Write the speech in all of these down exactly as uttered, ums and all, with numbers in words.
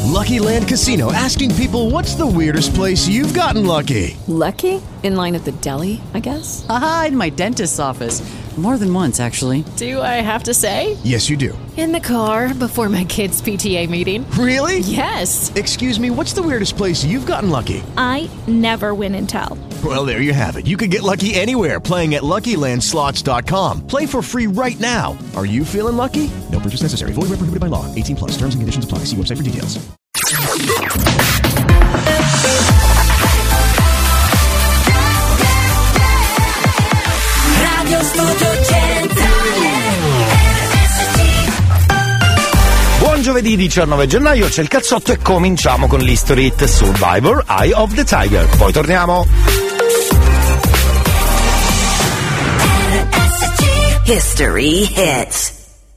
Lucky Land Casino, asking people, what's the weirdest place you've gotten lucky? Lucky? In line at the deli, I guess? Aha, in my dentist's office. More than once, actually. Do I have to say? Yes, you do. In the car before my kids' P T A meeting. Really? Yes. Excuse me, what's the weirdest place you've gotten lucky? I never win and tell. Well, there you have it. You can get lucky anywhere, playing at Lucky Land Slots dot com. Play for free right now. Are you feeling lucky? No purchase necessary. Void where prohibited by law. eighteen plus. Terms and conditions apply. See website for details. Radio Studio Centrale. Buon giovedì diciannove gennaio, c'è il cazzotto e cominciamo con l'History Hit Survivor Eye of the Tiger. Poi torniamo. History Hits.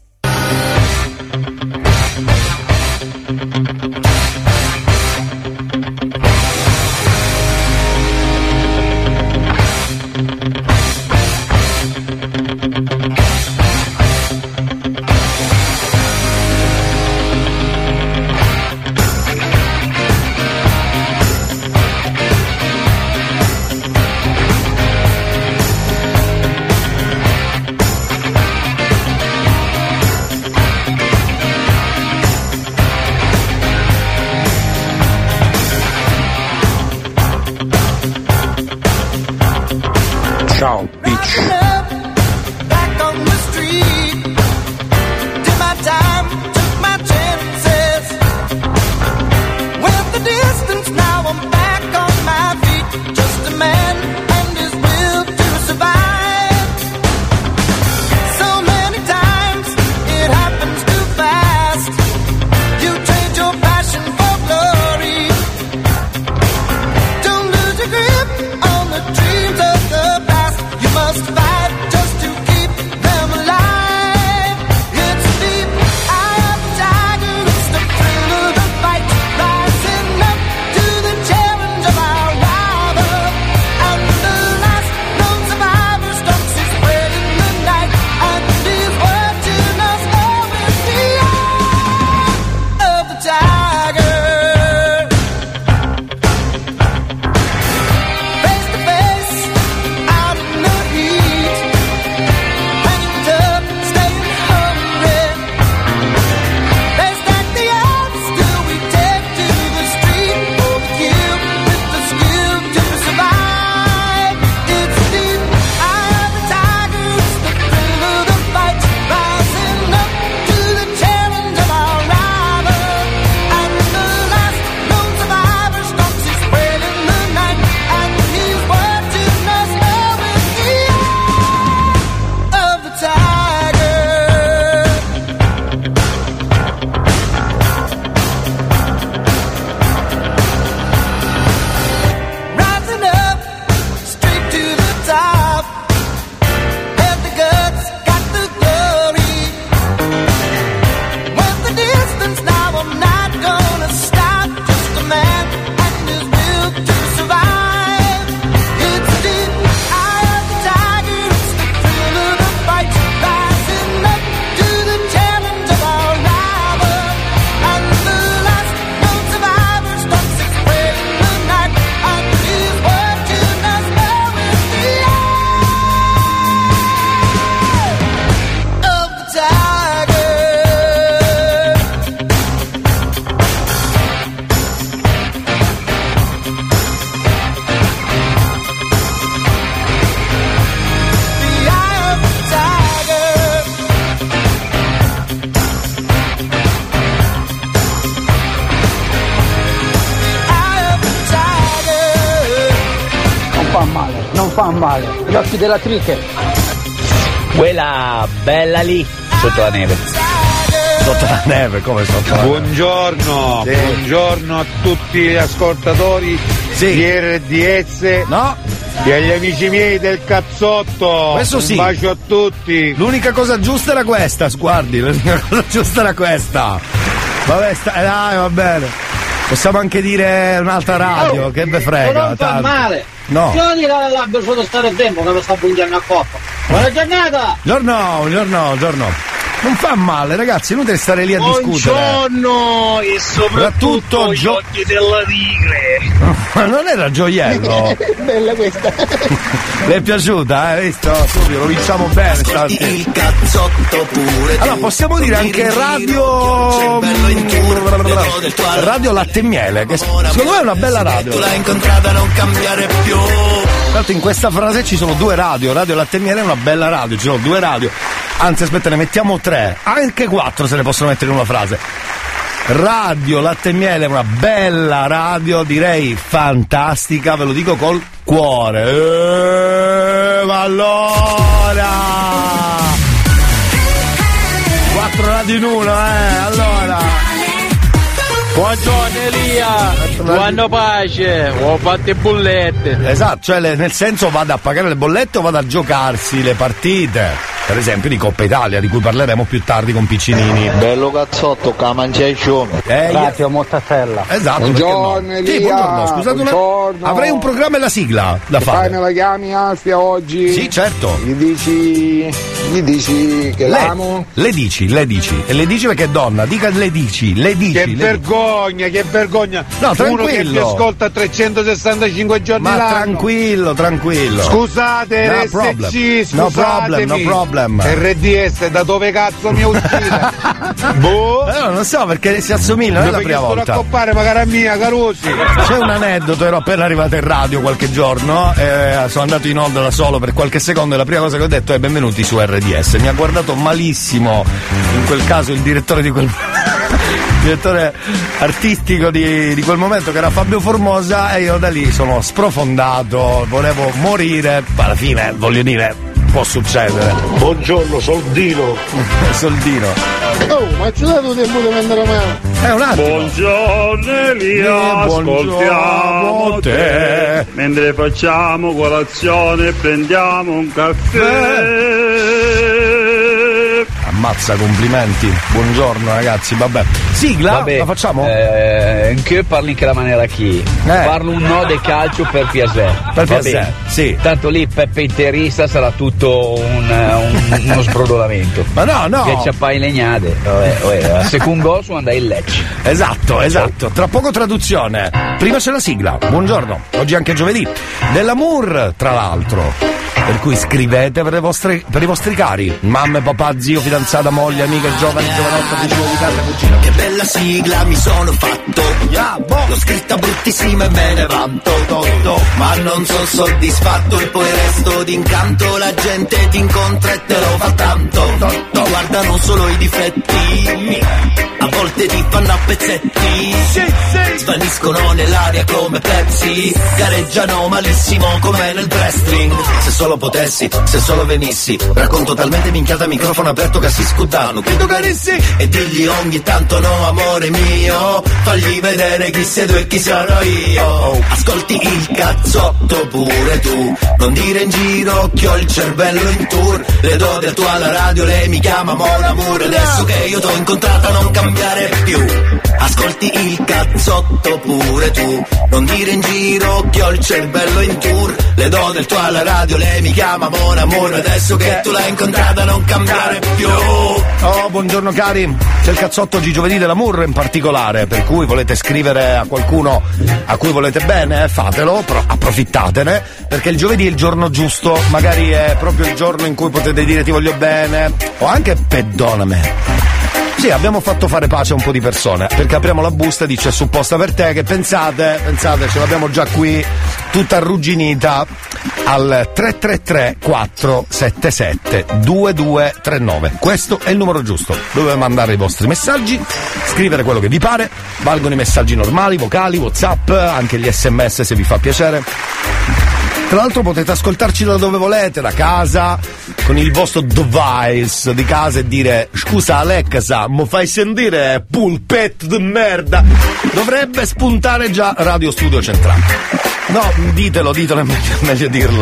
Ciao, bitch. fa male, gli occhi della triche. Quella bella lì, sotto la neve. Sotto la neve, come sotto la neve? Buongiorno, sì. Buongiorno a tutti gli ascoltatori sì. di R D S. No. E agli amici miei del cazzotto. Questo sì. Un bacio a tutti. L'unica cosa giusta era questa, guardi, l'unica cosa giusta era questa. Vabbè, sta, dai, va bene. Possiamo anche dire un'altra radio, oh, che ve frega. Non fa male. No. Io dire l'abbia solo stare tempo che lo sta puntando a coppa. Buona giornata. Giorno, giorno, giorno. Non fa male, ragazzi, inutile stare lì a discutere. Buongiorno e soprattutto gli occhi della tigre. Ma non era gioiello. Bella questa. Le è piaciuta, eh? Visto? Subito, lo vinciamo bene stamattina. Il cazzotto pure. Allora, possiamo dire anche radio. Radio Latte e Miele, che secondo me è una bella radio. Tu l'hai incontrata, non cambiare più. Tra l'altro in questa frase ci sono due radio, Radio Latte e Miele è una bella radio, ci sono due radio. Anzi, aspetta, ne mettiamo tre, anche quattro se ne possono mettere in una frase. Radio Latte e Miele è una bella radio, direi fantastica, ve lo dico col cuore. Eeeh, ma allora! Quattro radio in uno, eh, allora! Buongiorno Elia, quando pace, ho fatto le bollette. Esatto, cioè le, nel senso vado a pagare le bollette o vado a giocarsi le partite, per esempio di Coppa Italia, di cui parleremo più tardi con Piccinini. Bello cazzotto, che mangiai eh, Grazie, io... mozzarella. Esatto. Buongiorno no. Elia. Sì, buongiorno, scusate buongiorno. Una... avrei un programma e la sigla da che fare. Fai, me la chiami Alfia oggi? Sì, certo. Gli dici, gli dici che le, l'amo? Le dici, le dici. E le dici perché è donna, dica le dici, le dici. Che le vergogna, dici. Che vergogna. No, uno che ti tranquillo. ascolta trecentosessantacinque giorni Ma l'anno. tranquillo, tranquillo. Scusate, No R S C, problem. scusatemi. No problem, no problem. R D S, da dove cazzo mi è uscita? Boh. Eh, non so perché si assomiglia, non è la prima volta. a coppare, ma cara mia, Carusi. C'è un aneddoto, ero appena arrivato in radio qualche giorno, eh, sono andato in onda da solo per qualche secondo e la prima cosa che ho detto è benvenuti su R D S. Mi ha guardato malissimo, in quel caso il direttore di quel direttore artistico di, di quel momento, che era Fabio Formosa, e io da lì sono sprofondato, volevo morire, ma alla fine voglio dire può succedere. Buongiorno, soldino. Soldino. Oh, ma ci dato tempo di vendere mano? È un attimo. Buongiorno Elia, ascoltiamo te, mentre facciamo colazione prendiamo un caffè. Ammazza, complimenti. Buongiorno ragazzi, vabbè. Sigla? Vabbè, la facciamo? Eh, che parli in che la maniera chi? Eh. Parlo un no del calcio per piacere. Per Va piacere, bene. sì. Tanto lì Peppe interista sarà tutto un, un, uno sbrodolamento. Ma no, no. Che ciappai legnate. Vabbè, vabbè. Secondo gol su andai in Lecce. Esatto, esatto. Tra poco traduzione. Prima c'è la sigla. Buongiorno. Oggi è anche giovedì. Dell'amour, tra l'altro. Per cui scrivete per, le vostre, per i vostri cari. Mamma, papà, zio, fidanzata, moglie, amica, giovane, giovanotta, vicino di casa, cugina. Che bella sigla mi sono fatto. Yeah, boh. L'ho scritta bruttissima e me ne vanto. Do, do. Ma non sono soddisfatto e poi resto d'incanto. La gente ti incontra e te lo fa tanto. Ti guardano solo i difetti, a volte ti fanno a pezzetti. Svaniscono nell'aria come Pepsi. Gareggiano malissimo come nel wrestling. Se solo potessi, se solo venissi, racconto talmente minchiata a microfono aperto che si scudano. Credo carissi e digli ogni tanto no amore mio. Fagli vedere chi sei tu e chi sono io. Ascolti il cazzotto pure tu. Non dire in giro che ho il cervello in tour. Le do del tuo alla radio, lei mi chiama Mon Amour. Adesso che io t'ho incontrata non cambiare più. Ascolti il cazzotto pure tu. Non dire in giro che ho il cervello in tour. Le do del tuo alla radio, lei mi chiama Mon Amour. Adesso che tu l'hai incontrata non cambiare più. Oh, buongiorno cari. C'è il cazzotto oggi giovedì dell'amour in particolare, per cui volete scrivere a qualcuno a cui volete bene, eh, fatelo, però approfittatene, perché il giovedì è il giorno giusto, magari è proprio il giorno in cui potete dire ti voglio bene, o anche perdonami. Sì, abbiamo fatto fare pace a un po' di persone, perché apriamo la busta e dice supposta per te, che pensate, pensate, ce l'abbiamo già qui tutta arrugginita al tre tre tre quattro sette sette due due tre nove. Questo è il numero giusto, dove mandare i vostri messaggi, scrivere quello che vi pare, valgono i messaggi normali, vocali, WhatsApp, anche gli sms se vi fa piacere. Tra l'altro potete ascoltarci da dove volete, da casa, con il vostro device di casa, e dire scusa Alexa, mo fai sentire pulpetto di merda. Dovrebbe spuntare già Radio Studio Centrale. No, ditelo, ditelo, è meglio, è meglio dirlo.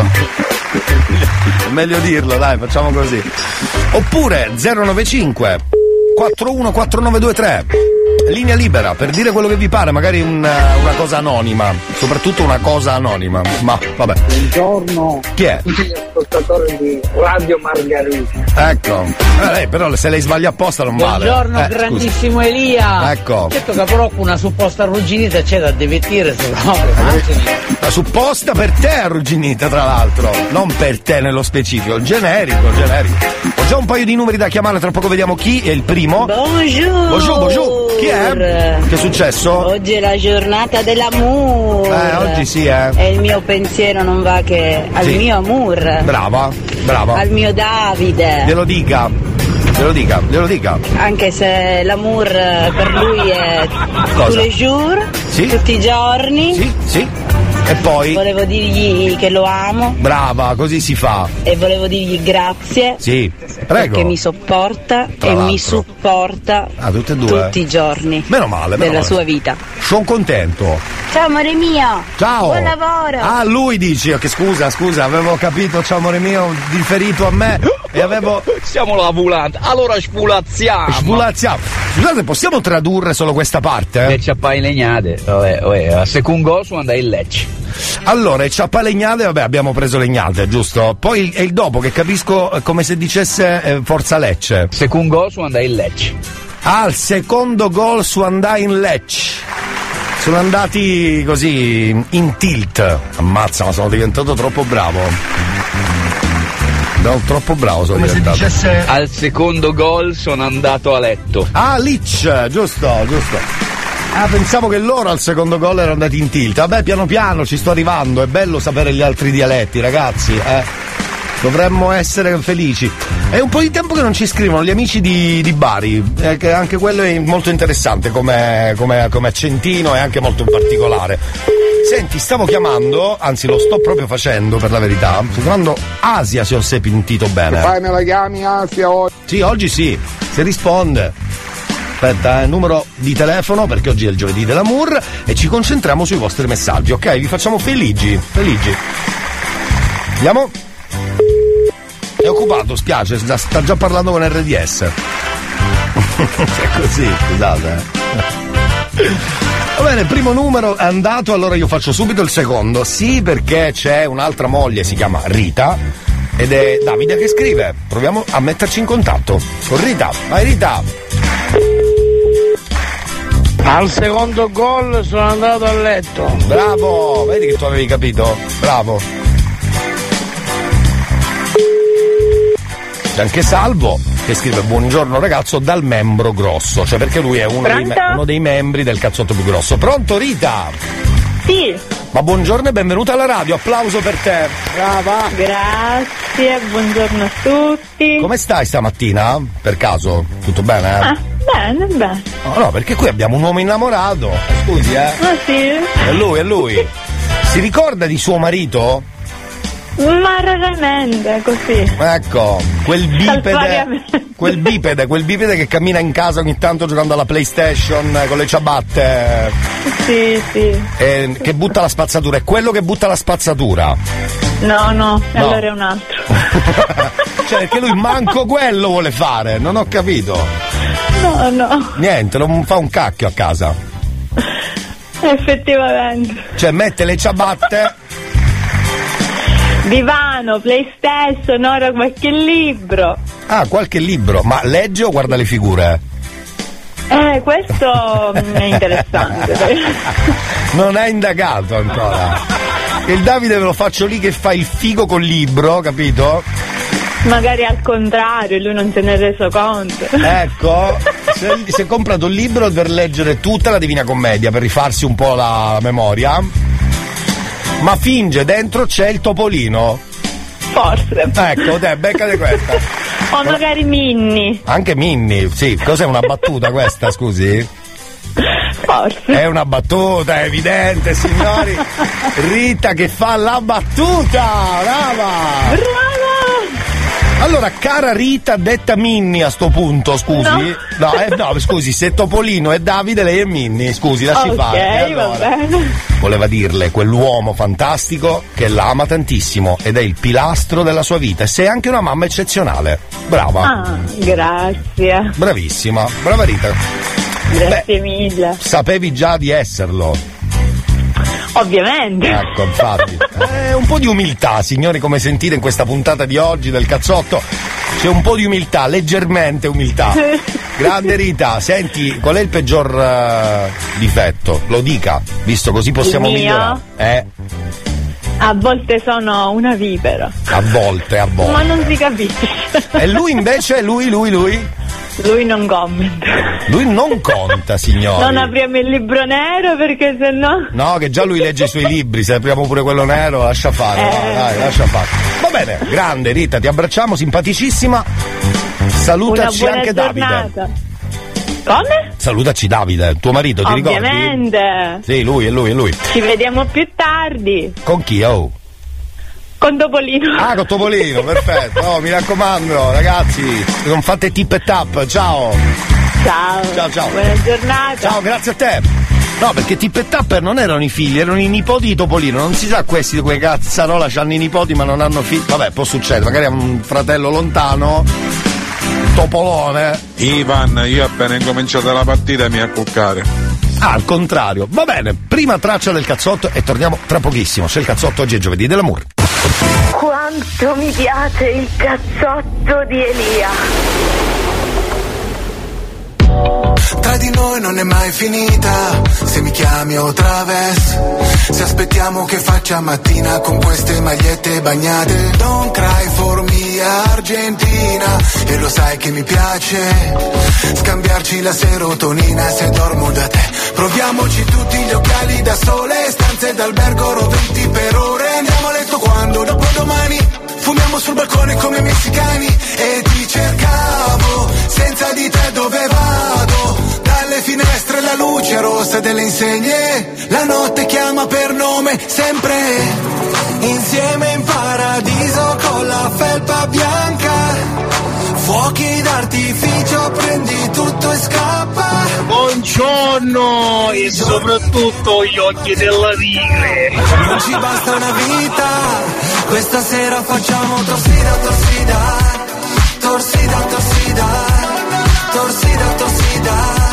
È meglio dirlo, dai, facciamo così. Oppure zero nove cinque quattro uno quattro nove due tre. linea libera per dire quello che vi pare, magari una, una cosa anonima, soprattutto una cosa anonima, ma vabbè. Buongiorno. Chi è? Tutti gli ascoltatori di Radio Margherita. Ecco, eh, lei, però se lei sbaglia apposta non vale. Buongiorno eh, grandissimo scusi. Elia. Ecco. Certo che però una supposta arrugginita c'è da divertire se proprio. La supposta per te è arrugginita, tra l'altro, non per te nello specifico, generico, generico. Ho già un paio di numeri da chiamare, tra poco vediamo chi è il primo. Bonjour. Bonjour, bonjour. Chi è? Che è successo? Oggi è la giornata dell'amore. Eh, oggi sì, eh. E il mio pensiero non va che al sì. mio amor. Brava, brava. Al mio Davide. Glielo dica. Glielo dica, glielo dica. Anche se l'amour per lui è Cosa? tous les jours, sì. tutti i giorni. Sì, sì. E poi? Volevo dirgli che lo amo. Brava, così si fa. E volevo dirgli grazie. Sì, prego. Perché mi sopporta Tra e l'altro. mi supporta ah, tutte e due. tutti i giorni. Meno male, meno della male. sua vita. Sono contento. Ciao amore mio. Ciao. Buon lavoro. Ah, lui dici, che scusa, scusa, avevo capito, ciao amore mio, riferito a me e avevo... Siamo la volante, allora spulazziamo. Spulazziamo. Scusate, possiamo tradurre solo questa parte? Le ciappai legnate, vabbè, vabbè, a secondo su andai in Lecce. Allora, i ciappalegnate, vabbè, abbiamo preso legnate, giusto? Poi è il dopo che capisco come se dicesse eh, Forza Lecce. Secondo su andai in Lecce. Ah, il secondo gol su andai in Lecce. Sono andati così in tilt. Ammazza, ma sono diventato troppo bravo. No, troppo bravo sono Come diventato. se dicesse... Al secondo gol sono andato a letto. Ah, Licce, giusto, giusto. Ah, pensavo che loro al secondo gol erano andati in tilt. Vabbè, piano piano ci sto arrivando. È bello sapere gli altri dialetti, ragazzi, eh. Dovremmo essere felici. È un po' di tempo che non ci scrivono gli amici di, di Bari, eh, che anche quello è molto interessante come, come, come accentino e anche molto in particolare. Senti, stavo chiamando, anzi lo sto proprio facendo per la verità, sto chiamando Asia, se ho sentito bene. Fai, me la chiami Asia oggi? Sì, oggi sì, si risponde. Aspetta, eh, numero di telefono perché oggi è il giovedì dell'amour e ci concentriamo sui vostri messaggi, ok? Vi facciamo felici, felici. Andiamo? È occupato, spiace, sta già parlando con R D S. È così, scusate. Va bene, il primo numero è andato, allora io faccio subito il secondo. Sì, perché c'è un'altra moglie, si chiama Rita, ed è Davide che scrive. Proviamo a metterci in contatto con Rita. Vai Rita! Al secondo gol sono andato a letto. Bravo! Vedi che tu avevi capito? Bravo! C'è anche Salvo che scrive buongiorno ragazzo dal membro grosso, cioè perché lui è uno, dei, me- uno dei membri del cazzotto più grosso. Pronto Rita? Sì. Ma buongiorno e benvenuta alla radio, applauso per te. Brava. Grazie, buongiorno a tutti. Come stai stamattina? Per caso? Tutto bene? Eh? Ah, bene, bene. No, no, perché qui abbiamo un uomo innamorato. Scusi, eh? Ah, sì? È lui, è lui. Si ricorda di suo marito? Ma raramente, così. Ecco, quel bipede, quel bipede, quel bipede che cammina in casa ogni tanto giocando alla PlayStation con le ciabatte. Sì, sì. E che butta la spazzatura, è quello che butta la spazzatura. No, no, No. allora è un altro. Cioè, perché lui manco quello vuole fare, non ho capito. No, no, Niente, non fa un cacchio a casa. effettivamente. Cioè, mette le ciabatte. Divano, PlayStation, ora qualche libro. Ah, qualche libro, ma legge o guarda le figure? Eh, questo è interessante. Non è indagato ancora. Il Davide ve lo faccio lì che fa il figo col libro, capito? Magari al contrario, lui non se ne è reso conto. Ecco, se, si è comprato un libro per leggere tutta la Divina Commedia, per rifarsi un po' la memoria, ma finge dentro c'è il topolino. Forse. Ecco, te, beccate questa. O magari Minnie. Anche Minnie, sì. Cos'è una battuta questa, scusi? Forse. È una battuta, è evidente, signori. Rita che fa la battuta, brava! Brava! Allora, cara Rita, detta Minnie a sto punto, scusi. No, no, eh, no scusi, se Topolino è Davide, lei è Minnie, scusi, lasci Ok, fare. Allora, va bene. voleva dirle quell'uomo fantastico che l'ama tantissimo ed è il pilastro della sua vita e sei anche una mamma eccezionale. Brava. Ah, grazie. Bravissima, brava Rita. Grazie Beh, mille. Sapevi già di esserlo. Ovviamente. Ecco, infatti. Eh, un po' di umiltà, signori, come sentite in questa puntata di oggi del cazzotto. C'è un po' di umiltà, leggermente umiltà. Grande Rita, senti, qual è il peggior uh, difetto? Lo dica, visto così possiamo Il mio? migliorare. Eh? A volte sono una vipera. A volte, a volte. Ma non si capisce. E lui invece, lui, lui, lui? Lui non commenta. Lui non conta, signori. Non apriamo il libro nero perché sennò. No, che già lui legge i suoi libri, se apriamo pure quello nero, lascia fare, Eh. dai, dai, lascia fare. Va bene, grande Rita, ti abbracciamo, simpaticissima. Salutaci Una buona anche giornata. Davide. Come? Salutaci Davide, tuo marito, ti ricordi? Ovviamente. Sì, lui, è lui, è lui. Ci vediamo più tardi. Con chi, oh? Con Topolino. Ah, con Topolino, perfetto. Oh, mi raccomando, ragazzi, non fate tip e tap, ciao. Ciao. Ciao, ciao. Buona giornata. Ciao, grazie a te. No, perché Tip e Tapper non erano i figli, erano i nipoti di Topolino. Non si sa questi, quei cazzarola c'hanno i nipoti ma non hanno figli. Vabbè, può succedere, magari ha un fratello lontano, Topolone. Ivan, io appena incominciato la partita mi accuccare. Ah, al contrario. Va bene, prima traccia del cazzotto e torniamo tra pochissimo. C'è il cazzotto, oggi è giovedì dell'amore. Quanto mi piace il cazzotto di Elia. Tra di noi non è mai finita, se mi chiami o traves, se aspettiamo che faccia mattina con queste magliette bagnate. Don't cry for me Argentina, e lo sai che mi piace scambiarci la serotonina se dormo da te. Proviamoci tutti gli occhiali da sole, stanze d'albergo roventi per ore. Andiamo a letto quando? Dopodomani. Fumiamo sul balcone come messicani e ti cercavo, senza di te dove vado? Dalle finestre la luce rossa delle insegne, la notte chiama per nome, sempre insieme in paradiso con la felpa bianca. Fuochi d'artificio, prendi tutto e scappa. Buongiorno e soprattutto gli occhi della tigre. Non ci basta una vita, questa sera facciamo torsida, torsida, torsida, torsida, torsida, torsida.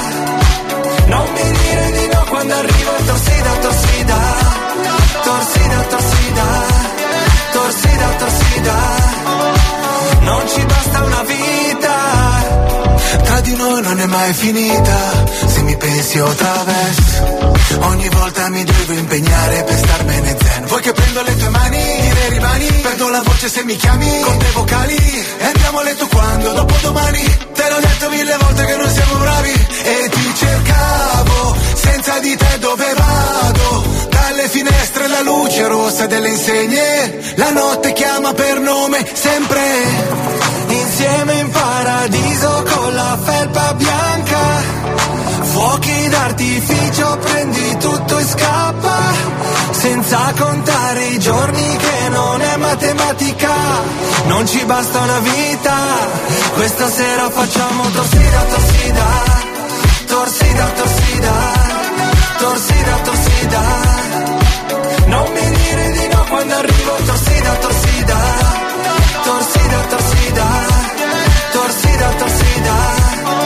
Non mi dire di no quando arrivo, torsida, torsida, torsida, torsida, torsida, torsida. Non ci basta una vita, tra di noi non è mai finita, se mi pensi o traves, ogni volta mi devo impegnare per starmene zen. Vuoi che prendo le tue mani, dire rimani, perdo la voce se mi chiami, con te vocali, e andiamo a letto quando? Dopodomani. Te l'ho detto mille volte che non siamo bravi, e ti cercavo, senza di te dove vado? Dalle finestre la luce rossa delle insegne, la notte chiama per nome, sempre insieme in paradiso con la felpa bianca. Fuochi d'artificio, prendi tutto e scappa, senza contare i giorni che non è matematica. Non ci basta una vita, questa sera facciamo torsida, torsida, torsida, torsida, torsida, torsida. Non mi dire di no quando arrivo, torsida, torsida, torsida, torsida, torsida, torsida.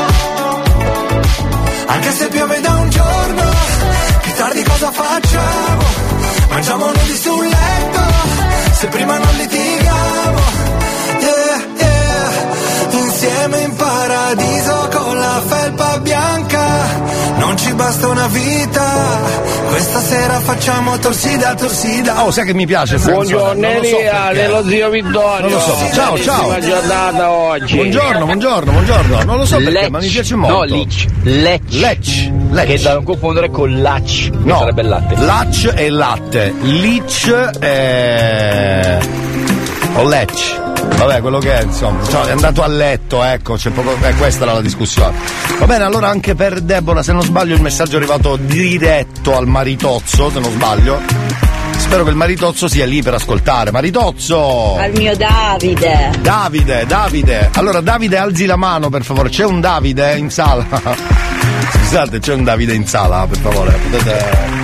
Anche se piove da un giorno, più tardi cosa facciamo? Mangiamo nudi sul letto, se prima non litigavo. Yeah, yeah. Insieme in paradiso con la felpa bianca. Non ci basta una vita, questa sera facciamo torsida, torsida. Oh, sai che mi piace? Buongiorno Elia, dello zio Vittorio. Non lo so. Ciao, ciao. Bellissima giornata oggi. Buongiorno, buongiorno, buongiorno. Non lo so perché, Lecce. ma mi piace molto. No, Lecce. Lecce. Lecce. Lecce. Che da non confondere con Lacci, che No, sarebbe il latte. Lacce è latte, Lich è... o Lecce. Vabbè, quello che è, insomma, cioè, è andato a letto, ecco, c'è poco, eh, questa era la discussione. Va bene, allora anche per Deborah, se non sbaglio il messaggio è arrivato diretto al maritozzo, se non sbaglio. Spero che il maritozzo sia lì per ascoltare. Maritozzo! Al mio Davide. Davide, Davide. Allora Davide, alzi la mano per favore. C'è un Davide in sala? Scusate, c'è un Davide in sala, per favore. Potete...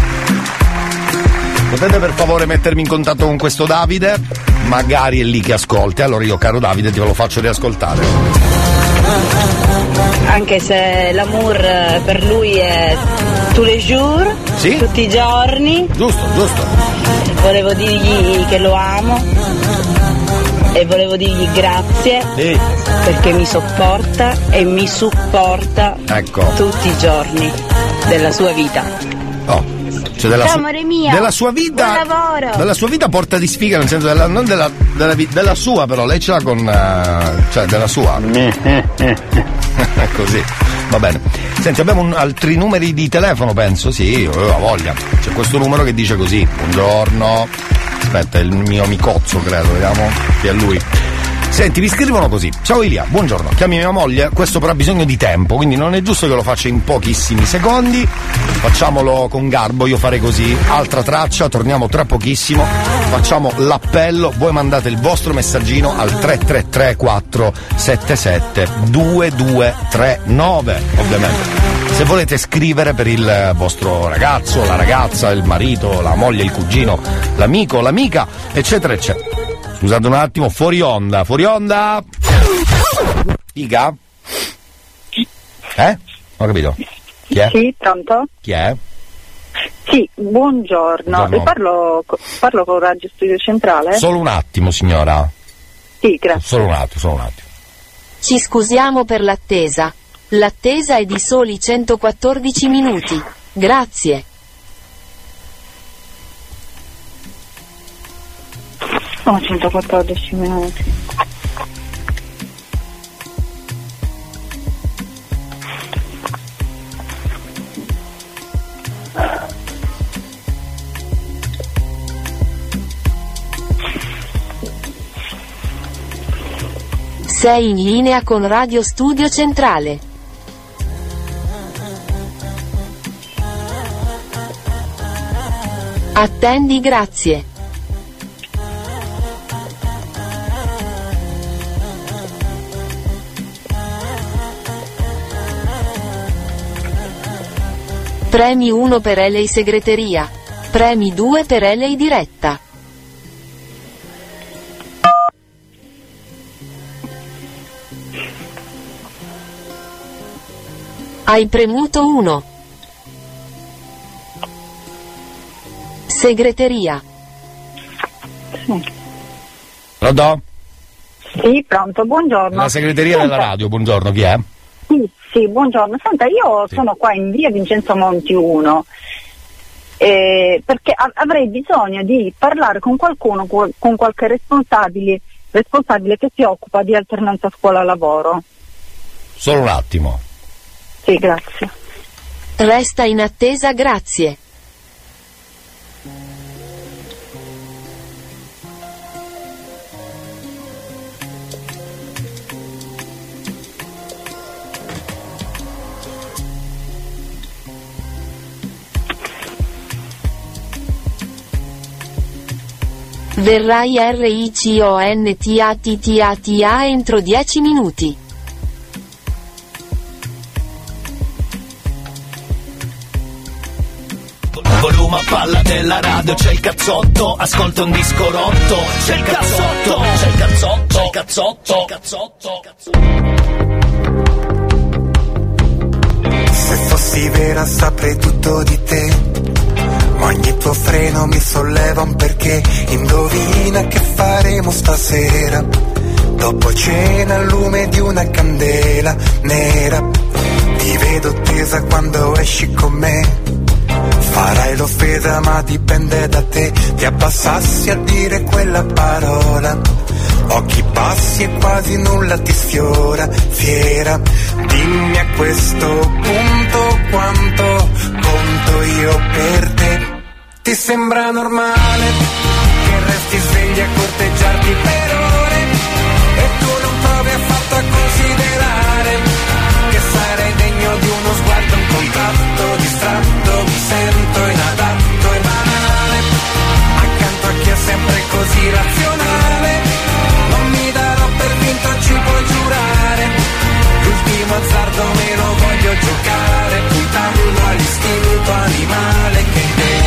Potete per favore mettermi in contatto con questo Davide? Magari è lì che ascolti. Allora io, caro Davide, te lo faccio riascoltare. Anche se l'amour per lui è tous les jours, sì? tutti i giorni. Giusto, giusto. Volevo dirgli che lo amo e volevo dirgli grazie, sì, perché mi sopporta e mi supporta, ecco, tutti i giorni della sua vita. Oh. Cioè della, Ciao, su- amore mio. della sua vita, buon lavoro. della sua vita porta di sfiga, nel senso della, non della, della, della sua, però lei ce l'ha con uh, cioè della sua così, va bene. Senti, abbiamo un, altri numeri di telefono, penso, sì, ho voglia. C'è questo numero che dice così: buongiorno, aspetta, è il mio amicozzo, credo, vediamo chi è lui. Senti, mi scrivono così: ciao Ilia, buongiorno, chiami mia moglie, questo però ha bisogno di tempo, quindi non è giusto che lo faccia in pochissimi secondi, facciamolo con garbo, io farei così, altra traccia, torniamo tra pochissimo, facciamo l'appello, voi mandate il vostro messaggino al tre tre tre quattro sette sette due due tre nove, ovviamente. Se volete scrivere per il vostro ragazzo, la ragazza, il marito, la moglie, il cugino, l'amico, l'amica, eccetera, eccetera. Scusate un attimo, fuori onda, fuori onda! Iga? Eh? Non ho capito. Chi è? Sì, pronto? Chi è? Sì, buongiorno. Buongiorno. Parlo, parlo con Radio Studio Centrale? Solo un attimo, signora. Sì, grazie. Solo un attimo, solo un attimo. Ci scusiamo per l'attesa. L'attesa è di soli centoquattordici minuti. Grazie. Oh, centoquattordici minuti. Sei in linea con Radio Studio Centrale. Attendi, grazie. Premi uno per L A segreteria. Premi due per L A diretta. Hai premuto uno. Segreteria. Pronto? Sì, pronto, buongiorno. La segreteria Senta, della radio, buongiorno, chi è? Sì, sì, buongiorno. Senta, io Sì. sono qua in via Vincenzo Monti uno, eh, perché a- avrei bisogno di parlare con qualcuno, con con qualche responsabile, responsabile che si occupa di alternanza scuola-lavoro. Solo un attimo. Sì, grazie. Resta in attesa, grazie. Verrai R I C O N T A T T A T A entro dieci minuti. Volume a palla della radio, c'è il cazzotto, ascolta un disco rotto, c'è il cazzotto, c'è il cazzotto, c'è il cazzotto, c'è il cazzotto, cazzotto. Se fossi vera saprei tutto di te, ma ogni tuo freno mi solleva un perché. Indovina che faremo stasera, dopo cena al lume di una candela nera. Ti vedo tesa quando esci con me, farai l'offesa ma dipende da te. Ti abbassassi a dire quella parola, occhi bassi e quasi nulla ti sfiora. Fiera, dimmi a questo punto quanto conto io per te. Ti sembra normale che resti svegli a corteggiarti per ore e tu non provi affatto a considerare che sarei degno di uno sguardo, un contatto distratto. Mi sento inadatto e banale accanto a chi è sempre così razionale. Non mi darò per vinto, ci puoi giurare, l'ultimo azzardo me lo voglio giocare, puntando all'istinto animale che in te.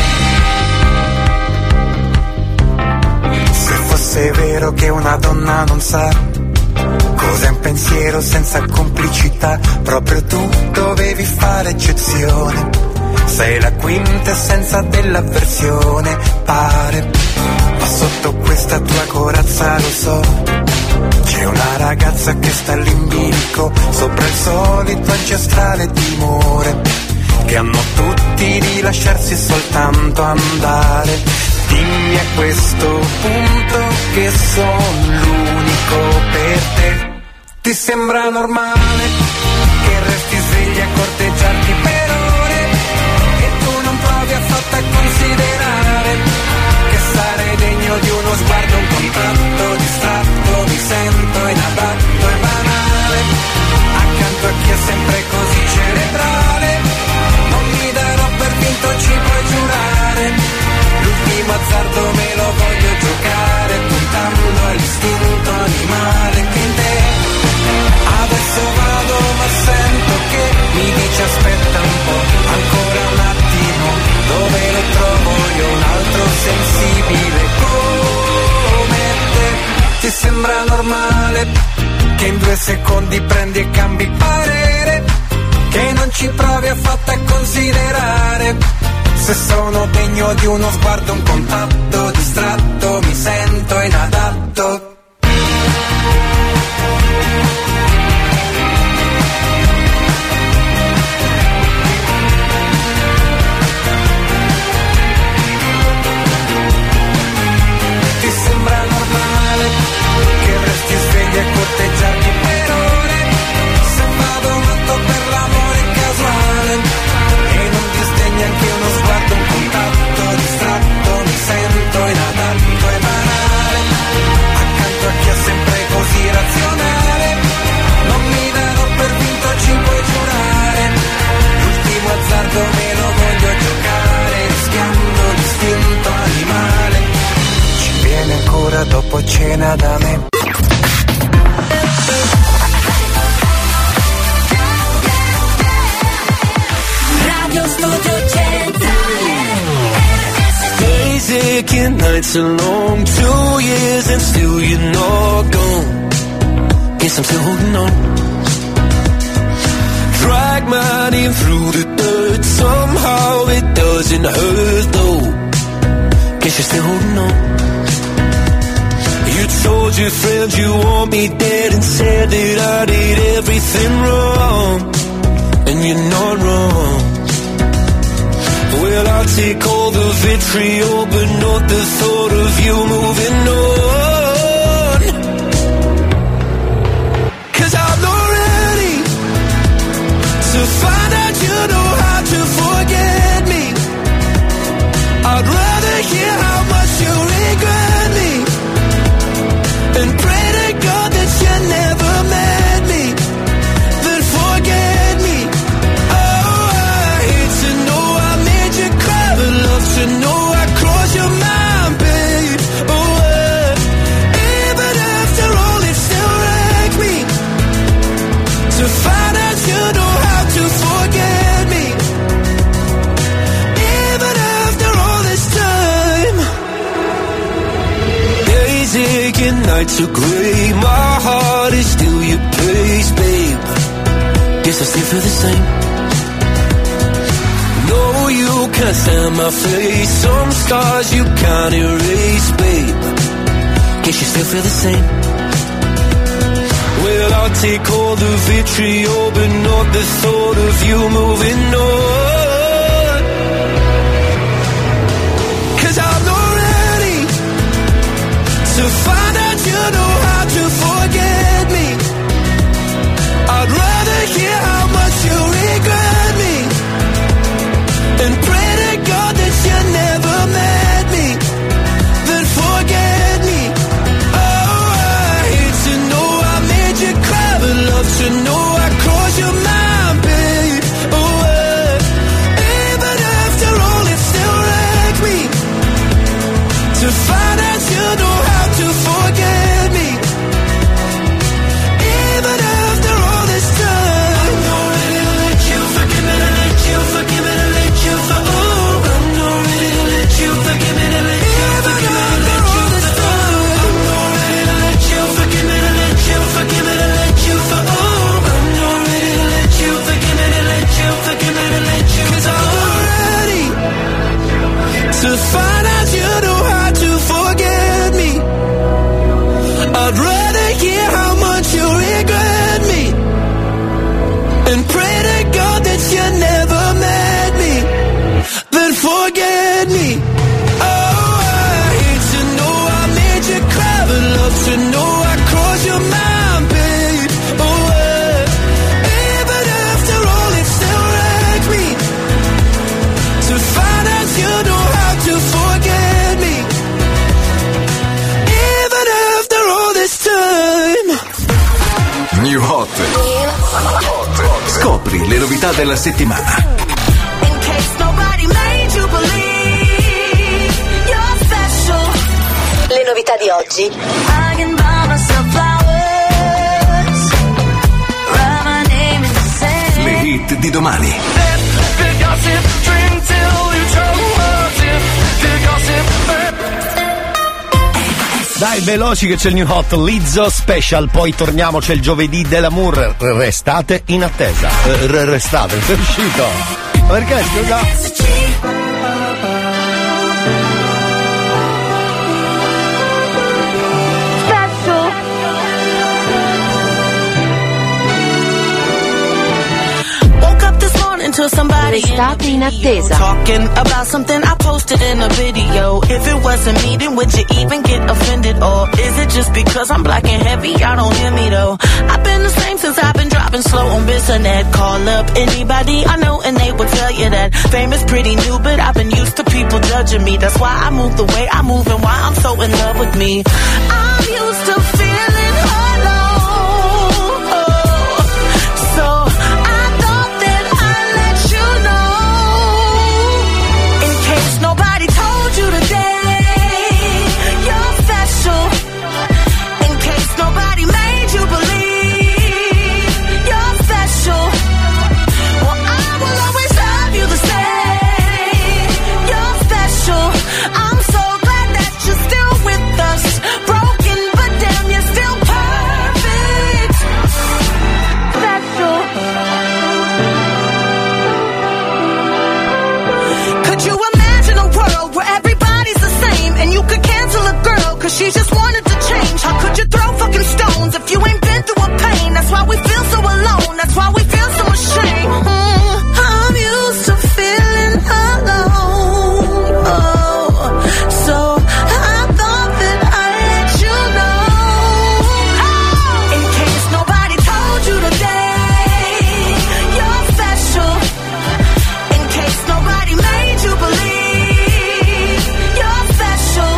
Se fosse vero che una donna non sa Cos'è un pensiero senza complicità? Proprio tu dovevi fare eccezione. Sei la quintessenza dell'avversione, pare. Ma sotto questa tua corazza lo so, c'è una ragazza che sta lì in bilico, sopra il solito ancestrale timore, che hanno tutti di lasciarsi soltanto andare. Dimmi a questo punto che sono l'unico per te. Ti sembra normale che resti svegli a corteggiarti per ore e tu non provi affatto a considerare che sarei degno di uno sguardo, un contatto distratto, mi sento inadatto e banale, accanto a chi è sempre così cerebrale. Non mi darò per vinto, ci puoi giurare, l'ultimo azzardo me lo voglio giocare, puntando all'istinto animale che in te. Adesso vado ma sento che mi dice aspetta un po', ancora un attimo, dove lo trovo io un altro sensibile come te? Ti sembra normale che in due secondi prendi e cambi parere, che non ci provi affatto a considerare se sono degno di uno sguardo, un contatto distratto, mi sento inadatto. Ti sembra normale che resti svegli a corteggiarmi per ore, se vado matto per l'amore casuale e non disdegni anche uno sguardo, un contatto distratto, mi sento inadatto e banale, accanto a chi è sempre così razionale. Non mi darò per vinto, ci puoi giurare, l'ultimo azzardo me lo voglio giocare, rischiando l'istinto animale. Ci viene ancora dopo cena da me. Radio Studio Centrale. Days aching, nights are long, two years and still you're not gone. Guess I'm still holding on. Drag my name through the dirt, somehow it doesn't hurt though. Guess you're still holding on. You told your friends you want me dead and said that I did everything wrong, and you're not wrong. Well, I'll take all the vitriol, but not the thought of you moving on. 'Cause I'm not ready to find out you know how to forget me. I'd rather hear how much you regret me and pray to God that you never met me, then forget me. Oh, I hate to know I made you cry, but love to know I crossed your mind, babe. Oh, uh, even after all it still wrecks me to find out you know how to forget me, even after all this time. Days aching, nights are grey, my heart is still your place, babe. Guess I still feel the same. No, you can't stand my face, some scars you can't erase, babe. Guess you still feel the same. Well, I'll take all the vitriol, but not the thought of you moving on. 'Cause I'm not ready to find out you know how to forget me. I'd rather hear how much you regret me and pray to God that you never met me, then forget me. Oh, I hate to know I made you cry, but love to know I crossed your mind, babe. Oh, uh, to find out you know how to forget me. I'd rather hear how much you regret me and pray to God that you never met me than forget me. Oh, I hate to know I made you cry, but love to know I crossed your mind, babe. Oh, uh, even after all, it still wrecks me to find out you know how to forget me. Even after all this time. New Hot. Scopri le novità della settimana. Le novità di oggi. Le hit di domani. Dai, veloci che c'è il New Hot Lizzo Special, poi torniamo, c'è il giovedì dell'amour. Restate in attesa. R- restate, sei uscito? Perché, scusa? Restate in attesa. Talking about something I posted in a video. If it wasn't me, then would you even get offended? Or is it just because I'm black and heavy? Y'all don't hear me though. I've been the same since I've been dropping slow on Bissonnet. Call up anybody I know and they will tell you that fame is pretty new, but I've been used to people judging me. That's why I move the way I move and why I'm so in love with me. I'm used to feeling alone. She just wanted to change. How could you throw fucking stones if you ain't been through a pain? That's why we feel so alone. That's why we feel so ashamed. Mm, I'm used to feeling alone. Oh, so I thought that I'd let you know. In case nobody told you today, you're special. In case nobody made you believe you're special.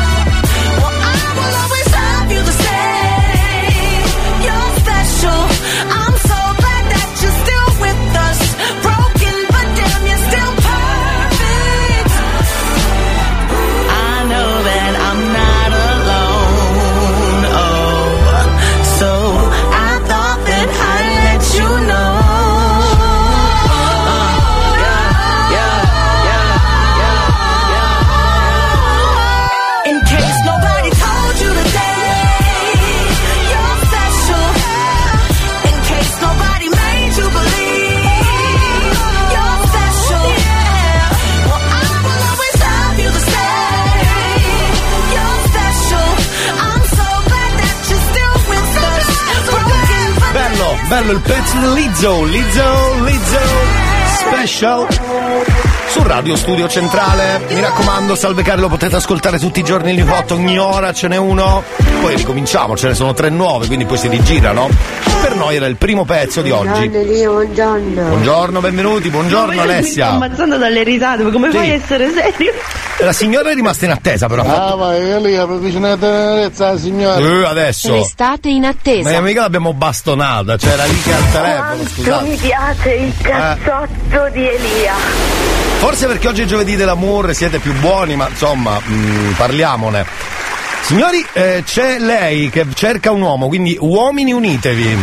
Bello il pezzo di Lizzo, Lizzo, Lizzo Special su Radio Studio Centrale. Mi raccomando, Salve Cari lo potete ascoltare tutti i giorni il New Hot, ogni ora ce n'è uno. Poi ricominciamo, ce ne sono tre nuove, quindi poi si rigirano. Per noi era il primo pezzo di oggi. Buongiorno. Buongiorno, benvenuti, buongiorno Alessia. Mi sto ammazzando dalle risate, ma come sì. fai a essere serio? La signora è rimasta in attesa, però. Ah, vai, lì, vicino alla tenerezza la signora. Eh, adesso. Restate in attesa. Ma mica l'abbiamo bastonata, c'era lì che al telefono, scusate. Mi piace il cazzotto eh. di Elia. Forse perché oggi è giovedì dell'amore, siete più buoni, ma insomma, mh, parliamone. Signori, eh, c'è lei che cerca un uomo, quindi uomini unitevi.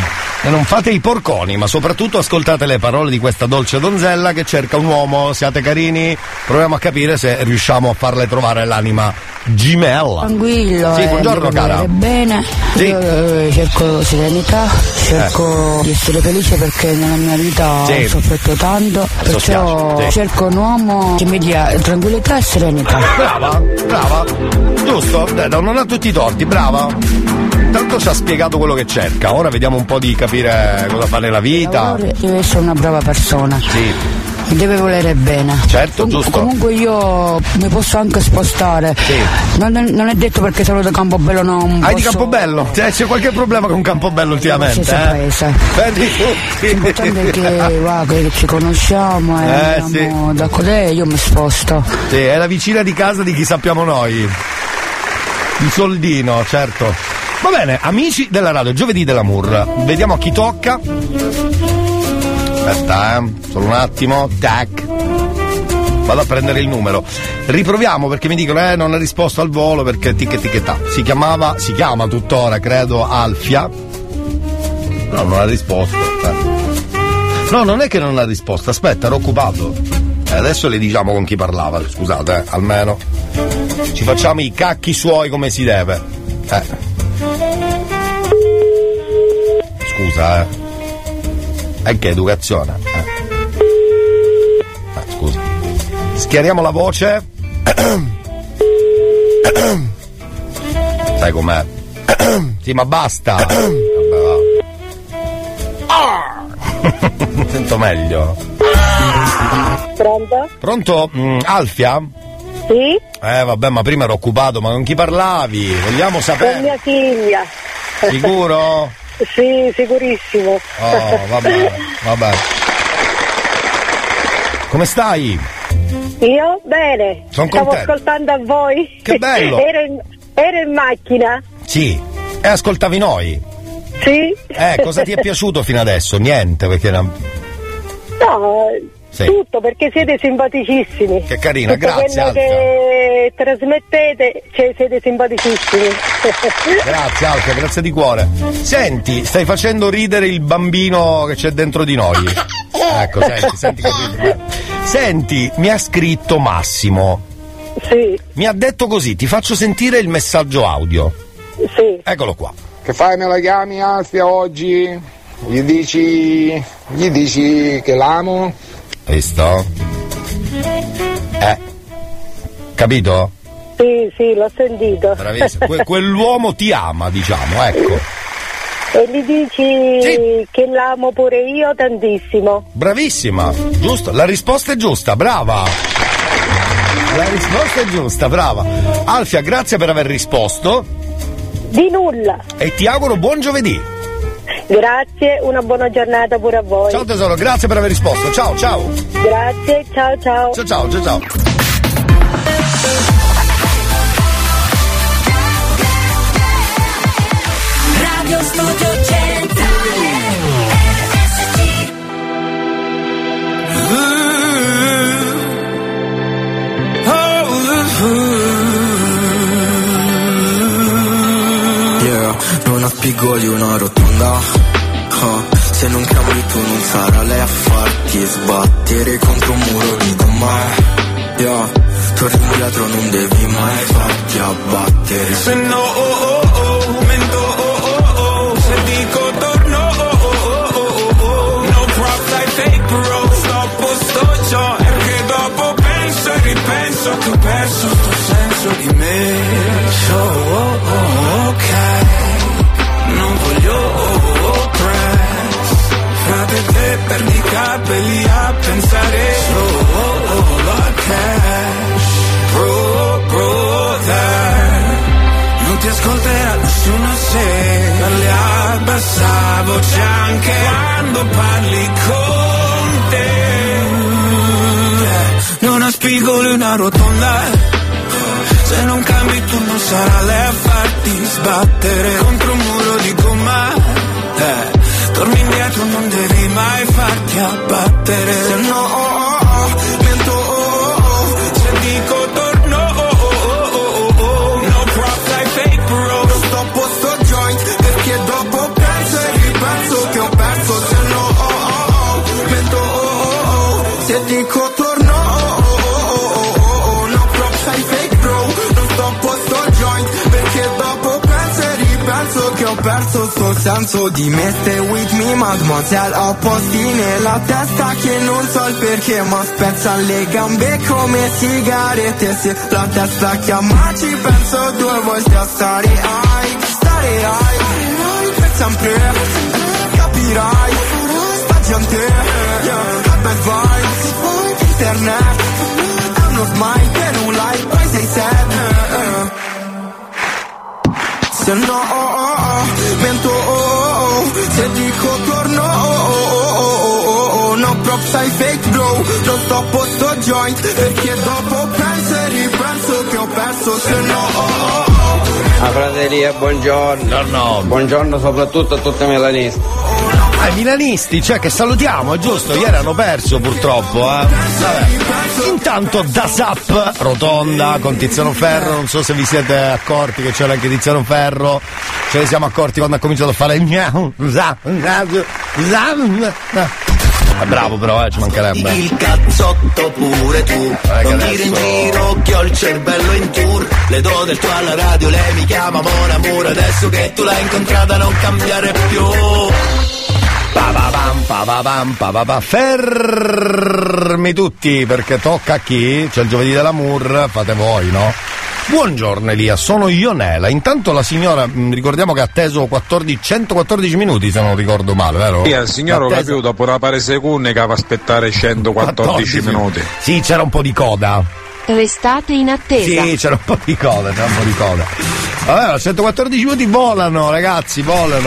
E non fate i porconi, ma soprattutto ascoltate le parole di questa dolce donzella che cerca un uomo. Siate carini, proviamo a capire se riusciamo a farle trovare l'anima gemella. Tranquillo. Sì, buongiorno eh, cara. Bene. Sì. Io eh, cerco serenità, cerco eh. di essere felice perché nella mia vita sì. ho sofferto tanto. Perciò sì. cerco un uomo che mi dia tranquillità e serenità. Brava, brava. Giusto, non ha tutti i torti, brava. Tanto ci ha spiegato quello che cerca, ora vediamo un po' di capire cosa fa nella vita. Deve essere una brava persona. Sì. Mi deve volere bene. Certo, giusto. Comunque io mi posso anche spostare. Sì. Non è, non è detto perché sono da Campobello non Hai posso... di Campobello? Cioè, c'è qualche problema con Campobello ultimamente? Sì, eh? Fermi tutti. L'importante è che, va, che ci conosciamo e eh, andiamo sì. da colei, io mi sposto. Sì, è la vicina di casa di chi sappiamo noi. Il soldino, certo. Va bene, amici della radio, giovedì dell'amour. Vediamo a chi tocca. Aspetta, eh, solo un attimo. Tac. Vado a prendere il numero. Riproviamo perché mi dicono, eh, non ha risposto al volo perché tic etichetta. Si chiamava, si chiama tuttora, credo, Alfia. No, non ha risposto. Eh. No, non è che non ha risposto, aspetta, ero occupato. Eh, adesso le diciamo con chi parlava, scusate, eh, almeno. Ci facciamo i cacchi suoi come si deve. Eh. Scusa, eh. E che educazione. Eh. Eh, scusa. Schiariamo la voce. Sai com'è? Sì, ma basta. Vabbè, va. Sento meglio. Pronto? Pronto? Mm, Alfia? Sì? Eh vabbè, ma prima ero occupato, ma con chi parlavi? Vogliamo sapere. Con mia figlia. Sicuro? Sì, sicurissimo. Oh, vabbè, vabbè. Come stai? Io? Bene. Sono Stavo contento. ascoltando a voi. Che bello. ero, in, ero in macchina. Sì. E ascoltavi noi? Sì. Eh, cosa ti è piaciuto fino adesso? Niente, perché era... No, sì. Tutto, perché siete simpaticissimi. Che carina, tutto grazie. quello Alfia. Che trasmettete, cioè, siete simpaticissimi. Grazie Alfia, grazie di cuore. Senti, stai facendo ridere il bambino che c'è dentro di noi. Ecco, senti, senti che ride. Senti, mi ha scritto Massimo. Sì. Mi ha detto così, ti faccio sentire il messaggio audio. Sì. Eccolo qua. Che fai, me la chiami Alfia oggi? Gli dici... gli dici che l'amo? Visto? Eh. Capito? Sì, sì, l'ho sentito. Bravissimo. Que- quell'uomo ti ama, diciamo, ecco. E gli dici sì. Che l'amo pure io tantissimo. Bravissima, giusto? La risposta è giusta, brava. La risposta è giusta, brava. Alfia, grazie per aver risposto. Di nulla. E ti auguro buon giovedì. Grazie, una buona giornata pure a voi. Ciao tesoro, grazie per aver risposto. Ciao, ciao. Grazie, ciao, ciao. Ciao, ciao, ciao, ciao. Radio Studio Centrale R S C. Yeah, non ha spigoli una rotonda. Oh, se non cambi tu non sarà lei a farti sbattere contro un muro di gomma. Yeah, torni indietro non devi mai farti abbattere. Se no, oh, oh, oh, mento, oh, oh, oh, se dico torno, oh, oh, oh, oh, oh, no props like fake bro, stoppo sto ciò, perché dopo penso e ripenso che ho perso sto senso di me. So, oh, oh, ok, non voglio oh, oh, press, frate te perdi i capelli a pensare. So, oh, oh, la cash, bro, brother, non ti ascolterà nessuno se parli a bassa voce anche quando parli con te. Non ha spigoli una rotonda. Se non cambi tu non sarà lei a farti sbattere contro un muro di gomma. Eh, torni indietro non devi mai farti abbattere. Se no, oh, oh, mento, oh, oh, se dico torno, oh, oh, oh, oh, oh, no props like fake bro, non stoppo sto joint perché dopo penso e ripenso che ho perso perso sto senso di me. Stay with me mademoiselle, ho posti nella testa che non so il perché, ma spezza le gambe come sigarette. Se la testa chiama ci penso due volte a stare ai, stare ai, per sempre, capirai, sta gente, yeah, bad vibes, internet, è uno smile per un like, poi sei sad, eh, eh. Se no, oh, oh, oh, mento, oh, oh, oh, se dico torno, oh, oh, oh, oh, oh, no, prop sai fake bro, non sto a posto joint, perché dopo penso e ripenso che ho perso, se no, oh, oh, oh. A prateria, buongiorno. Buongiorno. Buongiorno soprattutto a tutti i milanisti. Ah, i milanisti, cioè che salutiamo, è giusto, ieri hanno perso purtroppo, eh. Vabbè. Intanto da Zap, Rotonda con Tiziano Ferro, non so se vi siete accorti che c'era anche Tiziano Ferro, ce ne siamo accorti quando ha cominciato a fare miau, zap, zap, zap. È bravo però, eh, ci mancherebbe. Il cazzotto pure tu, non dire in giro che ho il cervello in tour. Le do del tuo alla radio, lei mi chiama Mon Amour. Adesso che tu l'hai incontrata non cambiare più. Pa pa pam pa pa pam pa pa pa. Fermi tutti perché tocca a chi? C'è il giovedì dell'amour, fate voi, no? Buongiorno Elia, sono Ionela. Intanto la signora, mh, ricordiamo che ha atteso quattordici, centoquattordici minuti se non ricordo male, vero? Sì, il signore ho capito dopo una pare secondi che va a aspettare centoquattordici minuti. Sì, c'era un po' di coda. Restate in attesa. Sì, c'era un po' di coda, c'era un po' di coda. Vabbè, centoquattordici minuti volano, ragazzi, volano.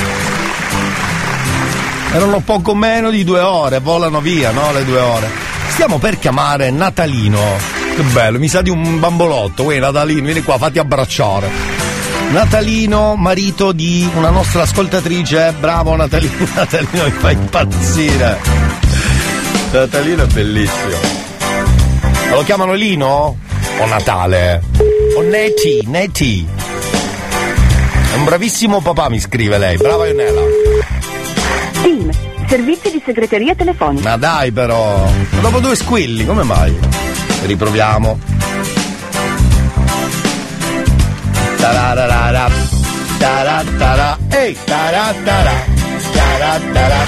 Erano poco meno di due ore, volano via, no? Le due ore. Stiamo per chiamare Natalino. Che bello, mi sa di un bambolotto. Uè, Natalino, vieni qua, fatti abbracciare. Natalino, marito di una nostra ascoltatrice. Bravo Natalino, Natalino mi fa impazzire. Natalino è bellissimo. Lo chiamano Lino? O Natale? O Neti, Neti. È un bravissimo papà, mi scrive lei. Brava Ionela. Team, servizi di segreteria telefonica. Ma dai però, dopo due squilli, come mai? Riproviamo. Tararara, taratara, ehi, taratara, taratara,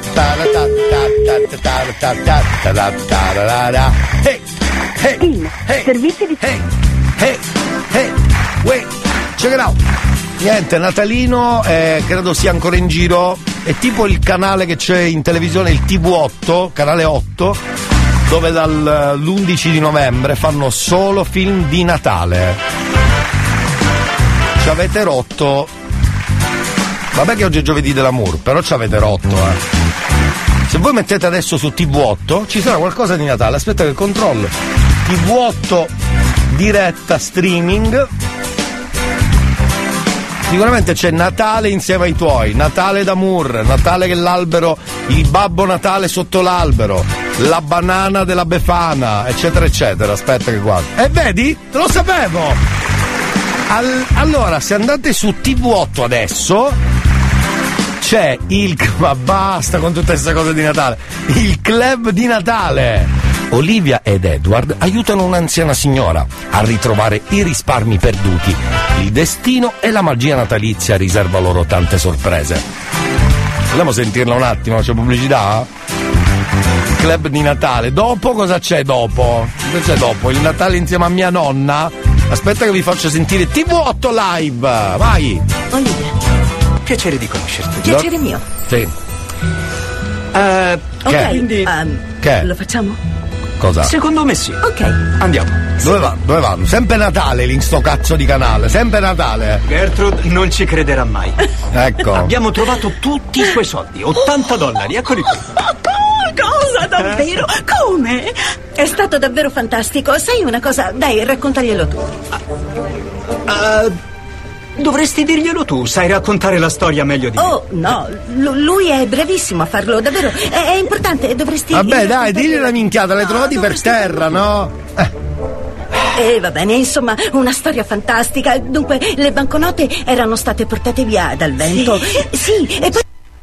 taratara, taratara, ehi, ehi, Team, servizi di ehi, ehi, ehi, wait, check it out. Niente, Natalino, eh, credo sia ancora in giro. È tipo il canale che c'è in televisione, il T V otto, canale otto, dove dall'undici di novembre fanno solo film di Natale. Ci avete rotto. Vabbè che oggi è giovedì dell'amour, però ci avete rotto, eh. Se voi mettete adesso su T V otto ci sarà qualcosa di Natale. Aspetta che controllo. T V otto diretta streaming. Sicuramente c'è Natale insieme ai tuoi, Natale d'Amour, Natale che l'albero, il Babbo Natale sotto l'albero, la banana della Befana, eccetera eccetera. Aspetta che guardo. E vedi? Te lo sapevo! All- allora, se andate su T V otto adesso, c'è il... ma basta con tutte queste cose di Natale! Il club di Natale! Olivia ed Edward aiutano un'anziana signora a ritrovare i risparmi perduti. Il destino e la magia natalizia riserva loro tante sorprese. Vogliamo sentirla un attimo? C'è pubblicità? Club di Natale. Dopo cosa c'è dopo? Cosa c'è dopo? Il Natale insieme a mia nonna? Aspetta che vi faccio sentire T V otto live. Vai! Olivia, piacere di conoscerti. Piacere mio. Sì. Uh, ok, quindi um, che? Lo facciamo? Cosa? Secondo me sì. Ok. Andiamo. Dove vanno? Dove vanno? Sempre Natale lì in sto cazzo di canale, sempre Natale. Gertrude non ci crederà mai. Ecco. Abbiamo trovato tutti i suoi soldi, ottanta dollari, eccoli qui. Cosa? Davvero? Come? È stato davvero fantastico. Sai una cosa? Dai, raccontaglielo tu. Uh, dovresti dirglielo tu, sai raccontare la storia meglio di me. Oh, no, L- lui è bravissimo a farlo, davvero. È, è importante, dovresti... Vabbè, dai, digli una minchiata, l'hai trovati per terra, no? Eh. Eh, va bene, insomma, una storia fantastica. Dunque, le banconote erano state portate via dal vento. Sì, sì e poi...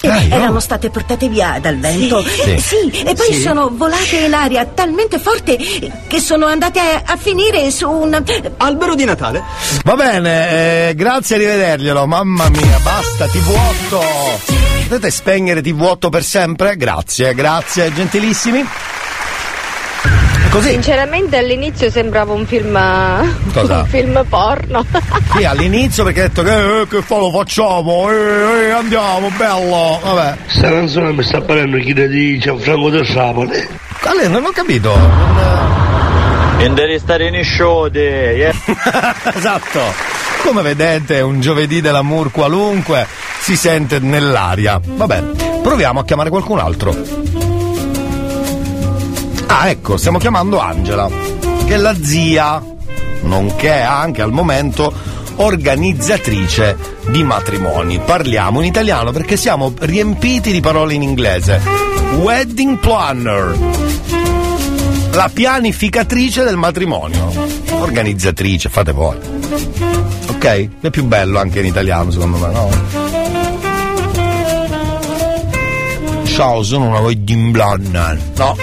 che Dai, no. erano state portate via dal vento. Sì. Sì, e poi Sì. sono volate in aria talmente forte che sono andate a, a finire su un albero di Natale. Va bene, eh, grazie, arrivederglielo. Mamma mia, basta, T V otto. Potete spegnere T V otto per sempre? Grazie, grazie, gentilissimi. Così. Sinceramente all'inizio sembrava un film Cosa? un film porno. Sì, all'inizio perché ha detto che, eh, che fa lo facciamo, eh, eh, andiamo, bello, vabbè. Sta canzone mi sta parendo chi ne dice a Franco del Sapone. Quale? Non ho capito. E devi stare in show, yeah. Esatto. Come vedete, un giovedì dell'amour qualunque si sente nell'aria. Va bene, proviamo a chiamare qualcun altro. Ah, ecco, stiamo chiamando Angela, che è la zia, nonché anche al momento organizzatrice di matrimoni. Parliamo in italiano perché siamo riempiti di parole in inglese. Wedding planner, la pianificatrice del matrimonio. Organizzatrice, fate voi. Ok? È più bello anche in italiano, secondo me, no? Ciao, sono una wedding planner. No.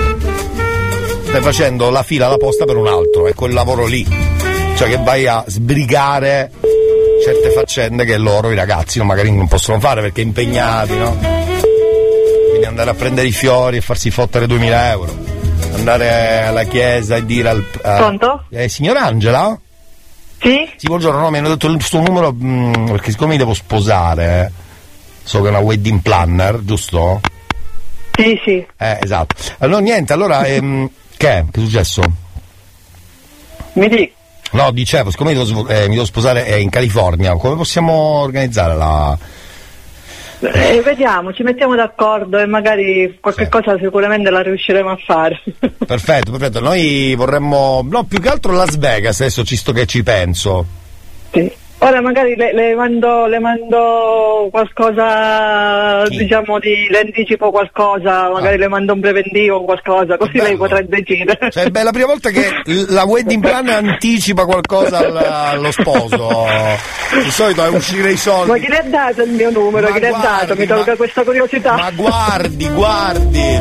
Stai facendo la fila alla posta per un altro, è quel lavoro lì, cioè che vai a sbrigare certe faccende che loro, i ragazzi, no, magari non possono fare perché impegnati, no? Quindi andare a prendere i fiori e farsi fottere duemila euro, andare alla chiesa e dire al... Uh, Pronto? Eh, signora Angela? Sì? Sì, buongiorno, no, mi hanno detto il suo numero mh, perché siccome mi devo sposare, eh, so che è una wedding planner, giusto? Sì, sì. Eh, esatto. Allora, niente, allora... Ehm, Che è? Che è successo? Mi dica. No, dicevo, siccome mi devo, eh, mi devo sposare eh, in California, come possiamo organizzare la... Eh, vediamo, ci mettiamo d'accordo e magari qualche sì. cosa sicuramente la riusciremo a fare. Perfetto, perfetto. Noi vorremmo... No, più che altro Las Vegas, adesso ci sto che ci penso. Sì. Ora magari le, le mando le mando qualcosa, sì. diciamo di le anticipo qualcosa, magari ah. le mando un preventivo o qualcosa, così bello. Lei potrà decidere. Cioè è la prima volta che la wedding planner anticipa qualcosa al, allo sposo. Di solito è uscire i soldi. Ma chi le ha dato il mio numero? Ma chi le ha dato? Mi tolga questa curiosità. Ma guardi, guardi.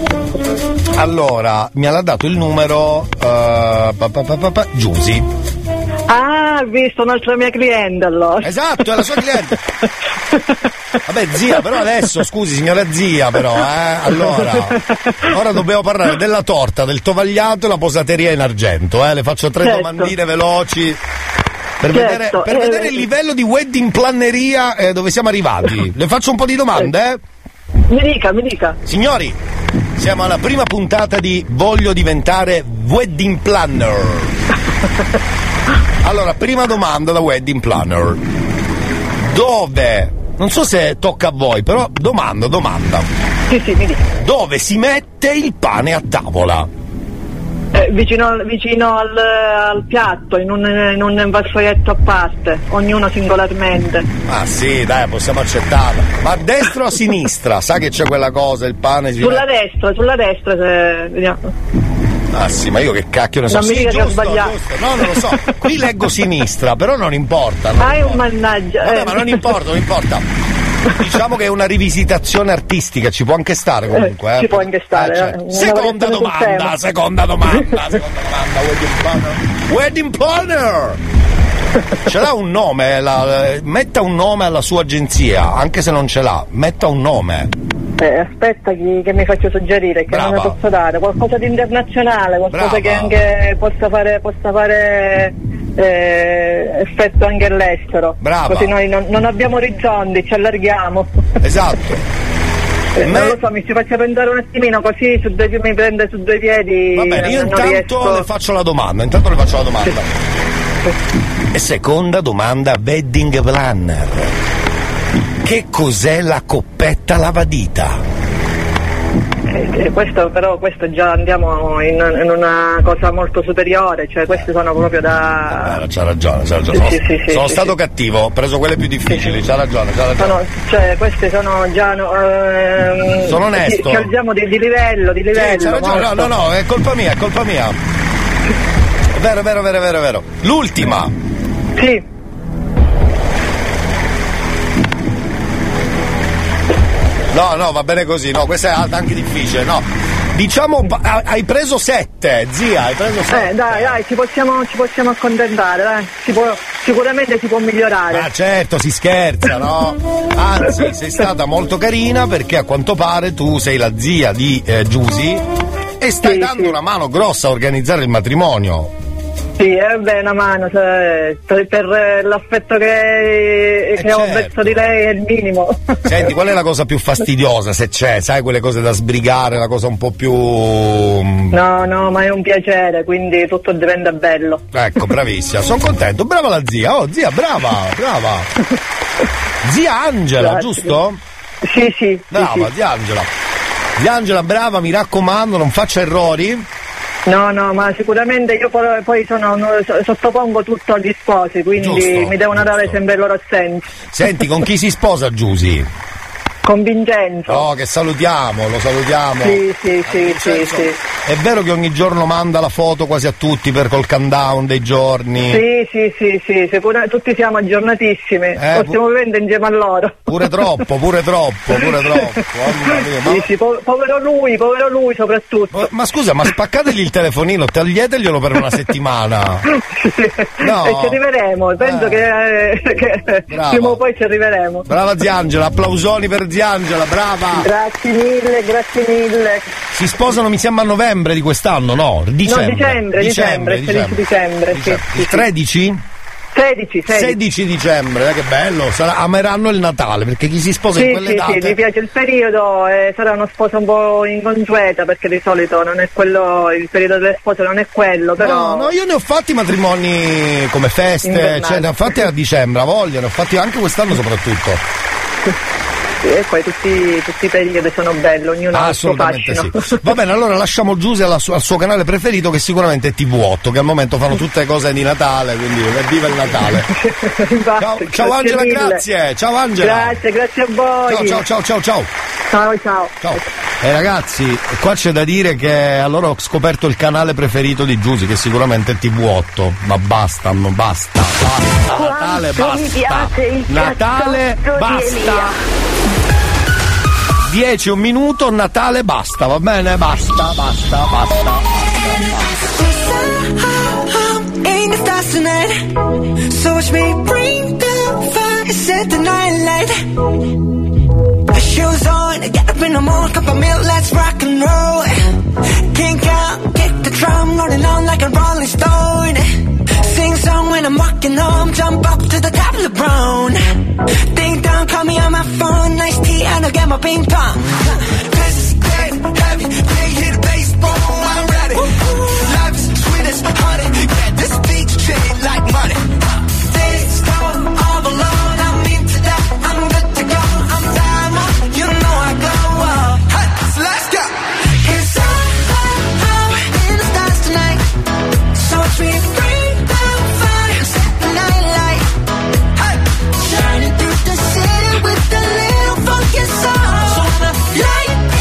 Allora, mi ha dato il numero uh, pa, pa, pa, pa, pa, Giusy. Ah, ho visto un'altra mia cliente allora. Esatto, è la sua cliente. Vabbè, zia, però adesso, scusi signora zia, però, eh, allora, ora dobbiamo parlare della torta, del tovagliato e la posateria in argento, eh, le faccio tre certo. domandine veloci per, certo. vedere, per eh, vedere il livello di wedding planneria eh, dove siamo arrivati. Le faccio un po' di domande, eh? Mi dica, mi dica. Signori, siamo alla prima puntata di Voglio diventare wedding planner. Allora, prima domanda da wedding planner. Dove, non so se tocca a voi, però domanda, domanda. Sì, sì, mi dica. Dove si mette il pane a tavola? Eh, vicino vicino al, al piatto, in un, in un vassoietto a parte, ognuno singolarmente. Ah sì, dai, possiamo accettarla. Ma a destra o a sinistra? Sa che c'è quella cosa, il pane si Sulla mette... destra, sulla destra se... vediamo. Ah sì, ma io che cacchio ne so. Non mi sì, dica giusto, che ho sbagliato. Giusto. No, non lo so. Qui leggo sinistra, però non importa. Non Hai importa. un mannaggia. Vabbè, eh. ma non importa, non importa. Diciamo che è una rivisitazione artistica, ci può anche stare comunque. Eh, eh. Ci può anche stare. Eh, certo. Seconda domanda, seconda domanda, seconda domanda, wedding planner. Wedding planner! Ce l'ha un nome, la, metta un nome alla sua agenzia, anche se non ce l'ha, metta un nome. Eh, aspetta che, che mi faccio suggerire, che Brava. non ne posso dare, qualcosa di internazionale, qualcosa Brava. Che anche possa fare, possa fare eh, effetto anche all'estero. Brava. Così noi non, non abbiamo orizzonti, ci allarghiamo. Esatto. eh, Me... Non lo so, mi ci faccia pensare un attimino, così su due, mi prende su due piedi. Va bene, io intanto riesco... le faccio la domanda, intanto le faccio la domanda. Sì. E seconda domanda, wedding planner. Che cos'è la coppetta lavadita? Eh, questo però questo già andiamo in, in una cosa molto superiore, cioè queste sono proprio da... Eh, c'ha ragione, c'ha ragione. Sì, sono sì, sì, sono sì, stato sì. cattivo, ho preso quelle più difficili, c'ha ragione, c'ha ragione. Sono, cioè queste sono già... Ehm, sono onesto. Ci alziamo di, di livello, di livello. Sì, c'ha ragione, no, no, no, è colpa mia, è colpa mia. Vero, vero, vero, vero, vero. L'ultima. Sì. No, no, va bene così, no, questa è anche difficile, no. Diciamo, hai preso sette, zia, hai preso sette. Eh, dai, dai, ci possiamo, ci possiamo accontentare, dai. Si può, sicuramente si può migliorare. Ah, certo, si scherza, no? Anzi, sei stata molto carina perché a quanto pare tu sei la zia di eh, Giusy e stai sì, dando sì. una mano grossa a organizzare il matrimonio. Sì, è beh, una mano, cioè, per, per l'affetto che, eh che certo. ho verso di lei è il minimo. Senti, qual è la cosa più fastidiosa, se c'è? Sai, quelle cose da sbrigare, la cosa un po' più... No, no, ma è un piacere, quindi tutto diventa bello. Ecco, bravissima, sono contento, brava la zia, oh zia, brava, brava. Zia Angela, Grazie. giusto? Sì, sì. Brava, sì, sì. zia Angela. Zia Angela, brava, mi raccomando, non faccia errori. No, no, ma sicuramente io poi, poi sono, sottopongo tutto agli sposi, quindi giusto, mi devono giusto. dare sempre il loro assenso. Senti, con chi si sposa Giusy? Con Vincenzo. Oh, che salutiamo, lo salutiamo. Sì, sì, sì, sì, sì. È vero che ogni giorno manda la foto quasi a tutti per col countdown dei giorni? Sì, sì, sì, sì, sicuramente tutti siamo aggiornatissimi, Eh, lo stiamo vivendo insieme a loro. Pure troppo, pure troppo, pure troppo. Oh, mia, ma... Sì, sì, po- povero lui, povero lui soprattutto. Ma scusa, ma spaccategli il telefonino, toglieteglielo per una settimana. No. E ci arriveremo, penso Eh. che, eh, che prima o poi ci arriveremo. Brava zia Angela, applausoni per zia Angela, brava. Grazie mille, grazie mille. Si sposano mi sembra a novembre di quest'anno, no? Dicembre. No, dicembre, dicembre, tredici dicembre, sì, Dicembre. sì, Il sì. tredici? sedici, sedici. sedici dicembre, eh, che bello, sarà, ameranno il Natale, perché chi si sposa Sì, in quelle sì, date... sì, mi piace il periodo, eh, sarà una sposa un po' inconsueta perché di solito non è quello, il periodo delle spose non è quello, però... No, no, io ne ho fatti matrimoni come feste, Invernali. cioè ne ho fatti a dicembre, a voglia, ne ho fatti anche quest'anno soprattutto. Sì, e poi tutti, tutti i periodi sono belli, ognuno ha il suo Assolutamente fascino. sì. Va bene, allora lasciamo Giusy alla su- al suo canale preferito che sicuramente è T V otto, che al momento fanno tutte cose di Natale, quindi viva il Natale. Ciao, ciao Angela, mille. grazie. Ciao Angela. Grazie, grazie a voi. Ciao, ciao, ciao, ciao, ciao. Ciao, ciao. Ciao. E ragazzi, qua c'è da dire che allora ho scoperto il canale preferito di Giusy, che sicuramente è T V otto, ma basta, non basta, basta. Natale Quanto mi piace il basta. Natale cazzotto di basta. Elia. dieci un minuto, Natale basta, va bene? Basta, basta, basta. In the stars tonight, so watch me bring the fire, set the night light. Shoes on, get up in the morning, cup of milk, let's rock and roll. Kink out, kick the drum, rolling on like a rolling stone. Sing song when I'm walking home, jump up to the top of the brown. Ding dong, call me on my phone, nice tea, and I'll get my ping pong. This is dead heavy, they hit the baseball, I'm ready. Life is sweet as honey, yeah, this beach chain like money. This storm all alone, I'm into that, I'm good to go, I'm diamond, you know I glow up. Hey, so let's go. It's all, all, all in the stars tonight, so watch me bring the fire, set the night light. Hey, shining through the city with a little funky soul. So wanna light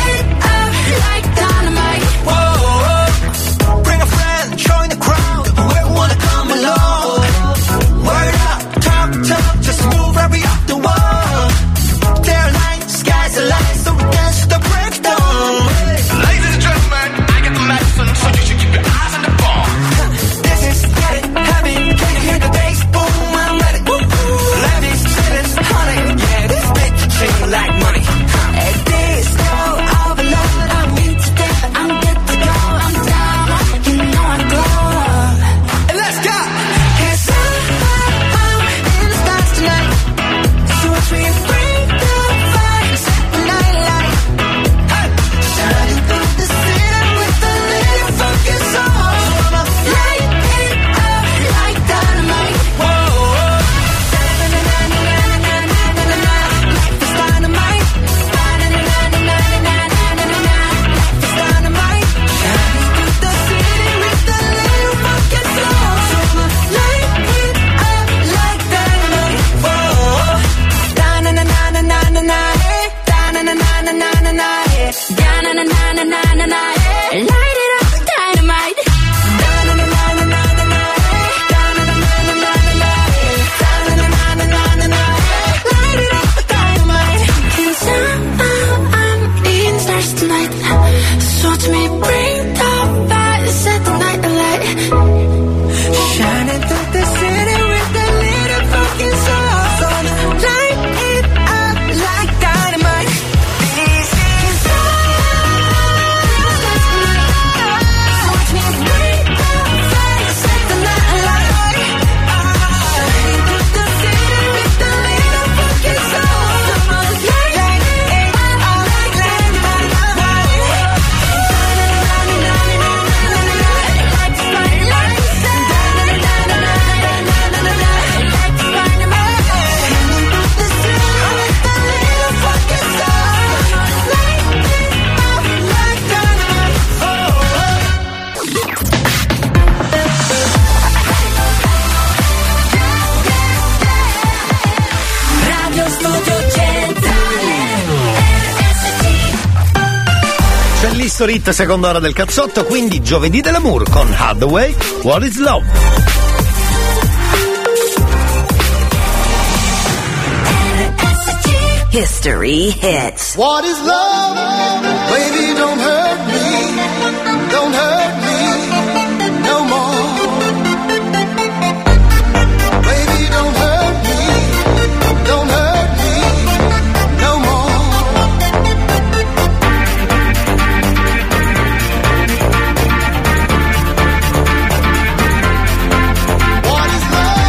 History Hit, seconda ora del cazzotto, quindi giovedì dell'amour con Hathaway, What is Love? History Hits. What is love? Baby, don't hurt me. Don't hurt me no more. Baby, don't hurt me. Don't hurt me no more. What is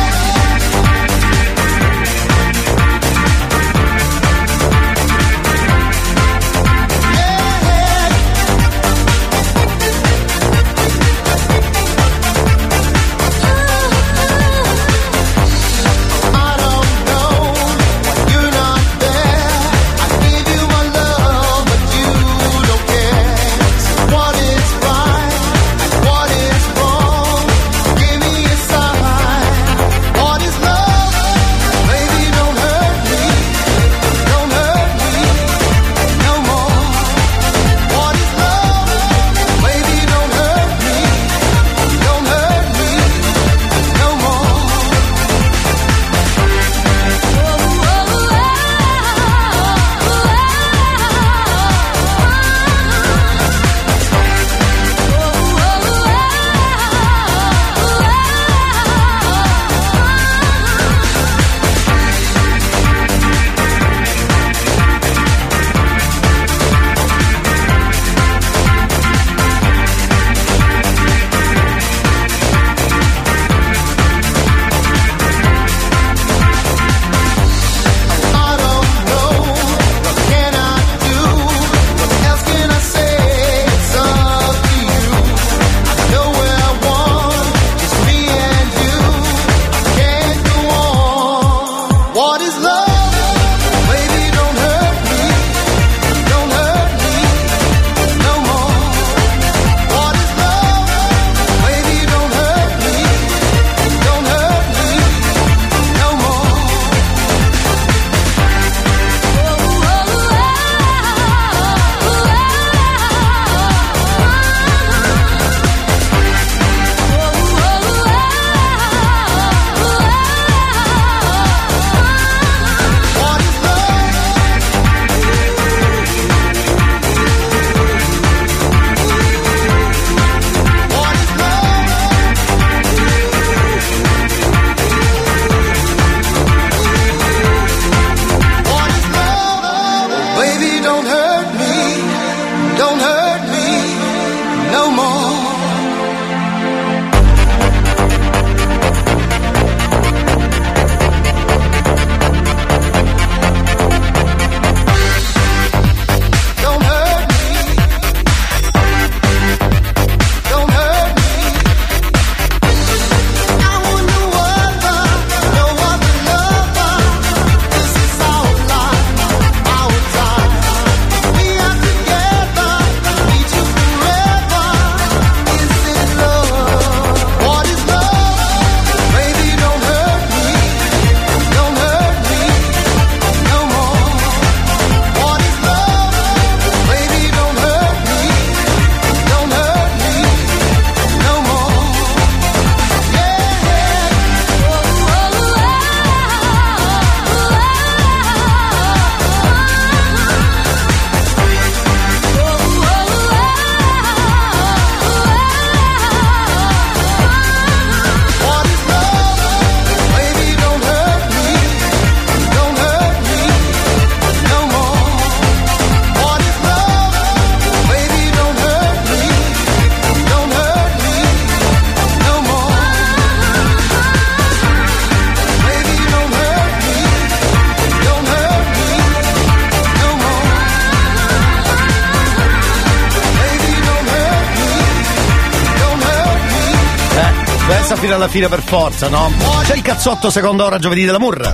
Questa fino alla fine per forza, no? C'è il cazzotto seconda ora giovedì dell'amour.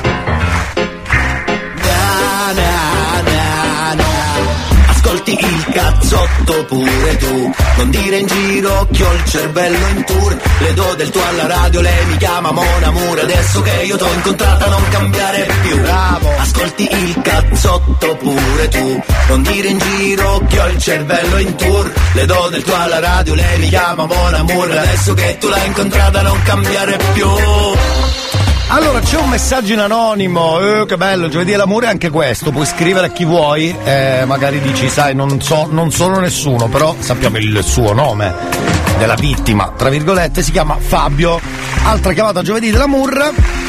Ascolti il cazzotto pure tu. Non dire in giro che ho il cervello in tour. Le do del tuo alla radio, lei mi chiama Mon Amour. Adesso che io t'ho incontrata non cambiare più. Bravo. Ascolti il cazzotto pure tu. Non dire in giro che ho il cervello in tour. Le do del tuo alla radio, lei mi chiama Mon Amour. Adesso che tu l'hai incontrata non cambiare più. Allora c'è un messaggio in anonimo, eh, che bello, giovedì dell'amore è anche questo, puoi scrivere a chi vuoi, eh, magari dici sai non so, non sono nessuno, però sappiamo il suo nome della vittima, tra virgolette, si chiama Fabio, altra chiamata giovedì dell'amore,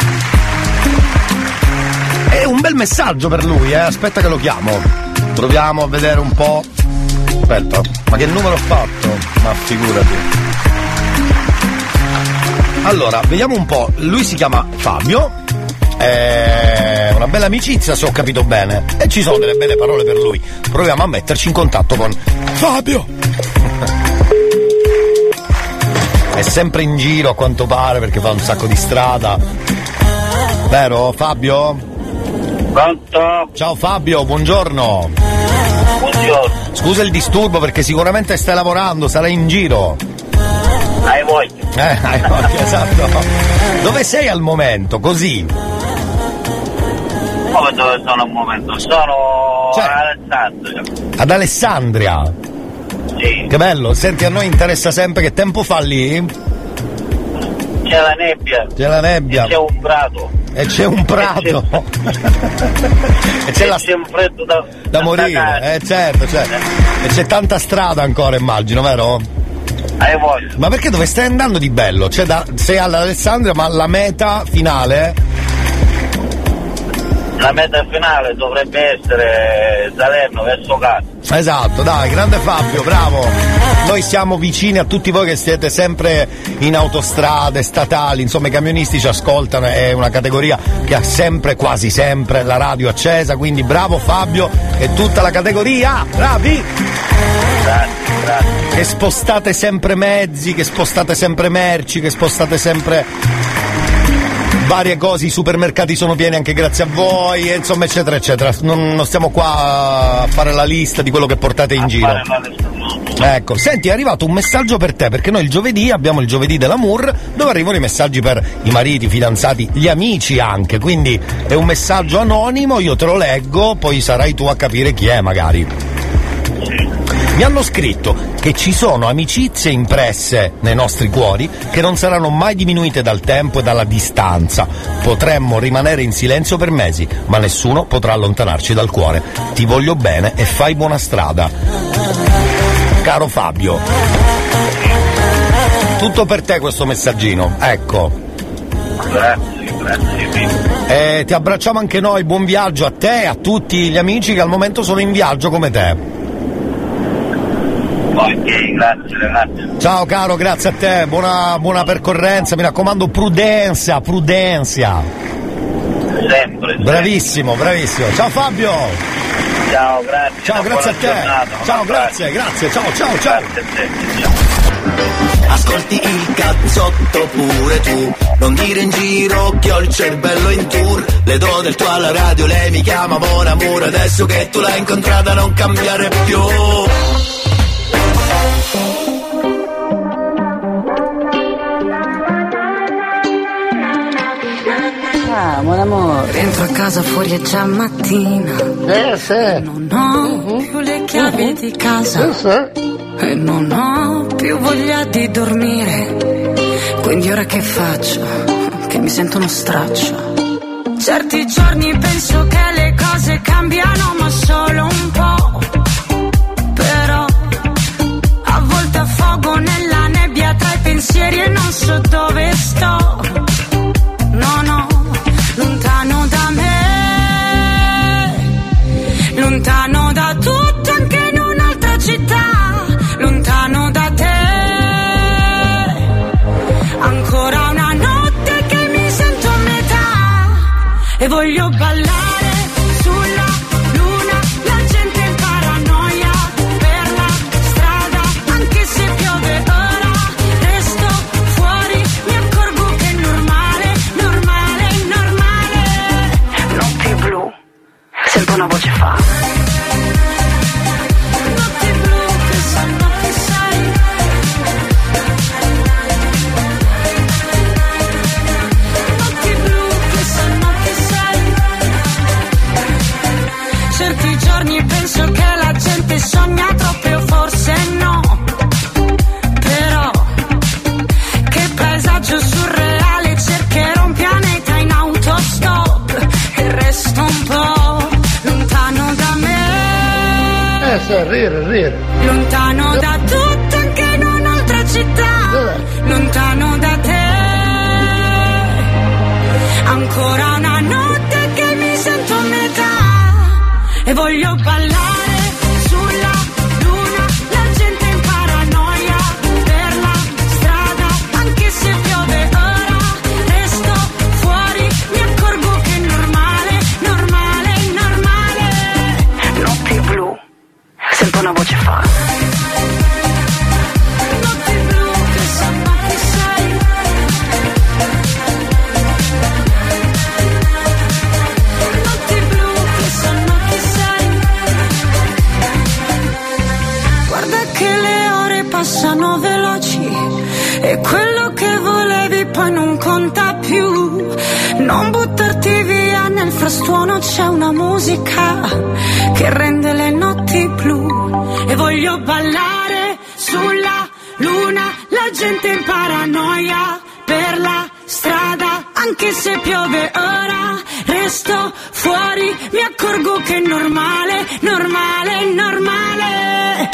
è un bel messaggio per lui, eh, aspetta che lo chiamo, proviamo a vedere un po', aspetta, ma che numero ho fatto? Ma figurati. Allora, vediamo un po', lui si chiama Fabio, è una bella amicizia se ho capito bene, e ci sono delle belle parole per lui, proviamo a metterci in contatto con Fabio. È sempre in giro a quanto pare perché fa un sacco di strada, vero Fabio? Pronto? Ciao Fabio, buongiorno. Buongiorno. Scusa il disturbo perché sicuramente stai lavorando, sarai in giro. Hai voglia. Eh, hai voglia, esatto. Dove sei al momento? Così. Come dove sono al momento? Sono cioè, ad Alessandria. Ad Alessandria? Sì. Che bello, senti a noi interessa sempre che tempo fa lì? C'è la nebbia. C'è la nebbia. E c'è un prato. E c'è un prato. E c'è, e c'è, e la... c'è un freddo da, da morire. Eh certo, certo. E c'è tanta strada ancora, immagino, vero? Hai voglia. Ma perché dove stai andando di bello? Cioè da, sei all'Alessandria, ma la meta finale? La meta finale dovrebbe essere Salerno verso casa. Esatto, dai, grande Fabio, bravo. Noi siamo vicini a tutti voi che siete sempre in autostrade, statali, insomma i camionisti ci ascoltano, è una categoria che ha sempre, quasi sempre, la radio accesa, quindi bravo Fabio e tutta la categoria, bravi! Grazie, grazie. Che spostate sempre mezzi, che spostate sempre merci, che spostate sempre varie cose, i supermercati sono pieni anche grazie a voi, e insomma eccetera eccetera. Non, non stiamo qua a fare la lista di quello che portate in a giro. Ecco, senti, è arrivato un messaggio per te, perché noi il giovedì abbiamo il giovedì dell'amour, dove arrivano i messaggi per i mariti, i fidanzati, gli amici anche, quindi è un messaggio anonimo, io te lo leggo, poi sarai tu a capire chi è magari. Mi hanno scritto che ci sono amicizie impresse nei nostri cuori che non saranno mai diminuite dal tempo e dalla distanza. Potremmo rimanere in silenzio per mesi, ma nessuno potrà allontanarci dal cuore. Ti voglio bene e fai buona strada. Caro Fabio, tutto per te questo messaggino, ecco. Grazie, grazie. E ti abbracciamo anche noi, buon viaggio a te e a tutti gli amici che al momento sono in viaggio come te. Ok, grazie ragazzi. Ciao caro, grazie a te, buona, buona percorrenza, mi raccomando prudenza, prudenza. Sempre. Bravissimo, bravissimo. Ciao Fabio. Ciao, grazie. Ciao, grazie a te. Giornata, ciao, grazie, grazie, ciao, ciao, ciao. Grazie a te. Ciao. Ascolti il cazzotto pure tu. Non dire in giro che ho il cervello in tour. Le do del tuo alla radio, lei mi chiama Mon Amour. Adesso che tu l'hai incontrata non cambiare più. Ah, mon amore. Rientro a casa, fuori è già mattina. Eh, sì. Non ho uh-huh. più le chiavi uh-huh. di casa. Eh, sì. E non ho più voglia di dormire. Quindi ora che faccio? Che mi sento uno straccio. Certi giorni penso che le cose cambiano, ma solo un po'. Però a volte affogo nella nebbia tra i pensieri e non so dove sto. No, no, lontano da me, lontano da tutto, anche in un'altra città, lontano da te. Ancora una notte che mi sento a metà e voglio ballare sulla luna, la gente volte sogna troppo, io forse no. Però che paesaggio surreale, cercherò un pianeta in autostop e resto un po' lontano da me. Eh, so, rire, rire. Lontano da tutto, anche in un'altra città. Dov'è? Lontano da te. Ancora una notte che mi sento a metà e voglio ballare sulla luna, la gente in paranoia per la strada, anche se piove ora, resto fuori, mi accorgo che è normale, normale, normale. Notti blu, sento una voce fa. Passano veloci e quello che volevi poi non conta più. Non buttarti via, nel frastuono c'è una musica che rende le notti blu. E voglio ballare sulla luna, la gente in paranoia per la strada, anche se piove ora, resto fuori, mi accorgo che è normale, normale, normale.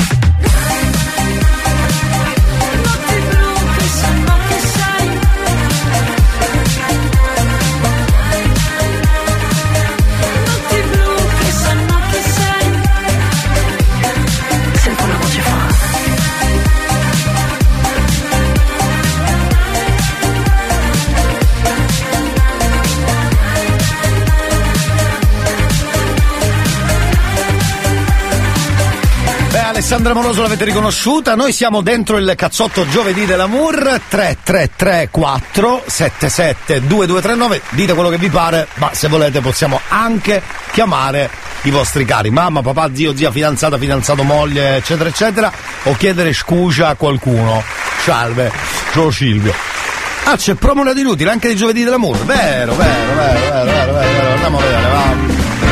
Alessandra Moroso l'avete riconosciuta, noi siamo dentro il cazzotto giovedì dell'Amour. Tre tre tre quattro sette sette due due tre nove, dite quello che vi pare, ma se volete possiamo anche chiamare i vostri cari, mamma, papà, zio, zia, fidanzata, fidanzato, moglie, eccetera eccetera, o chiedere scusa a qualcuno. Salve, sono Silvio. Ah, c'è promo di inutile anche di giovedì dell'Amour, vero, vero, vero, vero, vero, vero, vero. Andiamo a vedere, va.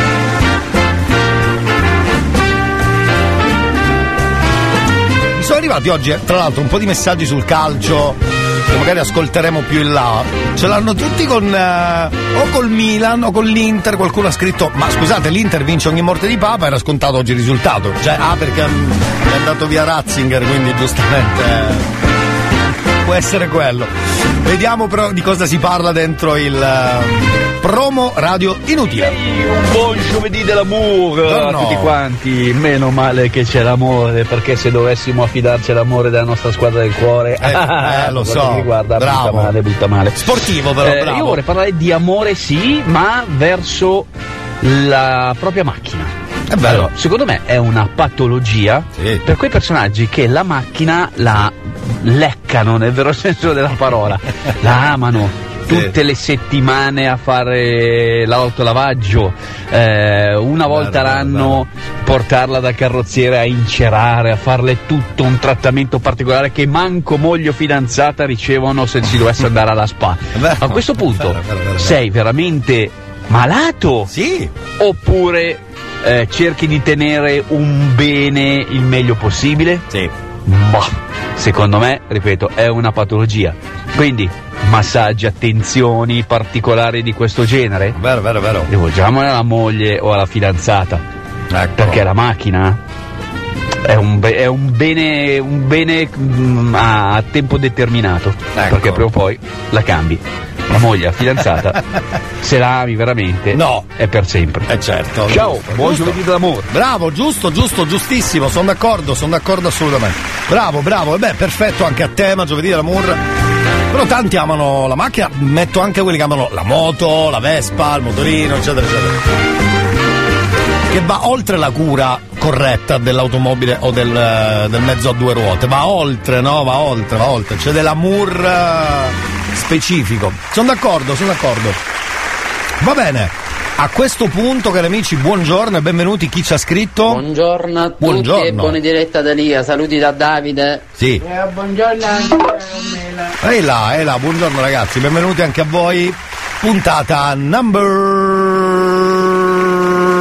Sono arrivati oggi, tra l'altro, un po' di messaggi sul calcio che magari ascolteremo più in là. Ce l'hanno tutti con uh, o col Milan o con l'Inter. Qualcuno ha scritto: ma scusate, l'Inter vince ogni morte di papa, era scontato oggi il risultato. Cioè, ah, perché um, è andato via Ratzinger, quindi giustamente eh, può essere quello. Vediamo però di cosa si parla dentro il uh, promo radio inutile. Un buon giovedì dell'Amour a no. tutti quanti. Meno male che c'è l'amore, perché se dovessimo affidarci all'amore della nostra squadra del cuore, eh, eh, lo so, riguarda, bravo. butta male, butta male. Sportivo però, eh, bravo. Io vorrei parlare di amore, sì, ma verso la propria macchina. È bello. Allora, secondo me è una patologia sì. per quei personaggi che la macchina la leccano nel vero senso della parola, la amano tutte le settimane a fare l'autolavaggio, eh, una volta bello, l'anno bello. portarla dal carrozziere a incerare, a farle tutto un trattamento particolare che manco moglie o fidanzata ricevono se si dovesse andare alla spa. Bello, a questo punto bello, bello, bello. sei veramente malato? Sì. Oppure eh, cerchi di tenere un bene il meglio possibile? Sì. Bah, secondo me, ripeto, è una patologia. Quindi massaggi, attenzioni particolari di questo genere, vero, vero, vero, rivolgiamole alla moglie o alla fidanzata, ecco. Perché la macchina è un, be- è un bene, un bene mh, a tempo determinato, ecco. Perché prima o poi la cambi. La moglie, la fidanzata, se la ami veramente, no, è per sempre. Eh certo. Ciao, giusto, buon giusto. giovedì dell'amore. Bravo, giusto, giusto, giustissimo, sono d'accordo, sono d'accordo assolutamente. Bravo, bravo, e beh, perfetto anche a tema, giovedì dell'amore. Però tanti amano la macchina, metto anche quelli che amano la moto, la Vespa, il motorino, eccetera, eccetera. Che va oltre la cura corretta dell'automobile o del, del mezzo a due ruote, va oltre, no? Va oltre, va oltre. C'è dell'amour specifico. Sono d'accordo, sono d'accordo. Va bene. A questo punto, cari amici, buongiorno e benvenuti. Chi ci ha scritto? Buongiorno a tutti buongiorno. E buona diretta da Lia. Saluti da Davide. Sì. Eh, buongiorno anche a Ehi là, ehi là, buongiorno ragazzi, benvenuti anche a voi. Puntata number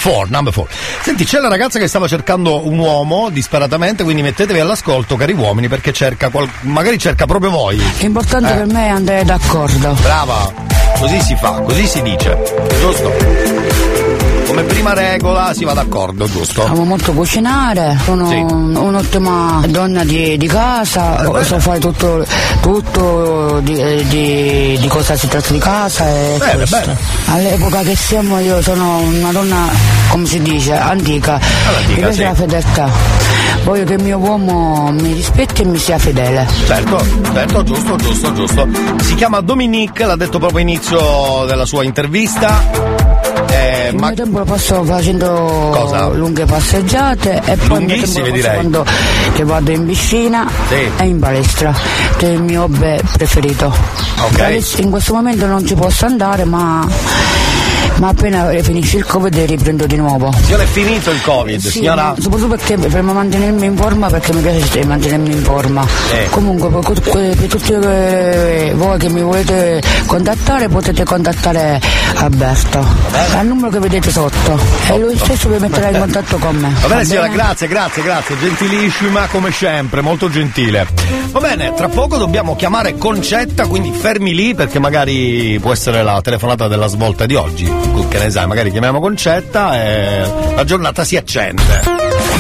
four, number four. Senti, c'è la ragazza che stava cercando un uomo disperatamente, quindi mettetevi all'ascolto, cari uomini, perché cerca qual- magari cerca proprio voi. L'importante Eh. per me è andare d'accordo. Brava, così si fa, così si dice, giusto? Come prima regola si va d'accordo, giusto? Amo molto cucinare, sono Sì. un'ottima donna di, di casa, Eh, so fare tutto, tutto di, di, di cosa si tratta di casa e Bene, questo. bene. All'epoca che siamo io sono una donna, come si dice, antica, mi piace sì. la fedeltà, voglio che il mio uomo mi rispetti e mi sia fedele. Certo, certo, giusto, giusto, giusto. Si chiama Dominique, l'ha detto proprio all'inizio della sua intervista. Eh, Il ma mio tempo lo passo facendo Cosa? lunghe passeggiate e poi il mio tempo Lunghissime, lo passo direi. quando che vado in piscina Sì. e in palestra, che è il mio hobby preferito. Ok. Adesso, in questo momento non ci posso andare, ma, ma appena finisce il Covid riprendo di nuovo. signora, è finito il Covid, Sì, signora? ma soprattutto perché per mantenermi in forma, perché mi piace mantenermi in forma. Eh. Comunque per, per, per tutti eh, voi che mi volete contattare potete contattare Alberto al numero che vedete sotto e lui stesso vi metterà in contatto con me. Va bene, Va signora, bene? grazie, grazie, grazie, gentilissima come sempre, molto gentile. Va bene, tra poco dobbiamo chiamare Concetta, quindi fermi lì perché magari può essere la telefonata della svolta di oggi. Che ne sai, magari chiamiamo Concetta e la giornata si accende.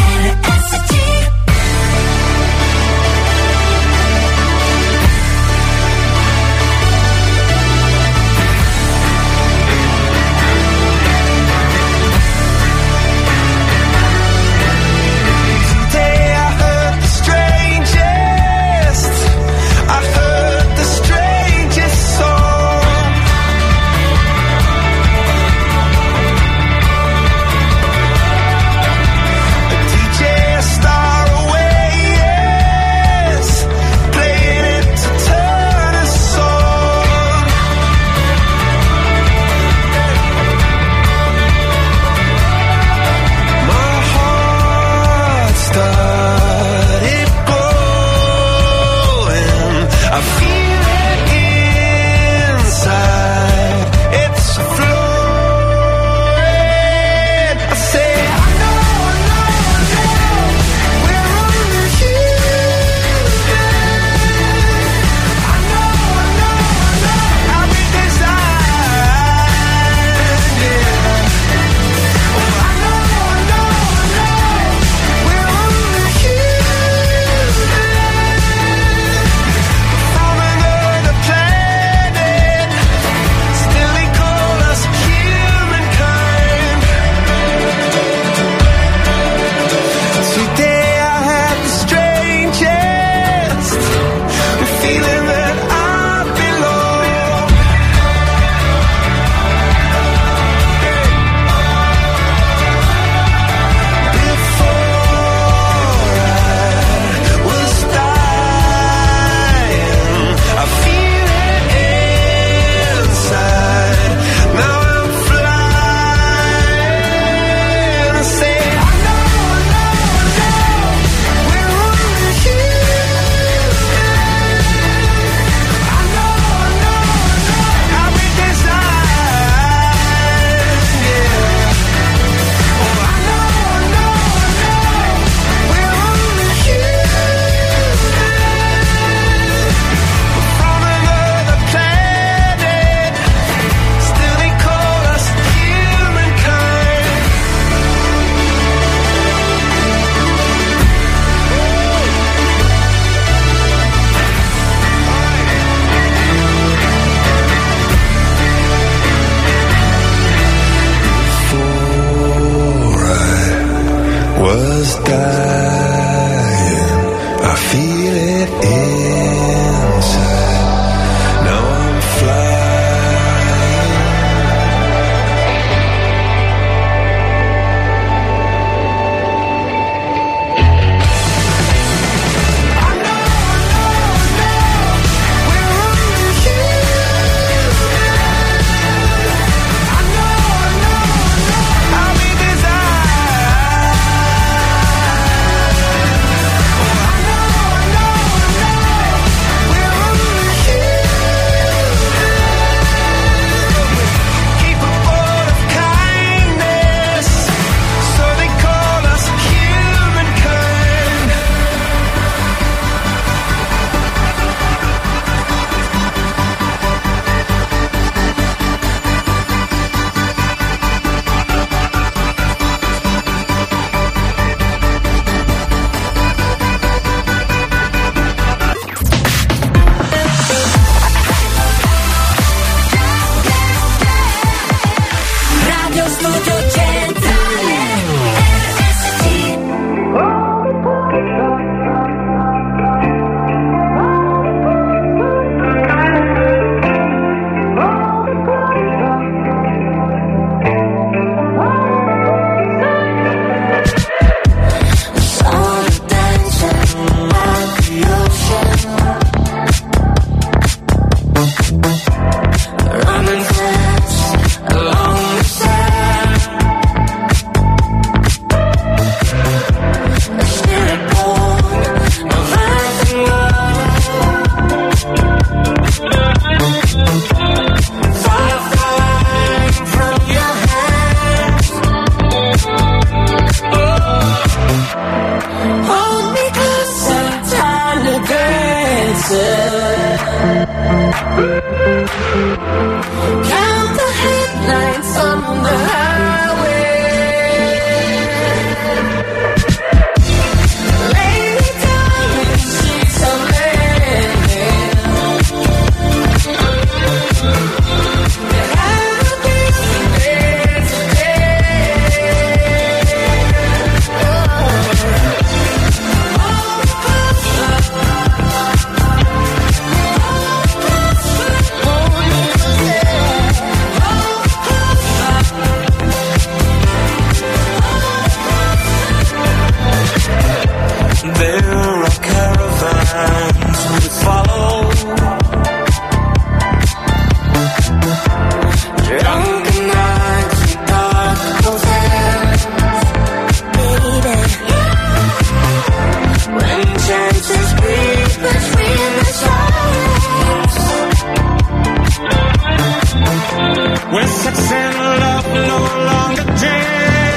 Today I heard the strangest, I heard the strangest song. A D J, a star away, yes, playing it to turn us on. My heart started glowing. I feel it inside. It's flowing. I say, I know, I know, I know. We're only human. I know, I know, I know. How we designed, yeah. Oh, I know, I know, I know. We're only human. From another planet. Still they call us humankind. Today I had the strangest feeling that I belong. Before I was dying, I feel it inside. Now I'm flying. I say, I know, I know, I know. We're only human. I know, I know, I know. How we designed, yeah. Oh, I know, I know, I know. We're only human. From another planet. Still they call us humankind. Was dying, I feel it inside. Now I'm flying. Count the headlights on the highway. Lay me down in sheets of linen. Have a beautiful day today. There are caravans we follow. Drunken nights and dark hotels, baby. When chances breathe between the stars. When sex and love no longer jam.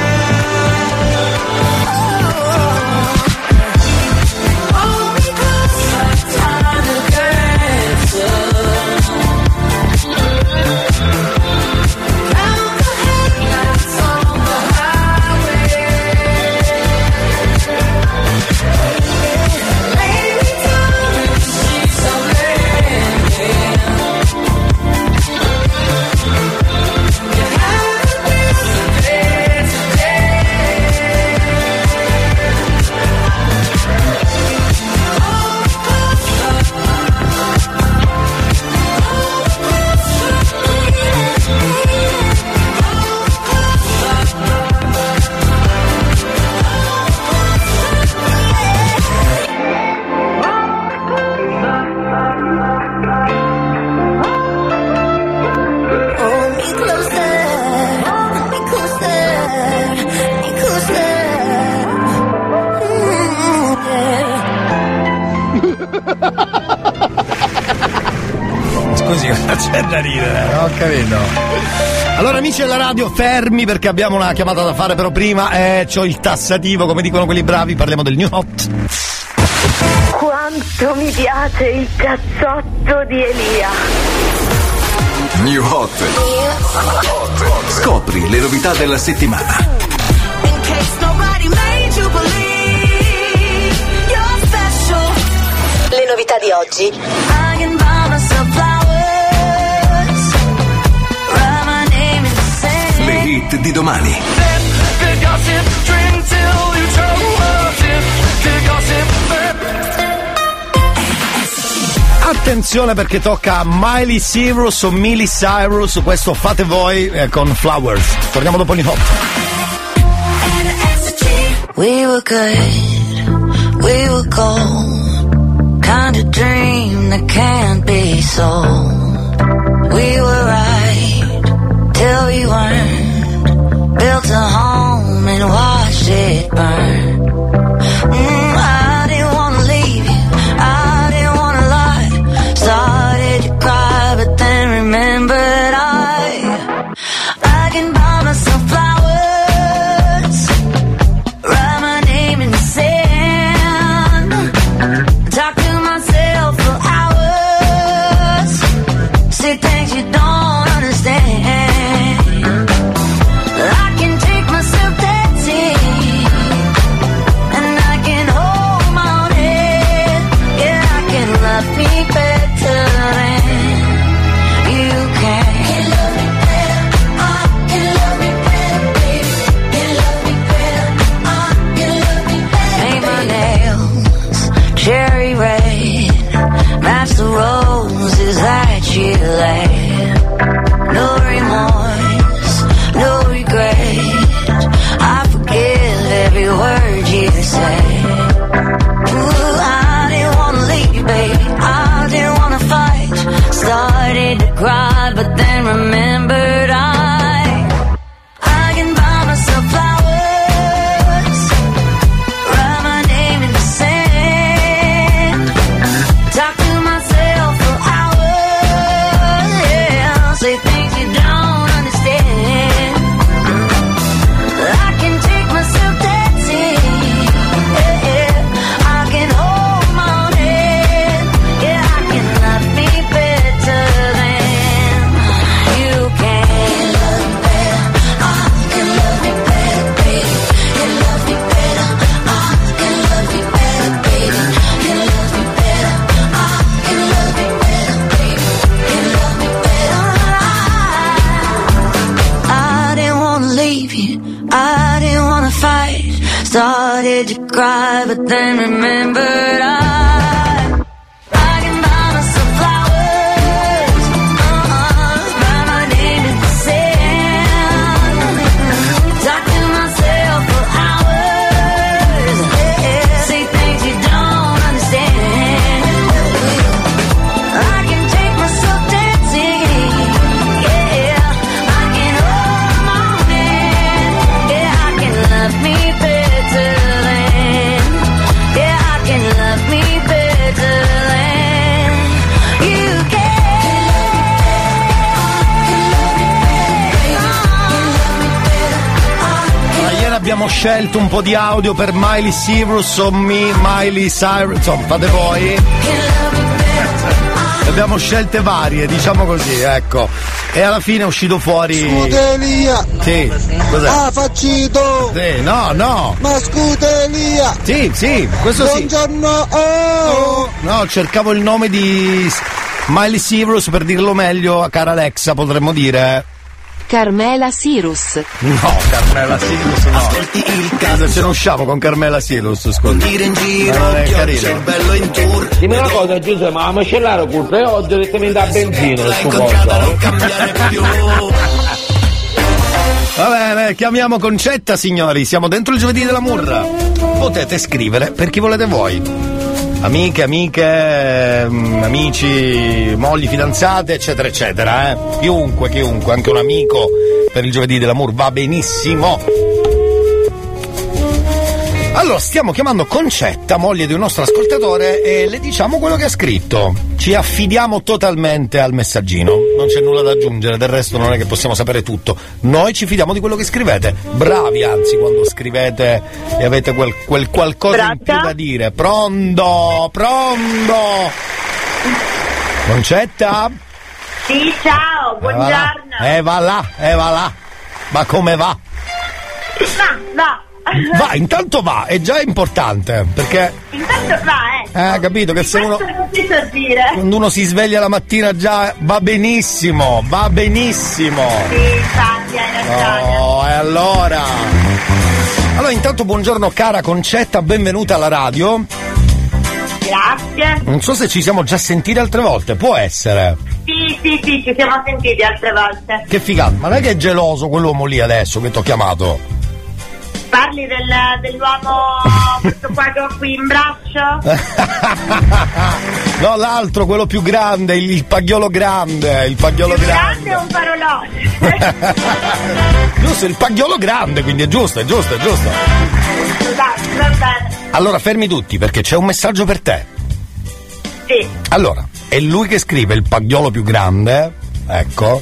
Scusi, c'è da ridere. Ho capito. Allora amici della radio, fermi perché abbiamo una chiamata da fare, però prima eh, c'ho il tassativo, come dicono quelli bravi, parliamo del New Hot. Quanto mi piace il cazzotto di Elia. New Hot. Scopri le novità della settimana. Le novità di oggi. Le hit di domani. Attenzione perché tocca a Miley Cyrus o Miley Cyrus, questo fate voi eh, con Flowers. Torniamo dopo il Hot. We were good, we were gold, kind of dream that can't be sold. We were right till we weren't, built a home and watched it burn. Mm, I didn't wanna leave you, I didn't wanna lie. Started to cry but then remembered I I can buy myself flowers, write my name in the sand, talk to myself for hours, say things you don't understand. I can take myself dancing, and I can hold my own head. Yeah, I can love me better than you can. Can love me better, uh, can love me better, baby. Can love me better, uh, can love me better. Paint my nails cherry red, match the roses that you laid. No remorse, no regret, I forgive every word you say. Ooh, I didn't wanna leave, baby, I didn't wanna fight. Started to cry, but then remembered I I can buy myself flowers, write my name in the sand, talk to myself for hours, yeah, say things you don't understand. I can take myself dancing, yeah, yeah. started to cry, but then remembered I abbiamo scelto un po' di audio per Miley Cyrus o me, Miley Cyrus, insomma, fate voi. Ne abbiamo scelte varie, diciamo così, ecco. E alla fine è uscito fuori. Scudelia! Sì, cos'è? Ah, faccito! Sì, no, no! Ma scudelia! Sì, sì, questo Buongiorno, sì. Buongiorno! Oh. No, cercavo il nome di Miley Cyrus per dirlo meglio, cara Alexa, potremmo dire. Carmela Cyrus. No, Carmela Cyrus no. Ascolti il caso. Se non usciamo con Carmela Cyrus, scusa. Dire in giro, non è carino. Bello in tour. Dimmi una cosa, Giuseppe, ma la macellare curta e oggi direttamente a benzina il suo posto. Non cambiare più. Va bene, chiamiamo Concetta, signori. Siamo dentro il giovedì della Murra. Potete scrivere per chi volete voi. Amiche, amiche, amici, mogli, fidanzate, eccetera, eccetera, eh. Chiunque, chiunque, anche un amico per il giovedì dell'amore va benissimo. Allora, stiamo chiamando Concetta, moglie di un nostro ascoltatore, e le diciamo quello che ha scritto. Ci affidiamo totalmente al messaggino, non c'è nulla da aggiungere, del resto non è che possiamo sapere tutto. Noi ci fidiamo di quello che scrivete. Bravi, anzi, quando scrivete e avete quel, quel qualcosa Pronto? in più da dire. Pronto, pronto. Concetta? Sì, ciao, buongiorno. Eh, va là, eh, va là. Ma come va? Va, va. Va, intanto va, è già importante, perché intanto va, eh. Eh, capito che se uno dire. quando uno si sveglia la mattina già va benissimo, va benissimo. Sì, infatti, hai ragione. Oh, e allora. Allora, intanto buongiorno cara Concetta, benvenuta alla radio. Grazie. Non so se ci siamo già sentiti altre volte, può essere. Sì, sì, sì, ci siamo sentiti altre volte. Che figata, ma non è che è geloso quell'uomo lì adesso che ti ho chiamato? Parli del, dell'uomo questo qua che ho qui in braccio? No, l'altro, quello più grande, il, il pagliolo grande, il pagliolo più grande. grande è un parolone. Giusto, il pagliolo grande, quindi è giusto, è giusto, è giusto. Esatto, va bene. Allora, fermi tutti, perché c'è un messaggio per te. Sì. Allora, è lui che scrive il pagliolo più grande, ecco,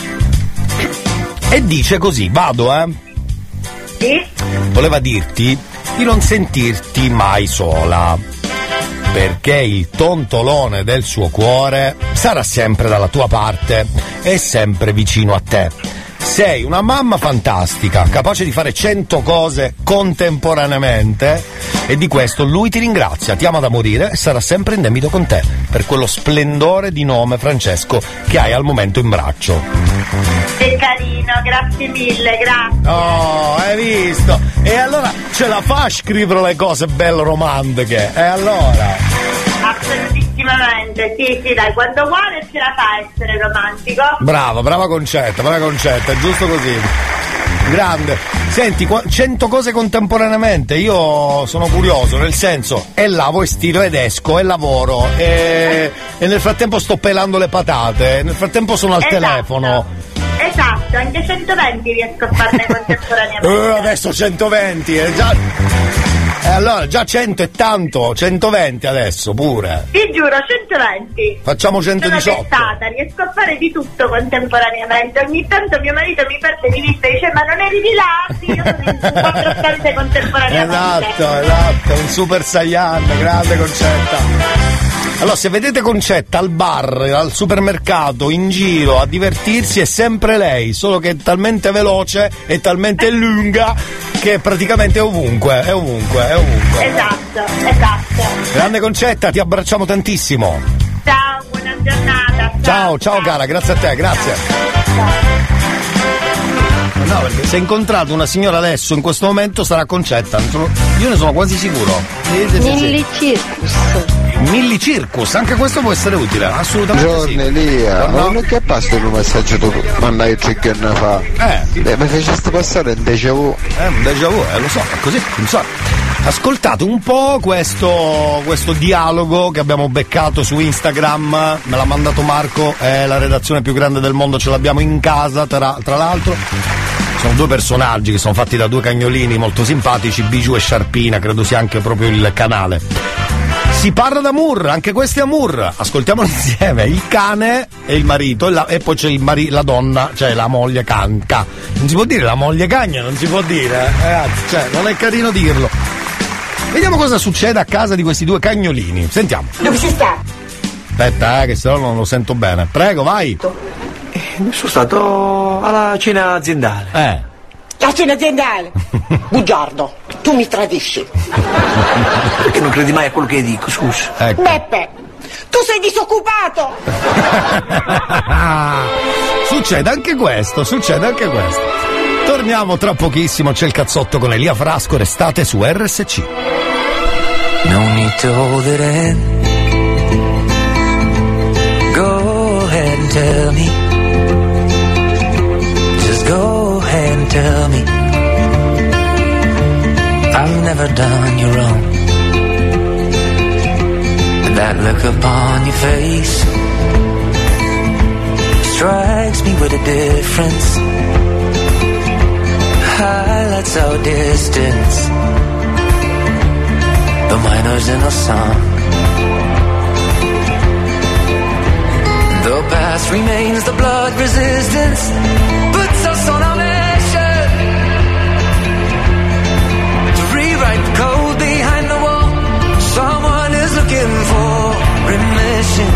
e dice così, vado, eh. Sì? Voleva dirti di non sentirti mai sola, perché il tontolone del suo cuore sarà sempre dalla tua parte e sempre vicino a te. Sei una mamma fantastica, capace di fare cento cose contemporaneamente, e di questo lui ti ringrazia, ti ama da morire e sarà sempre in debito con te per quello splendore di nome Francesco che hai al momento in braccio. Che carino, grazie mille, grazie. Oh, hai visto? E allora ce la fa a scrivere le cose belle romantiche, e allora? Assolutissimamente, sì, sì, dai, quando vuole ce la fa essere romantico. Brava, brava Concetta, brava Concetta, è giusto così. Grande. Senti, cento cose contemporaneamente, io sono curioso, nel senso, e lavo, e stiro, ed esco, e lavoro, e, e nel frattempo sto pelando le patate, nel frattempo sono al esatto. telefono. Esatto, anche centoventi riesco a farne contemporaneamente. Uh, adesso centoventi, è già... E allora, già cento è tanto, centoventi adesso pure. Ti giuro, centoventi. Facciamo centodiciotto. Sono testata, riesco a fare di tutto contemporaneamente. Ogni tanto mio marito mi perde di vista e dice: ma non eri di là? Sì, io sono in quattro stanze contemporaneamente. Esatto, esatto, un super saiyan, grande Concetta. Allora, se vedete Concetta al bar, al supermercato, in giro, a divertirsi, è sempre lei, solo che è talmente veloce e talmente lunga che praticamente è ovunque, è ovunque, è ovunque. Esatto, esatto. Grande Concetta, ti abbracciamo tantissimo. Ciao, buona giornata. Ciao, ciao, ciao cara, grazie a te, grazie. Ciao. No, perché se hai incontrato una signora adesso, in questo momento, sarà Concetta. Sono, io ne sono quasi sicuro. Milli Circus. Milli Circus, anche questo può essere utile, assolutamente. Giorni sì. Lia, no? ma non è che passato un messaggio tu mandai tre giorni fa. Eh. eh mi faceste passare un déjà vu. Eh, un déjà vu, eh, lo so, è così, non so. Ascoltate un po' questo, questo dialogo che abbiamo beccato su Instagram, me l'ha mandato Marco, è la redazione più grande del mondo, ce l'abbiamo in casa tra, tra l'altro. Sono due personaggi che sono fatti da due cagnolini molto simpatici, Bijou e Sciarpina, credo sia anche proprio il canale. Si parla d'Amour, anche questi Amour, ascoltiamolo insieme, il cane e il marito e, la, e poi c'è il mari, la donna, cioè la moglie canca. Non si può dire la moglie cagna, non si può dire, eh, ragazzi, cioè non è carino dirlo. Vediamo cosa succede a casa di questi due cagnolini, sentiamo. Dove si sta? Aspetta, eh, che se no non lo sento bene. Prego, vai. Eh, sono stato alla cena aziendale. Eh. La cena aziendale? Bugiardo, tu mi tradisci. Perché non credi mai a quello che dico, scusa? Ecco. Beppe, tu sei disoccupato. Succede anche questo, succede anche questo. Torniamo tra pochissimo, c'è il cazzotto con Elia Frasco, restate su R S C. No need to hold it in. Go ahead and tell me. Just go ahead and tell me. I've never done you wrong. And that look upon your face strikes me with a difference. Highlights our distance. The minors in a song. The past remains, the blood resistance puts us on a mission to rewrite the code behind the wall. Someone is looking for remission.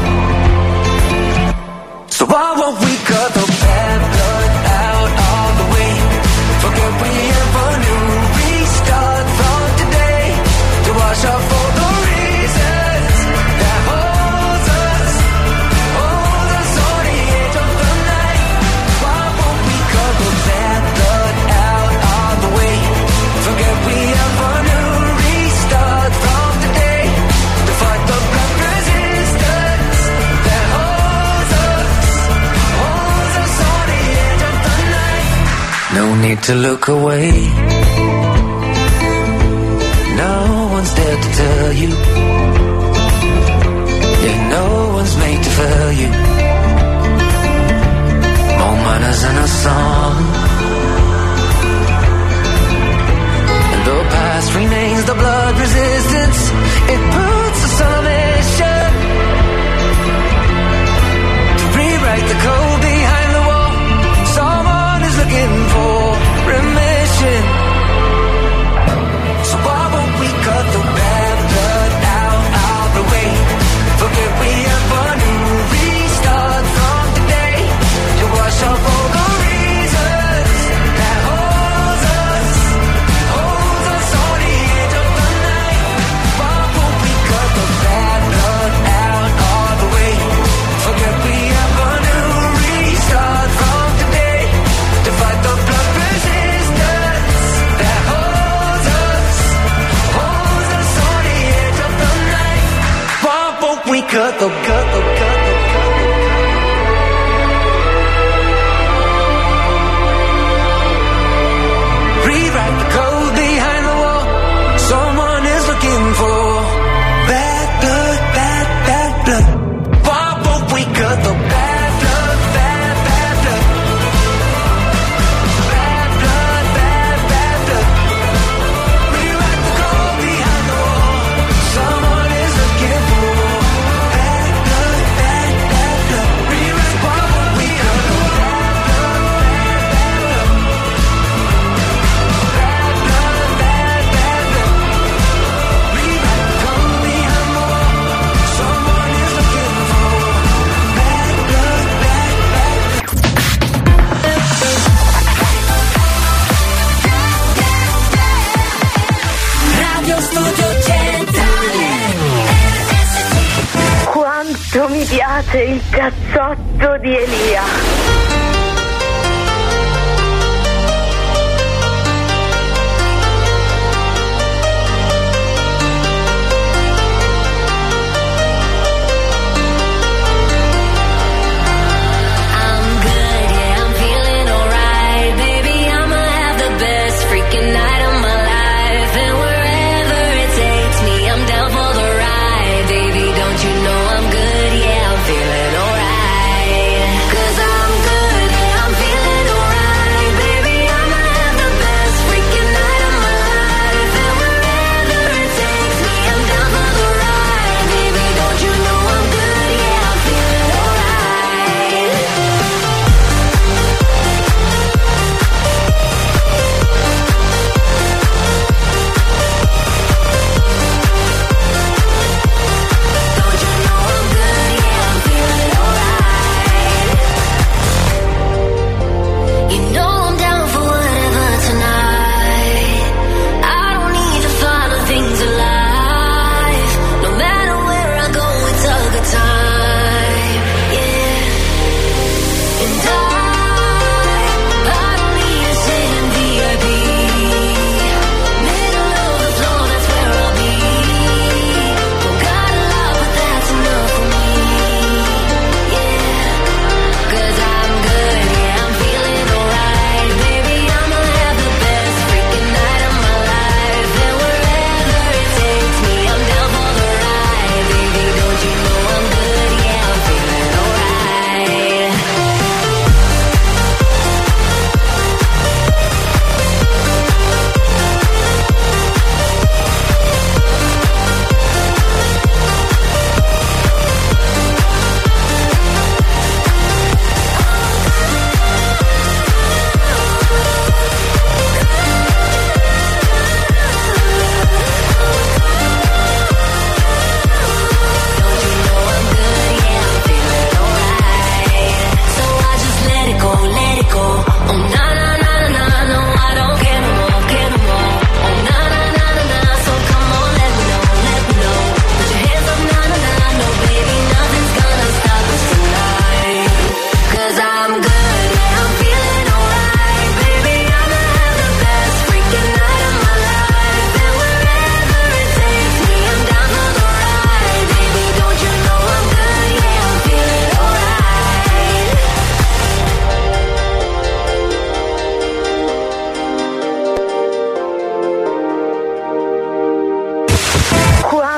So why won't we cut the bad blood out all the way? Forget we ever knew. Restart from today to wash off all the reasons that holds us, holds us on the edge of the night. Why won't we cut the bad blood out all the way? Forget we ever knew. Restart from today to fight the blood resistance that holds us, holds us on the edge of the night. No need to look away. No one's there to tell you. Yeah, no one's made to fail you. More manners in a song. And the past remains, the blood resistance. It puts us on a mission to rewrite the code behind the wall. Someone is looking for remission. So why won't we cut the bad blood out, out the way? Forget we ever knew. Restart from today to wash off all the reasons that holds us, holds us on the edge of the night. Why won't we cut the bad blood out all the way? Forget we ever knew. Restart from today to fight the blood resistance that holds us, holds us on the edge of the night. Why won't we cut the, cut the, cut the, cut the rewrite the code behind the wall. Someone is looking for bad blood, bad, bad blood. Why won't we cut the bad blood, bad, bad blood? Bad blood, bad, bad blood. Rewrite the code behind the wall. Someone is looking for bad blood, bad, bad blood. Rewrite, why won't we cut the bad blood, bad, bad blood? Bad blood, bad, bad blood. Rewrite the code behind the wall. Someone is looking for bad blood, bad, bad blood. Radio Studio Centrale. Quanto mi piace il cazzotto di Elia.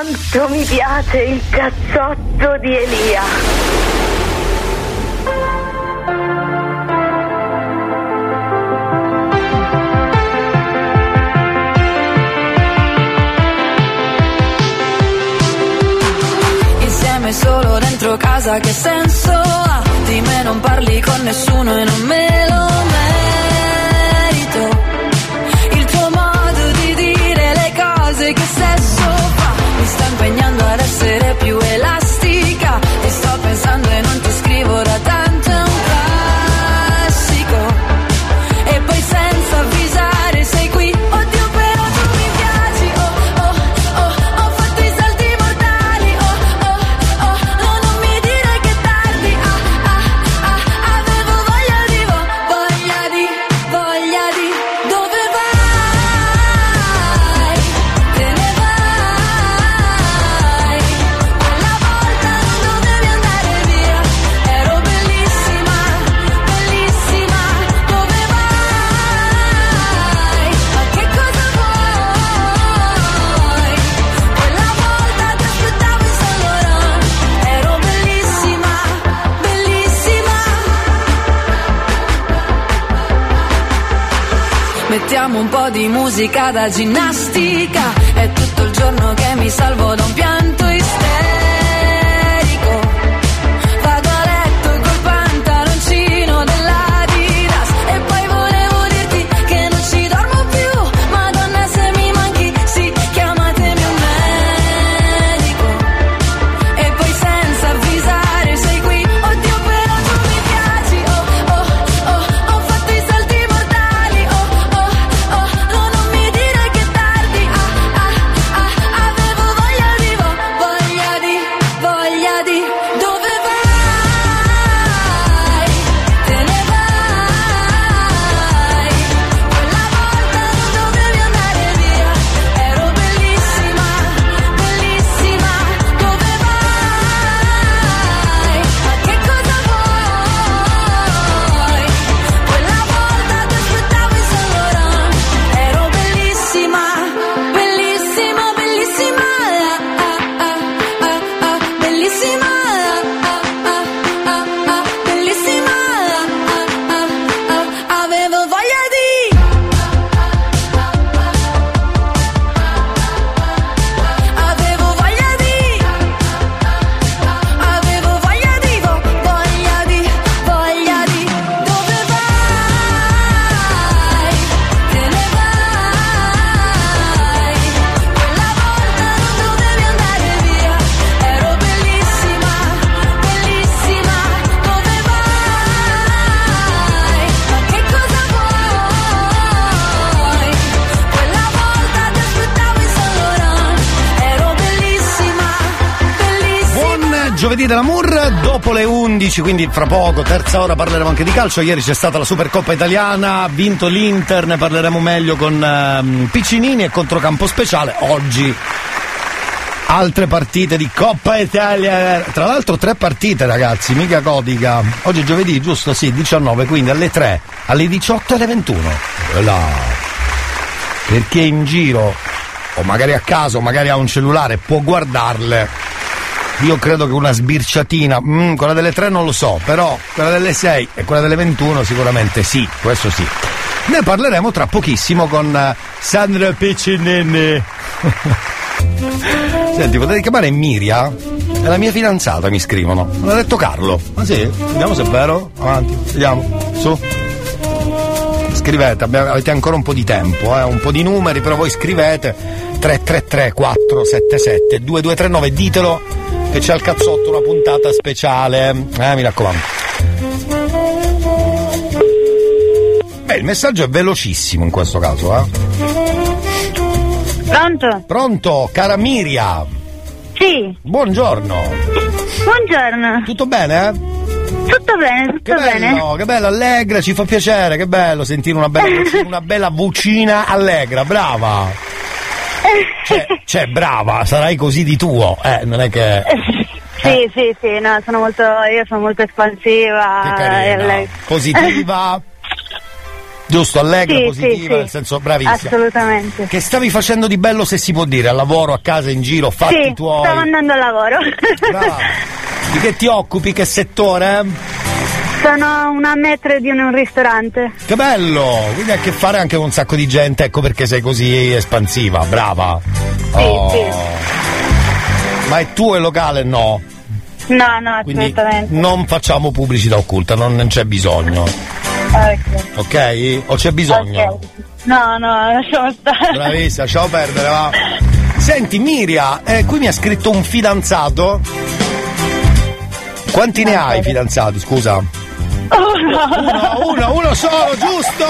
Quanto mi piace il cazzotto di Elia. Insieme solo dentro casa, che senso ha? Di me non parli con nessuno e non me lo merito. Il tuo modo di dire le cose, che sesso fa? Mi sta impegnando ad essere più elastica. Ti sto pensando e non ti scrivo da tanto, è un classico. E poi senza avvisare sei qui. Oddio però tu mi piaci. Oh oh oh, ho fatto i salti mortali. Oh oh oh, no non mi dire che è tardi. Ah ah ah, avevo voglia di vo- voglia di, voglia di. Dove vai? Te ne vai. Quella volta non dovevi andare via. Ero bellissima, bellissima. Dove vai? Ma che cosa vuoi? Quella volta ti aspettavo in Saint Laurent. Ero bellissima, bellissima. Mettiamo un po' di musica da ginnastica. È tutto il giorno che mi salvo da un pianto isterico. Vado a letto col pantaloncino dell'Adidas. E poi volevo dirti che non ci dormo più. Madonna se mi manchi, sì, chiamatemi un medico. E poi senza avvisare sei qui. Oddio però tu mi piaci. Oh oh oh, ho fatto i salti mortali. Oh oh oh, no non mi dire che è tardi. Ah ah ah, avevo voglia di vo- voglia di, voglia di. Dove vai? Te ne vai. Quella volta non dovevi andare via. Ero bellissima, bellissima. Dove vai? Ma che cosa vuoi? Quella volta ti aspettavo in Saint Laurent. Ero bellissima, bellissima, bellissima. Ah, ah, ah, ah, bellissima. Ah, ah, ah, ah, bellissima. Ah, ah, ah, avevo voglia di. Avevo voglia di. Avevo voglia di vo- voglia di, voglia di. Dove vai? Te ne vai. Quella volta non dovevi andare via. Ero bellissima, bellissima. Dove vai? Ma che cosa vuoi? Quella volta ti aspettavo in Saint Laurent. Ero bellissima, bellissima. Buon giovedì dell'Amour, dopo le undici, quindi fra poco, terza ora, parleremo anche di calcio. Ieri c'è stata la Supercoppa italiana, ha vinto l'Inter, ne parleremo meglio con ehm, Piccinini e Controcampo Speciale. Oggi altre partite di Coppa Italia, tra l'altro tre partite ragazzi, mica codica. Oggi è giovedì, giusto? Sì, diciannove, quindi alle tre, alle diciotto e alle ventuno. Là. Per chi è in giro, o magari a casa, o magari ha un cellulare, può guardarle. Io credo che una sbirciatina, mm, quella delle tre non lo so, però quella delle sei e quella delle ventuno sicuramente sì, questo sì. Ne parleremo tra pochissimo con uh, Sandra Piccinini. Senti, potete chiamare Miria? È la mia fidanzata, mi scrivono. Me l'ha detto Carlo. Ma sì? Vediamo se è vero. Avanti, vediamo. Su. Scrivete, abbiamo, avete ancora un po' di tempo, eh? Un po' di numeri, però voi scrivete tre tre tre quattro sette sette due due tre nove, ditelo che c'è al cazzotto una puntata speciale, eh, mi raccomando. Beh, il messaggio è velocissimo in questo caso, eh. Pronto? Pronto, cara Miria. Sì. Buongiorno. Buongiorno. Tutto bene, eh? Tutto bene, tutto che bello, bene. Che bello, allegra, ci fa piacere, che bello sentire una bella, una bella vocina allegra, brava. Cioè, cioè, brava, sarai così di tuo, eh, non è che... Sì, eh. sì, sì, no, sono molto, io sono molto espansiva. Che carina, lei... positiva. Giusto, allegra, Sì, positiva, sì, sì. nel senso bravissima. Assolutamente. Che stavi facendo di bello, se si può dire, al lavoro, a casa, in giro, fatti Sì, tuoi? stavo andando al lavoro. Brava. Di che ti occupi, che settore? Sono una maître di un ristorante. Che bello! Quindi hai a che fare anche con un sacco di gente, ecco perché sei così espansiva, brava. Sì, Oh. sì. Ma è tuo il locale? No. No, no, Quindi assolutamente. non facciamo pubblicità occulta, non, non c'è bisogno. Ok. Ok? O c'è bisogno? Ok. No, no, lasciamo stare. Bravissima, lasciamo perdere, va. Senti, Miria, eh, qui mi ha scritto un fidanzato. Quanti ne hai fidanzati, scusa? Uno. Uno, uno, uno solo, giusto!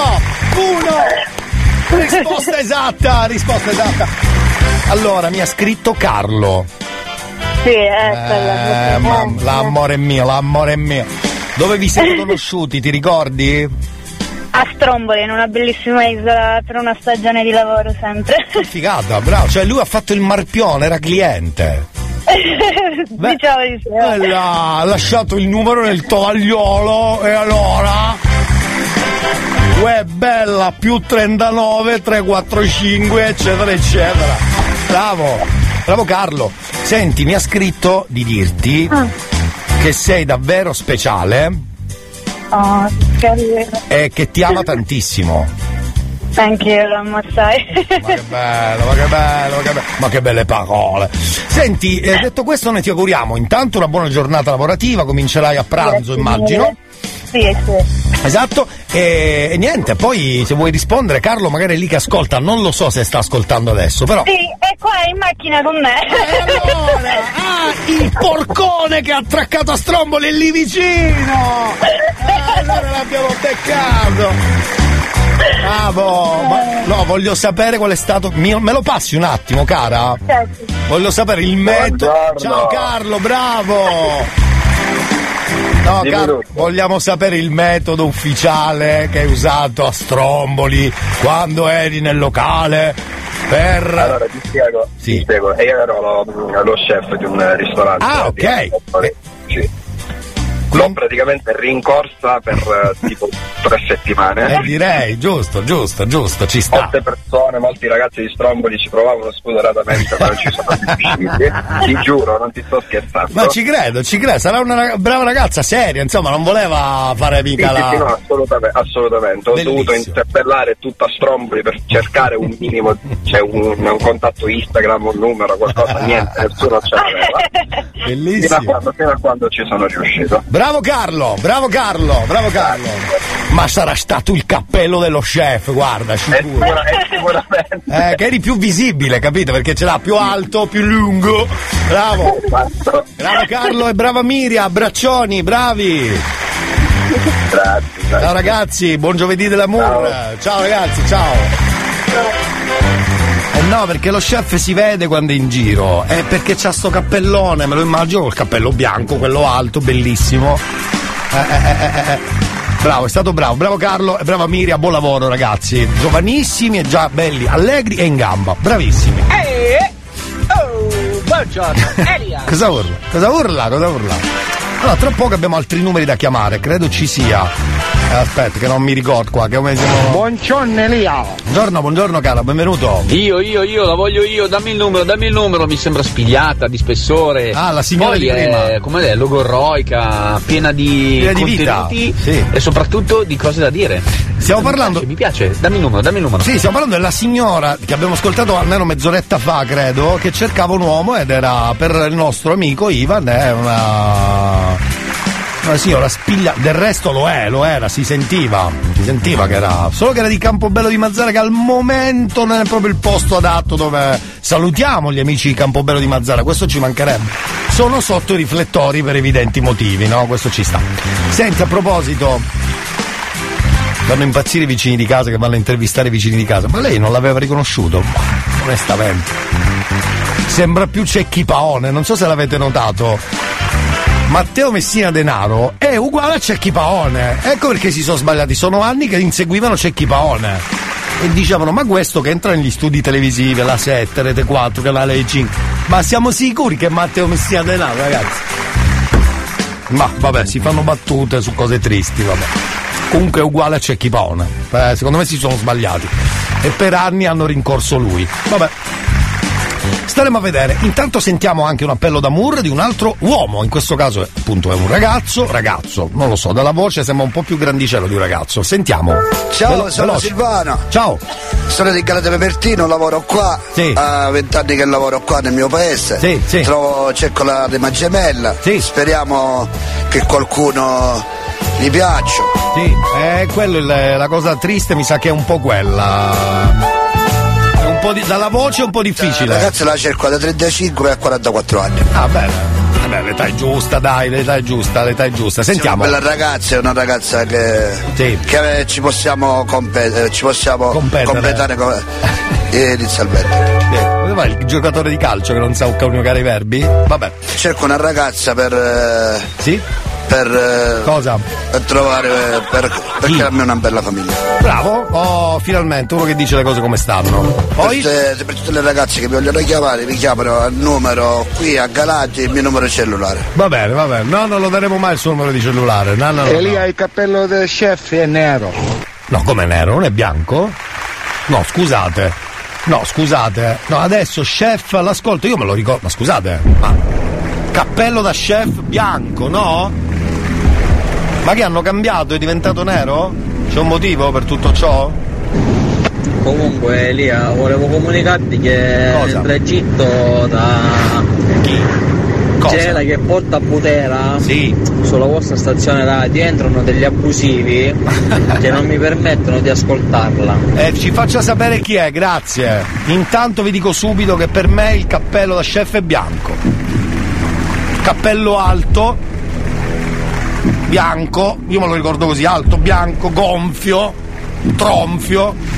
Uno! Risposta esatta, risposta esatta. Allora, mi ha scritto Carlo. Sì, è Eh, ma l'amore mio, l'amore mio. Dove vi siete conosciuti, ti ricordi? a Stromboli, in una bellissima isola per una stagione di lavoro sempre. Figata, bravo, cioè lui ha fatto il marpione, era cliente. Diciamo di sì. E là, ha lasciato il numero nel tovagliolo e allora uè bella più trentanove tre quattro cinque eccetera eccetera. Bravo, bravo Carlo. Senti, mi ha scritto di dirti ah. che sei davvero speciale. Oh, carino. E che ti ama tantissimo. Anch'io lo amo assai. Ma che bello, ma che bello, ma che bello, ma che belle parole. Senti, eh, detto questo noi ti auguriamo intanto una buona giornata lavorativa, comincerai a pranzo, Grazie immagino. mille. Sì, sì. Esatto, e, e niente, poi se vuoi rispondere, Carlo magari è lì che ascolta, non lo so se sta ascoltando adesso, però. Sì, è qua in macchina con me. E allora, ah, il porcone che ha attraccato a Stromboli è lì vicino! Ah, allora l'abbiamo beccato! Bravo, ma, no, voglio sapere qual è stato. Mi, me lo passi un attimo, cara? Certo. Voglio sapere il metodo. Ciao Carlo, bravo! No, Carlo, vogliamo sapere il metodo ufficiale che hai usato a Stromboli quando eri nel locale per. Allora ti spiego, sì. ti spiego. Io ero lo, lo chef di un ristorante. Ah, ok. Eh, sì. L'ho praticamente rincorsa per uh, tipo tre settimane. Eh, direi, giusto, giusto, giusto, ci sta. Molte persone, molti ragazzi di Stromboli ci provavano spudoratamente, ma non ci sono riusciti. Ti giuro, non ti sto scherzando. Ma ci credo, ci credo, sarà una brava ragazza seria, insomma, non voleva fare mica sì, la. Sì, sì, no, assolutamente, assolutamente. Ho Bellissimo. dovuto interpellare tutta Stromboli per cercare un minimo, c'è un, un contatto Instagram, un numero, qualcosa, niente, nessuno ce l'aveva. Bellissimo. Fino a quando, fino a quando ci sono riuscito. Bravo Carlo, bravo Carlo, bravo Carlo. Ma sarà stato il cappello dello chef, guarda, sicuro. È sicuramente. Eh, che eri più visibile, capito? Perché ce l'ha più alto, più lungo. Bravo. Bravo Carlo e brava Miria, abbraccioni, bravi. Grazie. Ciao ragazzi, buon giovedì dell'amore. Ciao, ciao ragazzi, ciao. Eh no, perché lo chef si vede quando è in giro, è eh, perché c'ha sto cappellone, me lo immagino col cappello bianco, quello alto, bellissimo. Eh, eh, eh, eh. Bravo, è stato bravo, bravo Carlo e brava Miria, buon lavoro ragazzi, giovanissimi e già belli, allegri e in gamba, bravissimi. Ehi, oh, buongiorno, Elia. Cosa urla? Cosa urla? Cosa urla? Allora, tra poco abbiamo altri numeri da chiamare, credo ci sia. Eh, aspetta, che non mi ricordo qua, che come siamo. Buongiorno Elia. Buongiorno, buongiorno cara, benvenuto. Io, io, io, la voglio io, dammi il numero, dammi il numero, mi sembra spigliata, di spessore. Ah, la signora Poi di è, prima. come è, logorroica, piena di Piena di vita. contenuti Sì. e soprattutto di cose da dire. Stiamo mi parlando. Piace, mi piace, dammi il numero, dammi il numero. Sì, stiamo parlando della signora che abbiamo ascoltato almeno mezz'oretta fa, credo, che cercava un uomo ed era per il nostro amico Ivan, è una. Una signora spiglia, del resto lo è, lo era, si sentiva, si sentiva che era, solo che era di Campobello di Mazara, che al momento non è proprio il posto adatto dove salutiamo gli amici di Campobello di Mazara, questo ci mancherebbe. Sono sotto i riflettori per evidenti motivi, no? Questo ci sta. Senti, a proposito, vanno a impazzire i vicini di casa che vanno a intervistare i vicini di casa, ma lei non l'aveva riconosciuto? Onestamente. Sembra più Cecchi Paone, non so se l'avete notato. Matteo Messina Denaro è uguale a Cecchi Paone, ecco perché si sono sbagliati, sono anni che inseguivano Cecchi Paone e dicevano ma questo che entra negli studi televisivi, la sette, Rete quattro, Canale cinque, ma siamo sicuri che è Matteo Messina Denaro, ragazzi? Ma vabbè, si fanno battute su cose tristi, vabbè. comunque è uguale a Cecchipone. Eh, secondo me si sono sbagliati e per anni hanno rincorso lui. Vabbè, staremo a vedere. Intanto sentiamo anche un appello d'amore di un altro uomo, in questo caso è, appunto è un ragazzo, ragazzo, non lo so, dalla voce sembra un po' più grandicello di un ragazzo. Sentiamo. Ciao, Velo- sono veloce. Silvano. Ciao. Sono di Galate Pepertino, lavoro qua. Sì. Ha vent'anni che lavoro qua nel mio paese. Sì, sì. Trovo, cerco la rima gemella. Sì. Speriamo che qualcuno gli piaccia. Sì, è quello il- la cosa triste, mi sa che è un po' quella. È un po' di, dalla voce è un po' difficile. La ragazza la cerco da trentacinque a quarantaquattro anni. Ah, bene. Vabbè, l'età è giusta, dai, l'età è giusta, l'età è giusta. Sentiamo. È una bella ragazza, è una ragazza che, sì. che ci possiamo, compet- ci possiamo Competere. completare come inizialmente. Sì. Dove va il giocatore di calcio che non sa coniugare i verbi? Vabbè. Cerco una ragazza per. Eh, sì? Per. Eh, Cosa? Per trovare. Per, per crearmi una bella famiglia. Bravo, oh, finalmente uno che dice le cose come stanno. Poi? Per, tutte, per tutte le ragazze che mi vogliono chiamare, mi chiamano al numero qui a Galati, il mio numero cellulare. Va bene, va bene. No, non lo daremo mai il suo numero di cellulare. No, no, no, E lì no. hai il cappello del chef è nero. No, com'è nero? Non è bianco? No, scusate. No, scusate. No, adesso chef all'ascolto, io me lo ricordo. Ma scusate, ma cappello da chef bianco, no? Ma che hanno cambiato? È diventato nero? C'è un motivo per tutto ciò? Comunque Elia, volevo comunicarti che Cosa? nel tragitto da Gela che porta a Putera, sì. sulla vostra stazione radio entrano degli abusivi che non mi permettono di ascoltarla. Eh, ci faccia sapere chi è, grazie. Intanto vi dico subito che per me il cappello da chef è bianco. Cappello alto, bianco, io me lo ricordo così, alto, bianco, gonfio, tronfio.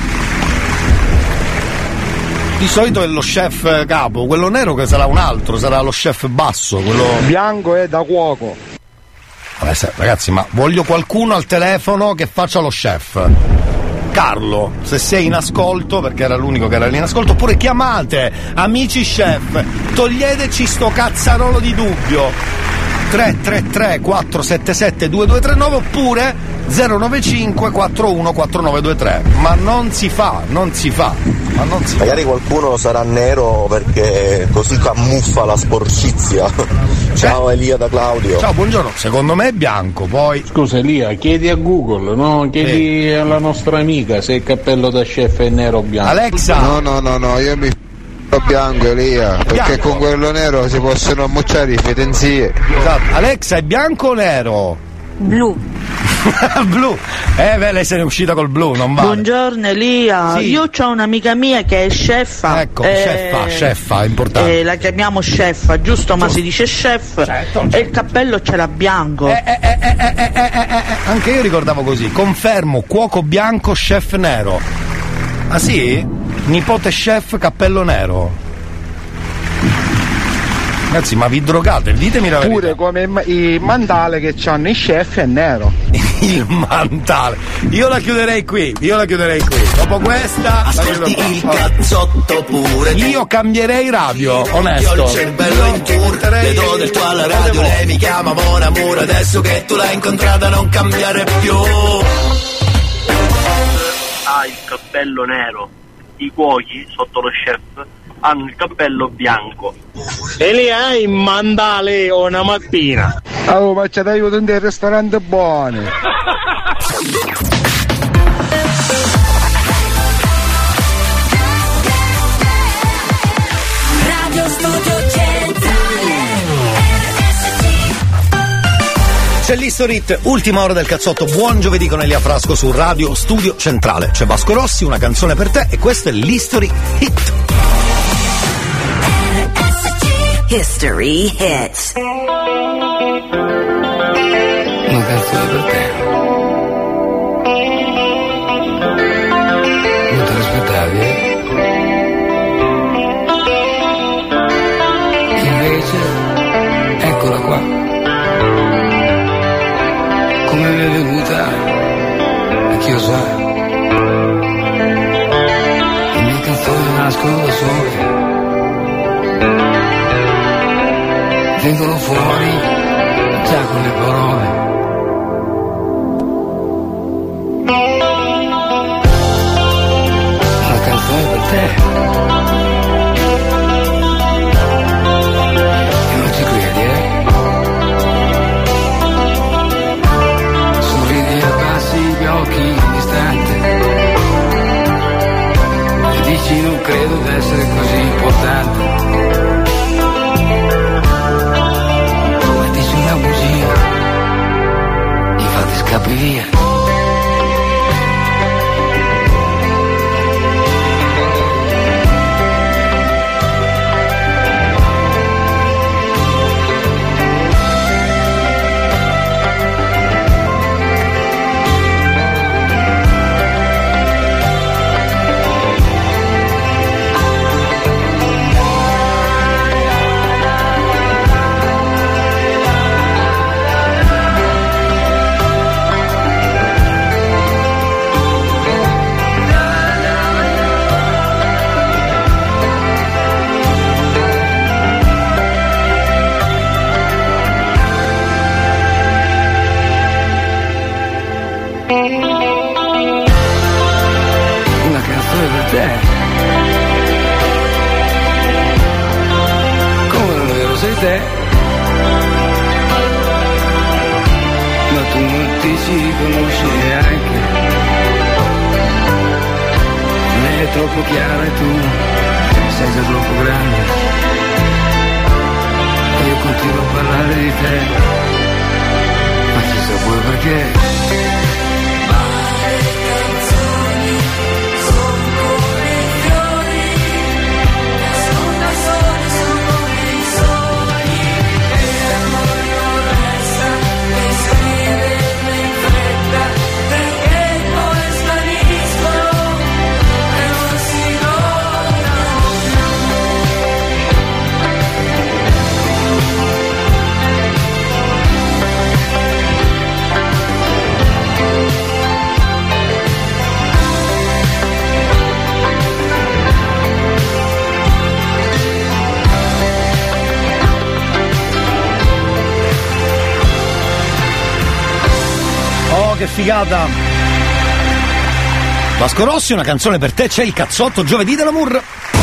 Di solito è lo chef capo, quello nero che sarà un altro, sarà lo chef basso, quello bianco è da cuoco. Vabbè, se, ragazzi, ma voglio qualcuno al telefono che faccia lo chef. Carlo, se sei in ascolto, perché era l'unico che era lì in ascolto, oppure chiamate, amici chef, toglieteci sto cazzarolo di dubbio. tre tre tre quattro sette sette due due tre nove oppure zero nove cinque quattro uno quattro nove due tre. Ma non si fa, non si fa, ma non si Magari fa. Qualcuno sarà nero perché così camuffa la sporcizia. Ciao eh? Elia da Claudio. Ciao, buongiorno. Secondo me è bianco, poi. Scusa Elia, chiedi a Google, no? Chiedi eh. alla nostra amica se il cappello da chef è nero o bianco. Alexa! No, no, no, no, io mi bianco Elia, perché bianco. Con quello nero si possono ammucciare i fedenzie. Esatto. Alexa, è bianco o nero? Blu. Blu. Eh beh, lei se ne è uscita col blu, non vale. Buongiorno Elia, sì. Io ho un'amica mia che è cheffa. Ecco, eh, cheffa, cheffa, è importante. Eh, la chiamiamo cheffa, giusto? Ma Giusto. si dice chef certo, e certo. il cappello ce l'ha bianco. Eh, eh, eh, eh, eh, eh, eh, eh. Anche io ricordavo così. Confermo, cuoco bianco, chef nero. Ah sì? Nipote chef, cappello nero. Ragazzi, ma vi drogate? Ditemi la verità. Pure come i mandale che hanno i chef è nero. Il mantale. Io la chiuderei qui, io la chiuderei qui. Dopo questa ascolti il cazzotto pure. Io cambierei radio, onesto. Io ho il cervello in tour, le do del tuo alla radio, lei mi chiama Mon Amour, adesso che tu l'hai incontrata non cambiare più. Ha il cappello nero, i cuochi sotto lo chef hanno il cappello bianco. E lì hai il mandale o una mappina. Oh, ma c'è dai un dei ristoranti buoni. Radio Studio Centrale. C'è l'History Hit, ultima ora del cazzotto. Buon giovedì con Elia Frasco su Radio Studio Centrale. C'è Vasco Rossi, una canzone per te e questo è l'History Hit. History Hits. Una canzone per te. Non te l'aspettavi, eh? Invece, eccola qua. Come mi è venuta, a chi lo sa. Le mie canzoni nascono da sole. Vengono fuori già con le parole. te. E non ci credi, eh? Sorridi e abbassi gli occhi in istante e dici non credo d'essere così importante. Ma dici una bugia, infatti scappi via. Una canzone per te. Come non è vero sei te. Ma tu non ti ci conosci neanche. Lei è troppo chiara e tu sei già troppo grande. E io continuo a parlare di te. Ma chissà pure perché. Che figata! Vasco Rossi, una canzone per te, c'è il cazzotto giovedì dell'Amour.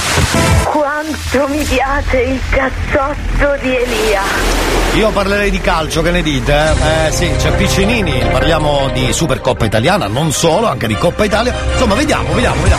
Quanto mi piace il cazzotto di Elia. Io parlerei di calcio, che ne dite? Eh, eh sì, c'è Piccinini, parliamo di Supercoppa Italiana, non solo, anche di Coppa Italia. Insomma, vediamo, vediamo, vediamo.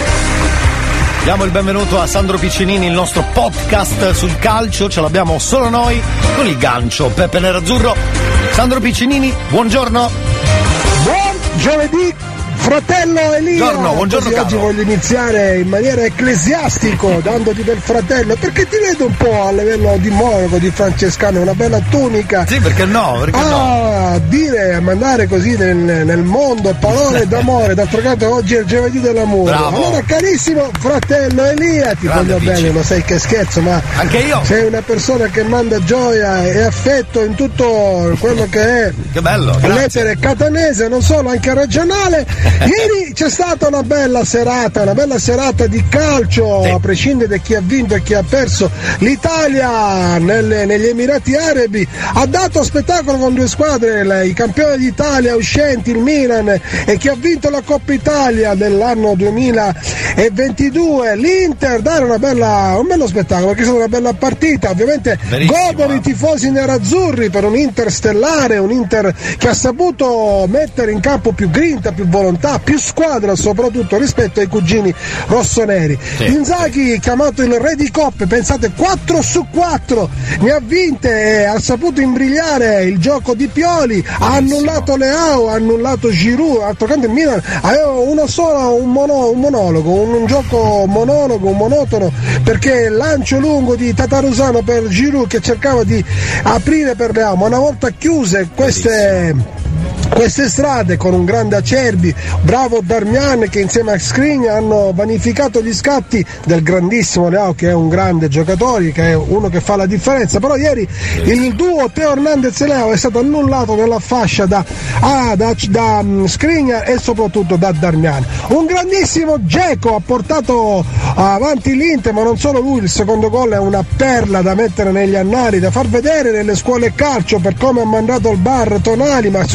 Diamo il benvenuto a Sandro Piccinini, il nostro podcast sul calcio, ce l'abbiamo solo noi con il gancio Peppe Nerazzurro. Sandro Piccinini, buongiorno. Buon giovedì, fratello Elia. Buongiorno, buongiorno. Così oggi voglio iniziare in maniera ecclesiastico dandoti del fratello, perché ti vedo un po' a livello di monaco, di francescano, una bella tunica. Sì, perché no? Perché ah, no? dire e mandare così nel, nel mondo parole d'amore, d'altro canto oggi è il giovedì dell'amore. Bravo. Allora carissimo fratello Elia, ti Grande voglio Picci. bene, lo sai che scherzo, ma anche io. Sei una persona che manda gioia e affetto in tutto quello che è. Che bello, l'etere catanese, non solo, anche regionale. Ieri c'è stata una bella serata, una bella serata di calcio, sì. A prescindere da chi ha vinto e chi ha perso. L'Italia nelle, negli Emirati Arabi ha dato spettacolo con due squadre, le, i campioni d'Italia uscenti, il Milan, e chi ha vinto la Coppa Italia dell'anno duemilaventidue, l'Inter. Dare una bella, un bello spettacolo, perché è stata una bella partita. Ovviamente godono i tifosi nerazzurri per un Inter stellare, un Inter che ha saputo mettere in campo più grinta, più volontà, più squadra soprattutto rispetto ai cugini rossoneri. Sì. Inzaghi, chiamato il re di coppe, pensate quattro su quattro ne ha vinte e ha saputo imbrigliare il gioco di Pioli. Benissimo. Ha annullato Leao, ha annullato Giroud. D'altro canto il Milan aveva uno solo, un, mono, un monologo, un, un gioco monologo, un monotono, perché il lancio lungo di Tatarusano per Giroud che cercava di aprire per Leao, ma una volta chiuse queste queste strade con un grande Acerbi, bravo Darmian, che insieme a Skriniar hanno vanificato gli scatti del grandissimo Leao, che è un grande giocatore, che è uno che fa la differenza. Però ieri il duo Teo Hernandez e Leao è stato annullato nella fascia da, ah, da, da um, Skriniar e soprattutto da Darmian. Un grandissimo Dzeko ha portato avanti l'Inter, ma non solo lui, il secondo gol è una perla da mettere negli annali, da far vedere nelle scuole calcio per come ha mandato al bar Tonali, ma su quella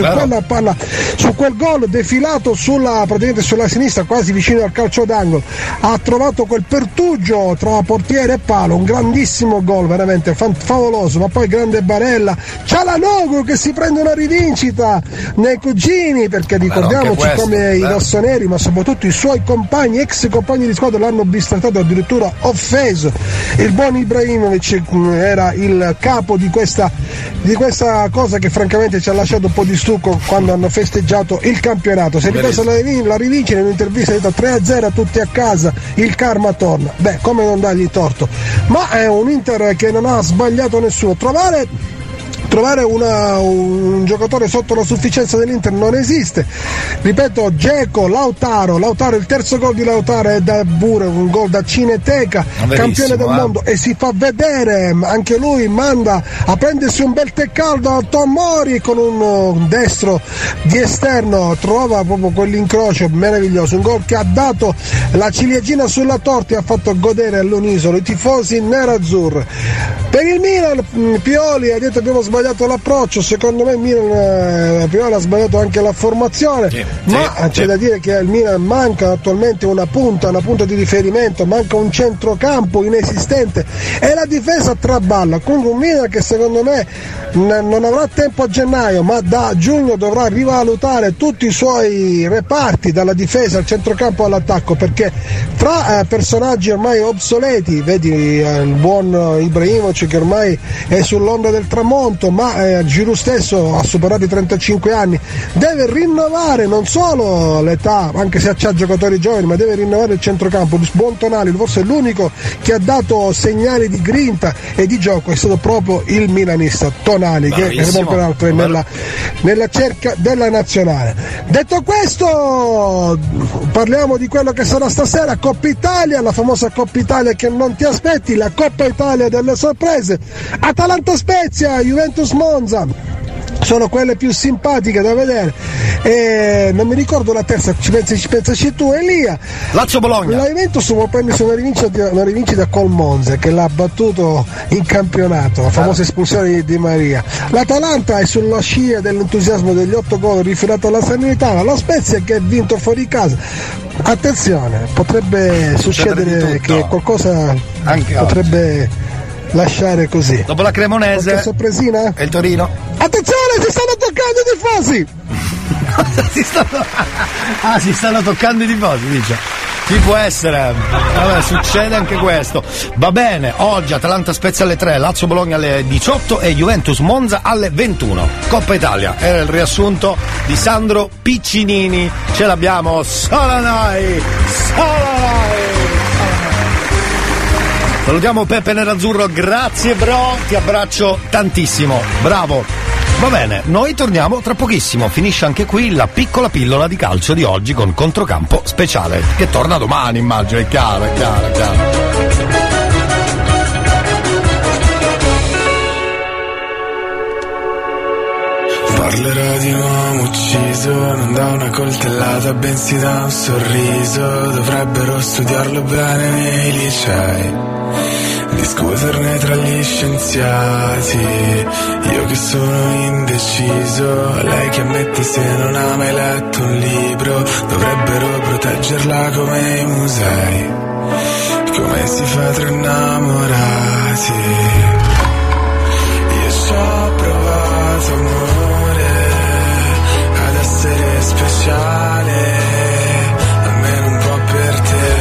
palla su quel gol, defilato sulla, praticamente sulla sinistra, quasi vicino al calcio d'angolo, ha trovato quel pertugio tra portiere e palo, un grandissimo gol, veramente favoloso. Ma poi grande Barella, Cialanoglu che si prende una rivincita nei cugini, perché ricordiamoci questo, come eh. i rossoneri, ma soprattutto i suoi compagni, ex compagni di squadra, l'hanno bistrattato, addirittura offeso. Il buon Ibrahimovic era il capo di questa, di questa cosa che francamente ci ha lasciato un po' di stucco quando hanno festeggiato il campionato. Si è ripresa la, la rivincita, in un'intervista ha detto tre a zero tutti a casa, il karma torna. Beh, come non dargli torto? Ma è un Inter che non ha sbagliato nessuno. Trovare Trovare una, un giocatore sotto la sufficienza dell'Inter non esiste. Ripeto, Dzeko, Lautaro, Lautaro, il terzo gol di Lautaro è da pure un gol da Cineteca, campione del eh? mondo, e si fa vedere, anche lui manda a prendersi un bel tè caldo a Tomori con un destro di esterno, trova proprio quell'incrocio meraviglioso, un gol che ha dato la ciliegina sulla torta e ha fatto godere all'unisono i tifosi nerazzurri. Per il Milan, Pioli ha detto abbiamo sbagliato l'approccio, secondo me il Milan, Pioli ha sbagliato anche la formazione, sì, ma sì, c'è sì. da dire che al Milan manca attualmente una punta, una punta di riferimento, manca un centrocampo inesistente e la difesa traballa. Comunque un Milan che secondo me n- non avrà tempo a gennaio, ma da giugno dovrà rivalutare tutti i suoi reparti, dalla difesa al centrocampo all'attacco, perché tra eh, personaggi ormai obsoleti, vedi eh, il buon Ibrahimovic che ormai è sull'onda del tramonto, ma eh, Giroud stesso ha superato i trentacinque anni, deve rinnovare non solo l'età, anche se ha giocatori giovani, ma deve rinnovare il centrocampo. Il buon Tonali, forse l'unico che ha dato segnali di grinta e di gioco è stato proprio il milanista Tonali, bravissimo, che peraltro è nella, nella cerca della nazionale. Detto questo, parliamo di quello che sarà stasera, Coppa Italia, la famosa Coppa Italia che non ti aspetti, la Coppa Italia delle sorprese. Atalanta Spezia, Juventus Monza sono quelle più simpatiche da vedere, e non mi ricordo la terza, ci pensi, ci pensaci tu Elia. Lazio Bologna. La Juventus può prendersi una rivincita, una rivincita col Monza che l'ha battuto in campionato, la famosa espulsione di Di Maria. L'Atalanta è sulla scia dell'entusiasmo degli otto gol rifilato alla Salernitana. La Spezia che ha vinto fuori casa. Attenzione, potrebbe succedere che qualcosa anche potrebbe oggi lasciare così. Dopo la Cremonese, qualche sorpresina? E il Torino. Attenzione, si stanno toccando i tifosi! si stanno... Ah, si stanno toccando i tifosi, dice. Ci può essere, vabbè, succede anche questo. Va bene, oggi Atalanta Spezia alle tre, Lazio Bologna alle diciotto e Juventus Monza alle ventuno. Coppa Italia, era il riassunto di Sandro Piccinini. Ce l'abbiamo, solo noi, solo noi. Salutiamo Peppe Nerazzurro, grazie bro, ti abbraccio tantissimo, bravo. Va bene, noi torniamo tra pochissimo, finisce anche qui la piccola pillola di calcio di oggi con Controcampo Speciale, che torna domani immagino, è chiaro, è chiaro, è chiaro. Parlerò di un uomo ucciso, non da una coltellata bensì da un sorriso. Dovrebbero studiarlo bene nei licei, discuterne tra gli scienziati. Io che sono indeciso, lei che ammette se non ha mai letto un libro. Dovrebbero proteggerla come i musei, come si fa tra innamorati. Io ci ho provato amore ad essere speciale, almeno un po' per te.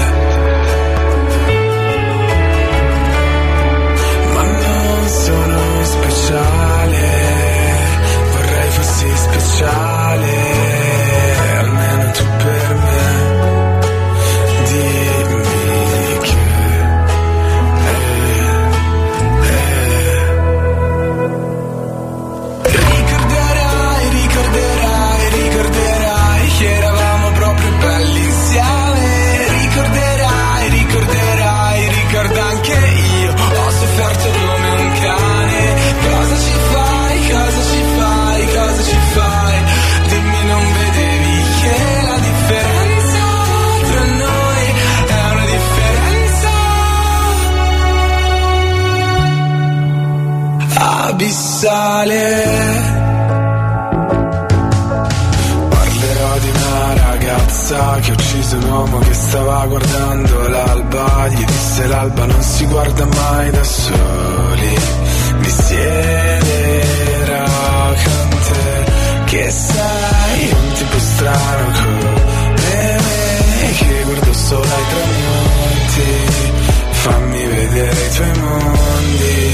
Ma non sono speciale, vorrei fossi speciale, almeno tu per me. Dimmi che eh, eh. Ricorderai, ricorderai, ricorderai che eravamo proprio belli insieme. Ricorderai, ricorderai, ricorda anche io, ho sofferto come un cane. Cosa ci fai, cosa ci fai, cosa ci fai? Dimmi, non vedevi che la differenza tra noi è una differenza abissale. ragazza che ha ucciso un uomo che stava guardando l'alba. Gli disse l'alba non si guarda mai da soli. Mi siederò con te, che sai, un tipo strano come me, che guardo solo ai tramonti. Fammi vedere i tuoi mondi.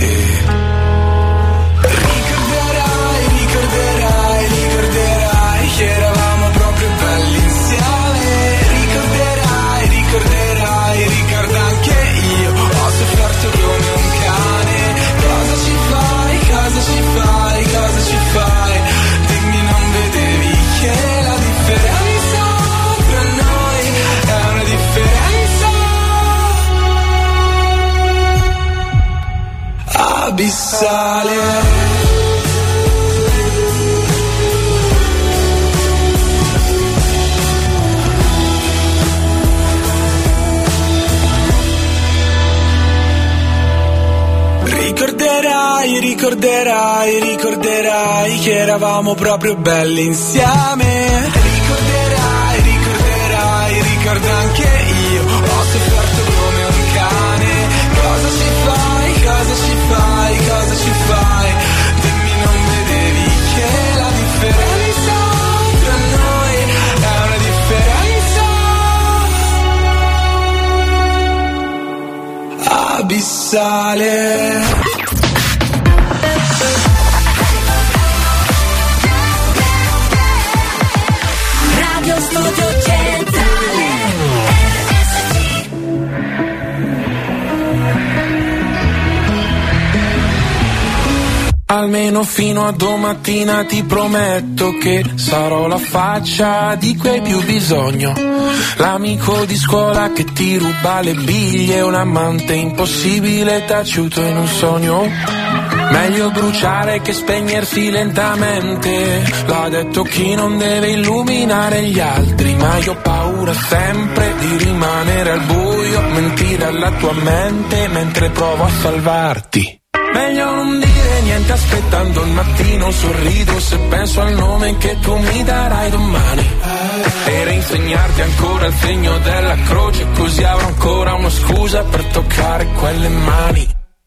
Ricorderai, ricorderai, ricorderai che eravamo proprio belli insieme. Ricorderai, ricorderai, ricorda anche io, ho sofferto come un cane. Cosa ci fai, cosa ci fai, cosa ci fai? Dimmi, non vedevi che la differenza tra noi è una differenza abissale. Ricorderai, ricorderai, ricorderai che eravamo proprio belli insieme. Ricorderai, ricorderai, ricorda anche io, ho sofferto come un cane. Cosa ci fai, cosa ci fai, cosa ci fai? Dimmi, non vedevi che la differenza tra noi è una differenza abissale. Studio Centrale R S C. Almeno fino a domattina ti prometto che sarò la faccia di cui hai più bisogno. L'amico di scuola che ti ruba le biglie, un amante impossibile taciuto in un sogno. Meglio bruciare che spegnersi lentamente, l'ha detto chi non deve illuminare gli altri. Ma io ho paura sempre di rimanere al buio, mentire alla tua mente mentre provo a salvarti. Meglio non dire niente aspettando il mattino, sorrido se penso al nome che tu mi darai domani. Per insegnarti ancora il segno della croce, così avrò ancora una scusa per toccare quelle mani.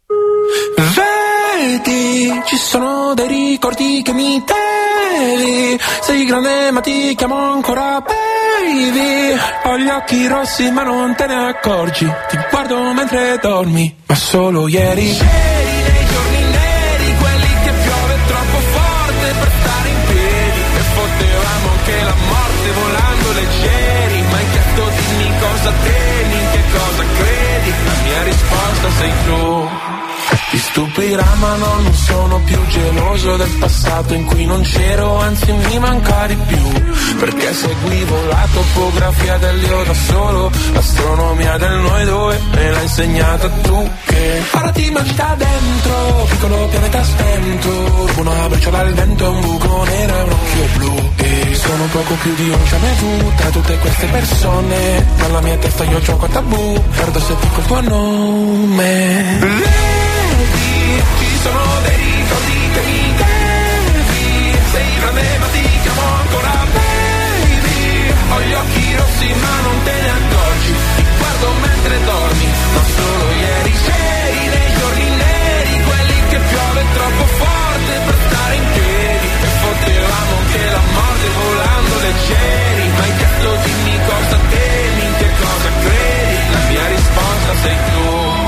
Vedi, ci sono dei ricordi che mi devi. Sei grande ma ti chiamo ancora baby. Ho gli occhi rossi ma non te ne accorgi. Ti guardo mentre dormi, ma solo ieri. C'eri nei giorni neri, quelli che piove troppo forte per stare in piedi. E potevamo anche la morte volando leggeri. Ma hai chiesto dimmi cosa temi, in che cosa credi. La mia risposta sei tu. Ti stupirà ma no, non sono più geloso del passato in cui non c'ero, anzi mi manca di più. Perché seguivo la topografia dell'io da solo, l'astronomia del noi due me l'ha insegnata tu. Che ora ti mangi da dentro, piccolo pianeta spento, una briciola al vento, un buco nero e un occhio blu. E sono poco più di un jamais vu tra tutte queste persone. Nella mia testa io gioco a tabù, perdo se dico il tuo nome. Ci sono dei ricordi che mi devi. Sei grande ma ti chiamo ancora baby. Ho gli occhi rossi ma non te ne accorgi. Ti guardo mentre dormi, ma solo ieri. C'eri nei giorni neri, quelli che piove troppo forte per stare in piedi. E potevamo anche la morte volando leggeri. Ma hai chiesto dimmi cosa temi, in che cosa credi. La mia risposta sei tu.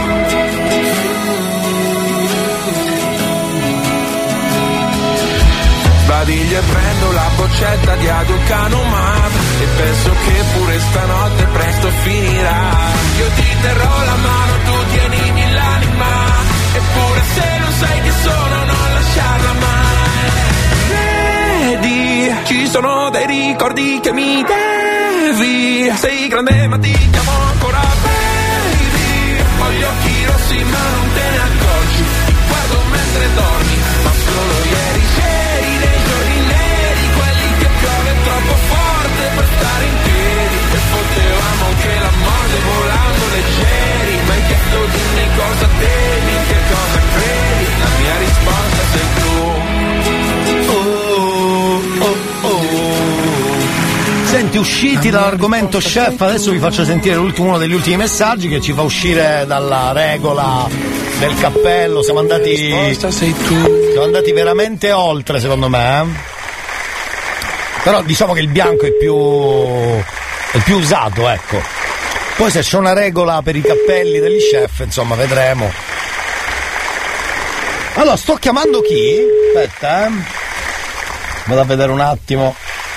Sbadiglio e prendo la boccetta di Aducanumab e penso che pure stanotte presto finirà. Io ti terrò la mano, tu tienimi l'anima, eppure se non sai che sono non lasciarla mai. Vedi, ci sono dei ricordi che mi devi. Sei grande ma ti chiamo ancora baby. Ho gli occhi rossi ma non te ne accorgi. Ti guardo mentre dormi, ma solo ieri c'eri nei giorni neri, quelli che piove troppo forte per stare in piedi. E potevamo anche la morte volando leggeri. Ma hai chiesto dimmi cosa temi, in che cosa credi. La mia risposta sei tu. Oh, oh, oh. Senti, usciti dall'argomento chef, adesso vi faccio sentire l'ultimo, uno degli ultimi messaggi che ci fa uscire dalla regola del cappello. Siamo andati siamo andati veramente oltre, secondo me, eh? Però diciamo che il bianco è più è più usato, ecco. Poi se c'è una regola per i cappelli degli chef, insomma, vedremo. Allora, sto chiamando chi? Aspetta, eh. Vado a vedere un attimo.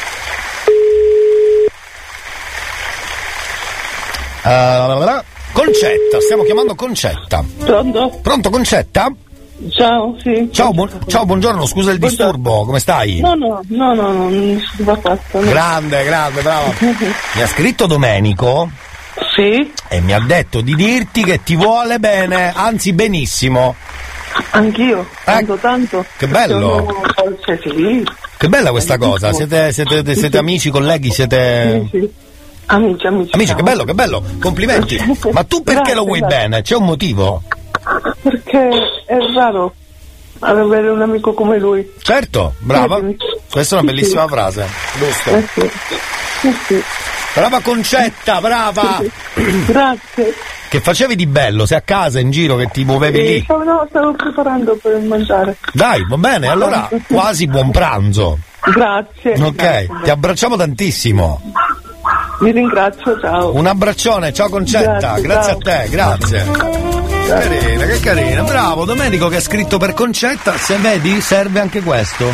Uh, Concetta, stiamo chiamando Concetta. Pronto? Pronto, Concetta? Ciao, sì. Ciao, bu- ciao, buongiorno, scusa il Buongiorno. disturbo, come stai? No, no, no, no, no, non si fa fatto. No. Grande, grande, bravo. Mi ha scritto Domenico. Sì. E mi ha detto di dirti che ti vuole bene, anzi benissimo. Anch'io, tanto, eh, tanto. Che bello. Forse sì. Che bella questa cosa, siete, siete, siete amici, colleghi, siete... Sì, sì. Amici, amici. Amici, che bello, che bello, complimenti. Ma tu perché Grazie, lo vuoi grazie. bene? C'è un motivo? Perché è raro avere un amico come lui. Certo, brava. Questa è una bellissima frase, giusto? Eh sì. Eh sì. Brava Concetta, brava. Grazie. Che facevi di bello? Sei a casa, in giro, che ti muovevi Eh, lì? stavo, no, stavo preparando per mangiare. Dai, va bene, allora quasi buon pranzo. Grazie. Ok, Grazie. ti abbracciamo tantissimo. Vi ringrazio, ciao. Un abbraccione, ciao Concetta, Grazie, grazie ciao. a te, grazie. Che carina, che carina, bravo Domenico che ha scritto per Concetta, se vedi serve anche questo.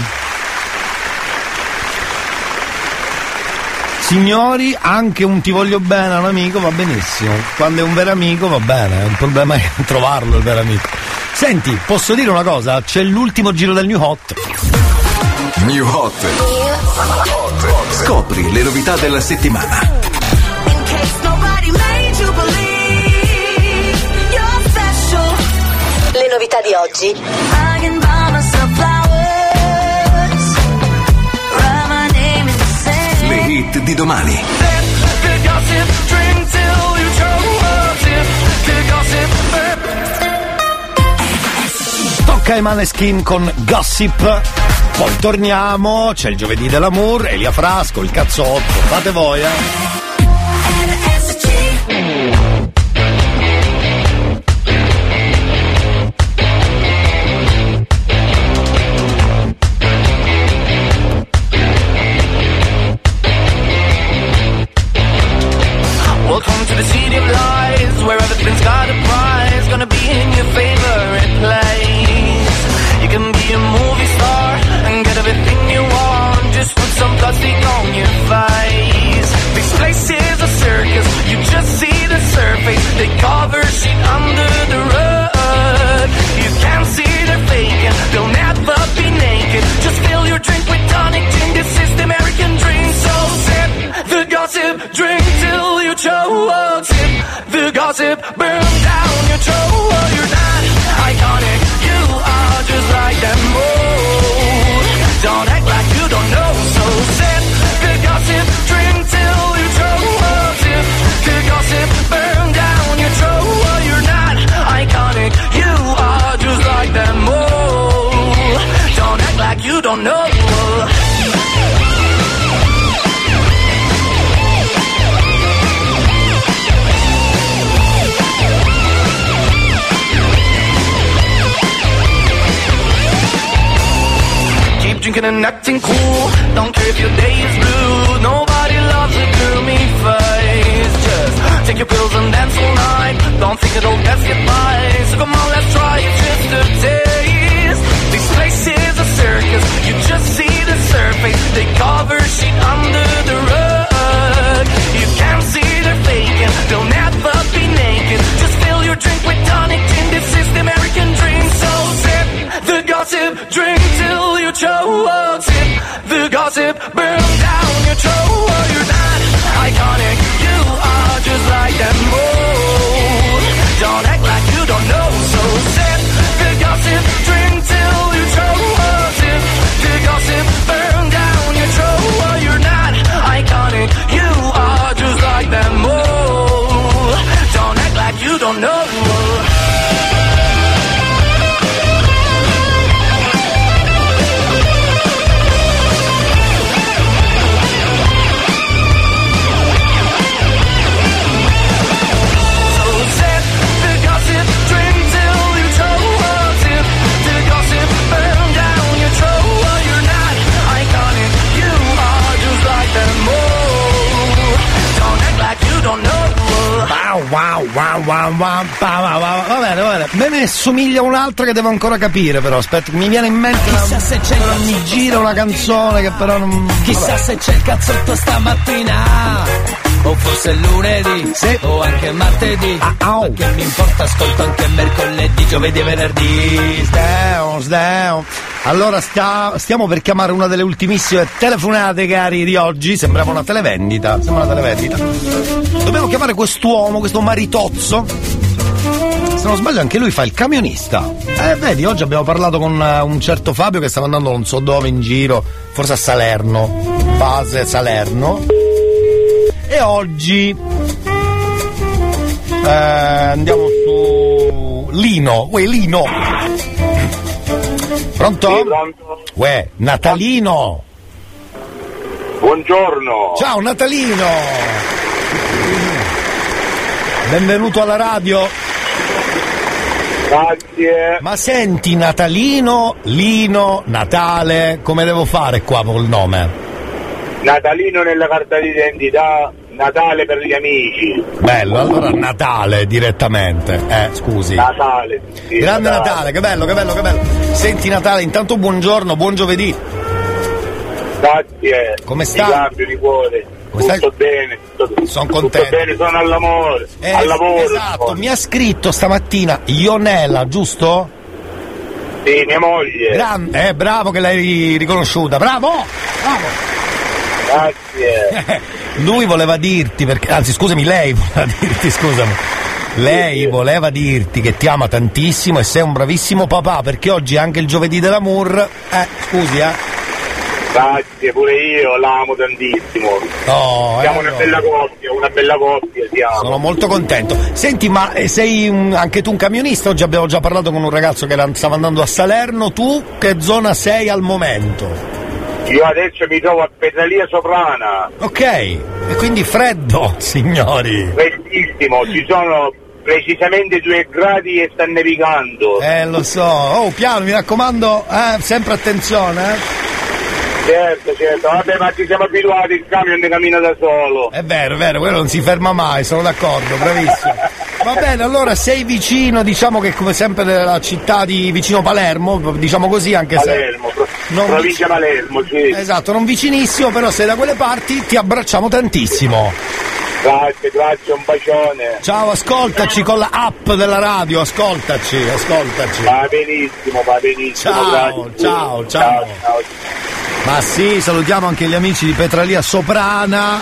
Signori, anche un ti voglio bene a un amico va benissimo, quando è un vero amico va bene, il problema è trovarlo il vero amico. Senti, posso dire una cosa? C'è l'ultimo giro del New Hot. New Hot. Scopri le novità della settimana. Le novità di oggi. Le hit di domani. Tocca ai Maneskin con Gossip. Poi torniamo, c'è il giovedì dell'amour, Elia Frasco, il cazzotto, fate voi, eh. Welcome to the city of lies, where everything's got a prize, gonna be in your favorite place. You can be a movie star and get everything you want, just put some plastic on your face. This place is a circus, you just see the surface, they cover shit under the rug. You can't see they're faking, they'll never be naked, just fill your drink with tonic gin, this is the American dream. So sip the gossip, drink till you choke, sip the gossip, burn down your throat. You're not iconic, you are just like them old. Don't act like you don't know, so sip the gossip, drink till you choke, sip the gossip, burn down your throat. You're not iconic, you are just like them old. Don't act like you don't know. Drinking and acting cool, don't care if your day is blue. Nobody loves a gloomy face. Just take your pills and dance all night. Don't think it'll best get by. So come on, let's try it just a taste. This place is a circus, you just see the surface. They cover shit under the rug. You can't see they're faking, they'll never be naked. Just fill your drink with tonic gin, this is the American dream. So sip the gossip, drink till you choke, sip the gossip, burn down your throat. You're not iconic, you are just like them old. Don't act like you don't know, so sip the gossip, drink wow, wow, wow, va bene, va bene. Me ne somiglia un'altra che devo ancora capire, però aspetta, mi viene in mente una, Chissà se c'è però mi gira una canzone che però non. Chissà vabbè. se c'è il cazzotto stamattina. O forse lunedì, sì. O anche martedì. Ah, oh. Che mi importa, ascolto anche mercoledì, giovedì e venerdì. Sdeo, sdeo. Allora sta, stiamo per chiamare una delle ultimissime telefonate, cari, di oggi. Sembrava una televendita. Sembra una televendita. Dobbiamo chiamare quest'uomo, questo maritozzo. Se non sbaglio anche lui fa il camionista. Eh, vedi, oggi abbiamo parlato con un certo Fabio che stava andando non so dove in giro, forse a Salerno, base Salerno. E oggi eh, andiamo su Lino. Uè, Lino. Pronto? Sì, pronto? Uè, Natalino. Buongiorno. Ciao Natalino. Benvenuto alla radio. Grazie. Ma senti, Natalino, Lino, Natale, come devo fare qua col nome? Natalino nella carta d'identità, Natale per gli amici. Bello, allora Natale direttamente. Eh, scusi. Natale. Sì, Grande Natale. Natale, che bello, che bello, che bello. Senti Natale, intanto buongiorno, buon giovedì. Grazie. Come stai? Di cambio di cuore. Come tutto stai? bene, tutto, sono tutto contento. bene, sono all'amore, Eh, al lavoro. Esatto, mi ha scritto stamattina Ionela, giusto? Sì, mia moglie. Gran- eh, bravo che l'hai riconosciuta, bravo! Bravo! Grazie. Lui voleva dirti, perché, anzi scusami, lei voleva dirti, scusami. Lei sì, voleva dirti che ti ama tantissimo e sei un bravissimo papà, perché oggi è anche il giovedì dell'amour. Eh, scusi, eh. Grazie, pure io l'amo tantissimo. Oh, siamo eh, una no. bella coppia, una bella coppia, siamo. Sono molto contento. Senti, ma sei un, anche tu un camionista? Oggi abbiamo già parlato con un ragazzo che era, stava andando a Salerno. Tu che zona sei al momento? Io adesso mi trovo a Petralia Soprana. Ok, e quindi freddo, signori. Freddissimo, ci sono precisamente due gradi e sta nevicando. Eh, lo so. Oh, piano, mi raccomando, eh, sempre attenzione, eh. Certo, certo, vabbè, ma ci siamo abituati, il camion ne cammina da solo. È vero, è vero, quello non si ferma mai, sono d'accordo, bravissimo. Va bene, allora sei vicino, diciamo che come sempre nella città di vicino Palermo, diciamo così, anche Palermo, se... Non provincia vic... Palermo, sì. Esatto, non vicinissimo, però sei da quelle parti, ti abbracciamo tantissimo. Grazie, grazie, un bacione. Ciao, ascoltaci con la app della radio, ascoltaci, ascoltaci. Va benissimo, va benissimo. Ciao, grazie. ciao, ciao, ciao, ciao. Ma sì, salutiamo anche gli amici di Petralia Soprana.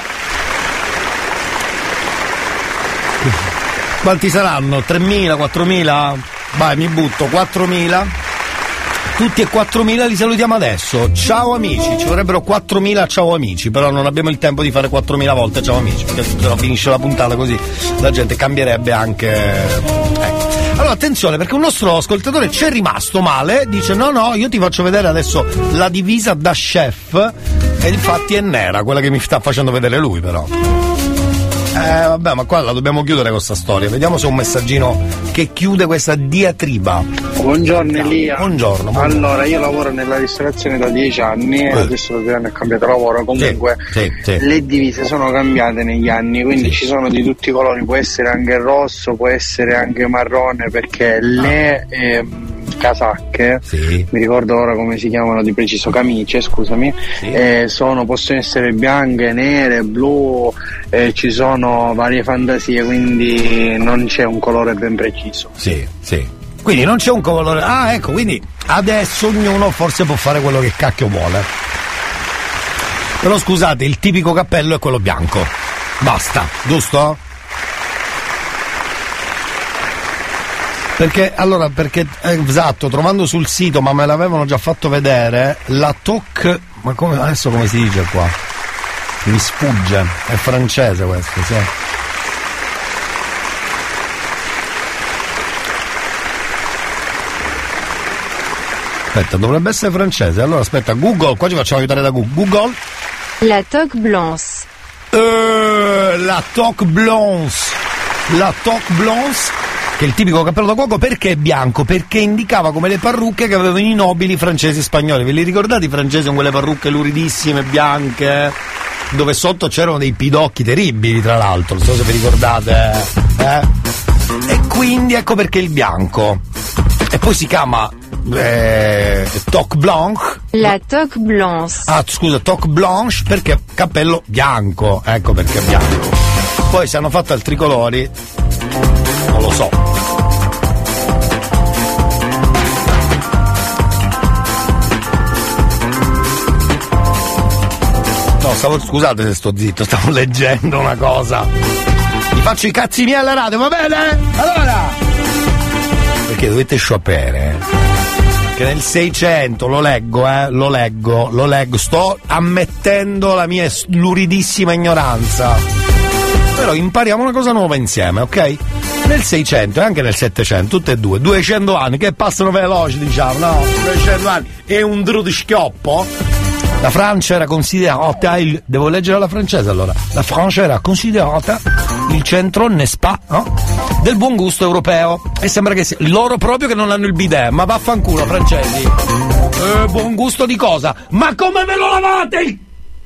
Quanti saranno? tremila, quattromila? Vai, mi butto, quattromila. Tutti e quattromila li salutiamo adesso. Ciao amici, ci vorrebbero quattromila ciao amici, però non abbiamo il tempo di fare quattromila volte ciao amici, perché se no finisce la puntata così la gente cambierebbe anche. Ecco. Allora attenzione, perché un nostro ascoltatore c'è rimasto male, dice no no, io ti faccio vedere adesso la divisa da chef, e infatti è nera, quella che mi sta facendo vedere lui però. Eh vabbè, ma qua la dobbiamo chiudere questa storia. Vediamo se è un messaggino che chiude questa diatriba. Buongiorno Elia. Buongiorno, buongiorno. Allora, io lavoro nella ristorazione da dieci anni e eh. adesso da due anni ho cambiato lavoro. Comunque sì, sì, sì. le divise sono cambiate negli anni, quindi sì. ci sono di tutti i colori, può essere anche rosso, può essere anche marrone, perché ah. le eh, casacche, sì. mi ricordo ora come si chiamano di preciso, camicie, scusami, sì. eh, sono, possono essere bianche, nere, blu, eh, ci sono varie fantasie, quindi non c'è un colore ben preciso. Sì, sì. Quindi non c'è un colore. Ah, ecco, quindi adesso ognuno forse può fare quello che cacchio vuole. Però scusate, il tipico cappello è quello bianco. Basta, giusto? Perché, allora, perché, esatto, trovando sul sito, ma me l'avevano già fatto vedere, la toc... Ma come, adesso come si dice qua? Mi sfugge, è francese questo, sì. Aspetta, dovrebbe essere francese. Allora aspetta, Google, qua ci facciamo aiutare da Google. Google. La toque blanche. Uh, la toque blanche. La toque blanche, che è il tipico cappello da cuoco, perché è bianco? Perché indicava come le parrucche che avevano i nobili francesi e spagnoli. Ve li ricordate i francesi con quelle parrucche luridissime, bianche? Dove sotto c'erano dei pidocchi terribili, tra l'altro. Non so se vi ricordate. Eh? E quindi ecco perché il bianco. E poi si chiama eh, toque blanche. La toque blanche. Ah, scusa, toque blanche perché cappello bianco. Ecco perché è bianco. Poi se hanno fatto altri colori non lo so. No, stavo, scusate se sto zitto, stavo leggendo una cosa. Mi faccio i cazzi miei alla radio, va bene? Allora! Perché dovete sapere che nel seicento, lo leggo, eh, lo leggo, lo leggo, sto ammettendo la mia luridissima ignoranza. Però impariamo una cosa nuova insieme, ok? Nel seicento e anche nel settecento, tutte e due, duecento anni che passano veloci, diciamo, no? duecento anni e un dru di schioppo. La Francia era considerata il... Devo leggere la francese allora. La Francia era considerata il centro, n'est-ce pas, no? Del buon gusto europeo. E sembra che sia... loro proprio che non hanno il bidet, ma vaffanculo, francesi. Eh, buon gusto di cosa? Ma come ve lo lavate il...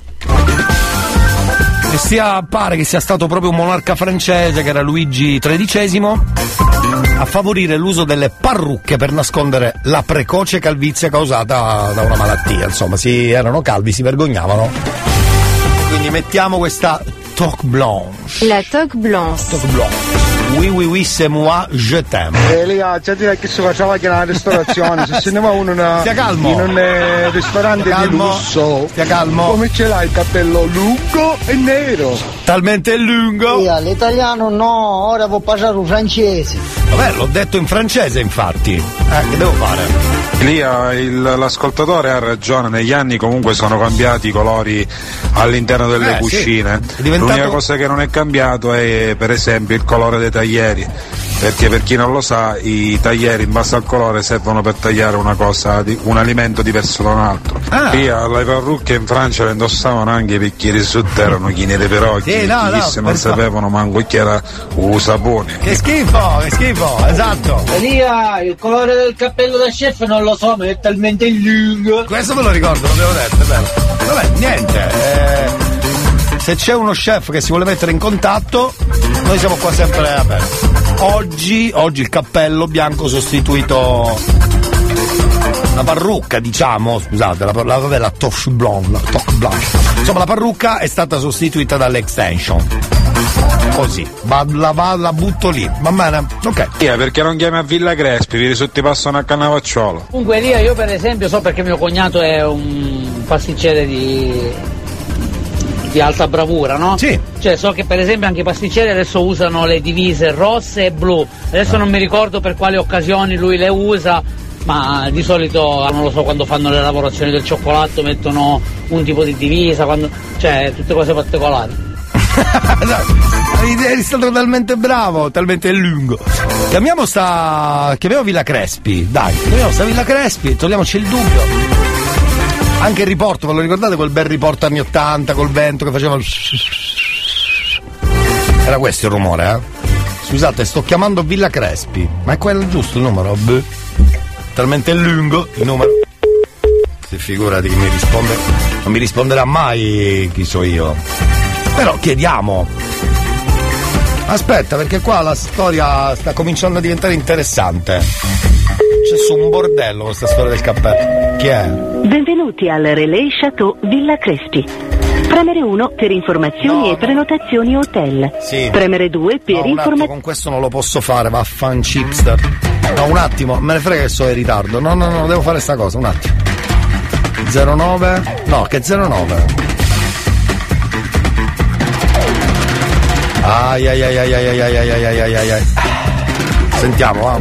E sia, pare che sia stato proprio un monarca francese, che era Luigi tredicesimo, a favorire l'uso delle parrucche per nascondere la precoce calvizie causata da una malattia. Insomma, si erano calvi, si vergognavano. Quindi mettiamo questa toque blanche. La toque blanche. Toque blanche. Oui, oui, oui, c'est moi, je t'aime. Elia, già direi che si faceva che nella ristorazione, se se ne va uno una, stia calmo. in un eh, ristorante stia di calmo. lusso, stia calmo. Come ce l'hai il cappello lungo e nero? Talmente lungo. Elia, l'italiano no, ora può parlare un francese. Vabbè, l'ho detto in francese infatti. Eh, che devo fare? Elia, il, l'ascoltatore ha ragione, negli anni comunque sono cambiati i colori all'interno delle eh, cucine. Sì. Diventato... L'unica cosa che non è cambiato è per esempio il colore dei taglieri, perché per chi non lo sa i taglieri in base al colore servono per tagliare una cosa, un alimento diverso da un altro. Ah. Elia, le parrucche in Francia le indossavano anche i picchieri sotto, erano chine dei perocchi, sì, no, chi no, se non sapevano manco chi era un sapone. Che schifo, che schifo, esatto. Elia, il colore del cappello da chef non lo so, ma è talmente lungo. Questo me lo ricordo, l'avevo detto, è vero. Vabbè, niente. Eh, se c'è uno chef che si vuole mettere in contatto, noi siamo qua sempre aperti. Oggi, oggi il cappello bianco sostituito la parrucca, diciamo, scusate, la, la, la, la toque blanche, la toque blanche. Insomma, la parrucca è stata sostituita dall'extension. Così, va, la, va, la butto lì, va bene? Ok. Yeah, perché non chiami a Villa Crespi, vi sotto passano a Cannavacciolo. Comunque Elia, io per esempio so perché mio cognato è un pasticcere di di alta bravura, no? Sì. Cioè so che per esempio anche i pasticceri adesso usano le divise rosse e blu. Adesso ah. non mi ricordo per quali occasioni lui le usa, ma di solito, non lo so, quando fanno le lavorazioni del cioccolato mettono un tipo di divisa, quando... cioè tutte cose particolari. Eri stato talmente bravo, talmente lungo. Chiamiamo sta. Chiamiamo Villa Crespi, dai, chiamiamo sta Villa Crespi, togliamoci il dubbio. Anche il riporto, ve lo ricordate quel bel riporto anni ottanta col vento che faceva. Era questo il rumore, eh? Scusate, sto chiamando Villa Crespi. Ma è quello giusto il numero? Beh. Talmente lungo il numero. Si figurati che mi risponde. Non mi risponderà mai chi so io. Però chiediamo. Aspetta, perché qua la storia sta cominciando a diventare interessante. C'è su un bordello questa storia del cappello. Chi è? Benvenuti al Relais Chateau Villa Crespi. Premere uno per informazioni no, e prenotazioni hotel. Sì. Premere due per no, informazioni. Con questo non lo posso fare, vaffan chipster. No, un attimo, me ne frega che sono in ritardo. No, no, no, devo fare sta cosa, un attimo. zero nove No, che zero nove Ai ai ai ai ai ai ai ai ai ai ai. Sentiamo, va.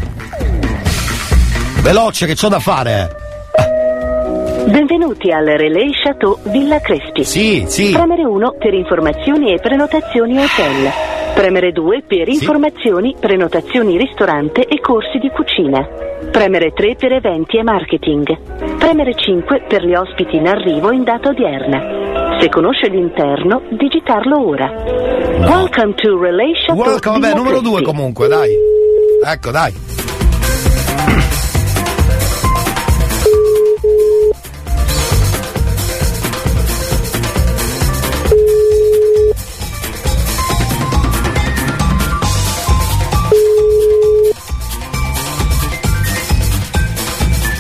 Veloce che c'ho da fare. Benvenuti al Relais Chateau Villa Crespi. Sì, sì. Premere uno per informazioni e prenotazioni hotel. Premere due per sì. informazioni, prenotazioni ristorante e corsi di cucina. Premere tre per eventi e marketing. Premere cinque per gli ospiti in arrivo in data odierna. Se conosce l'interno, digitarlo ora. No. Welcome to Relais Chateau Welcome, Villa vabbè, numero Crespi. due comunque, dai. Ecco, dai.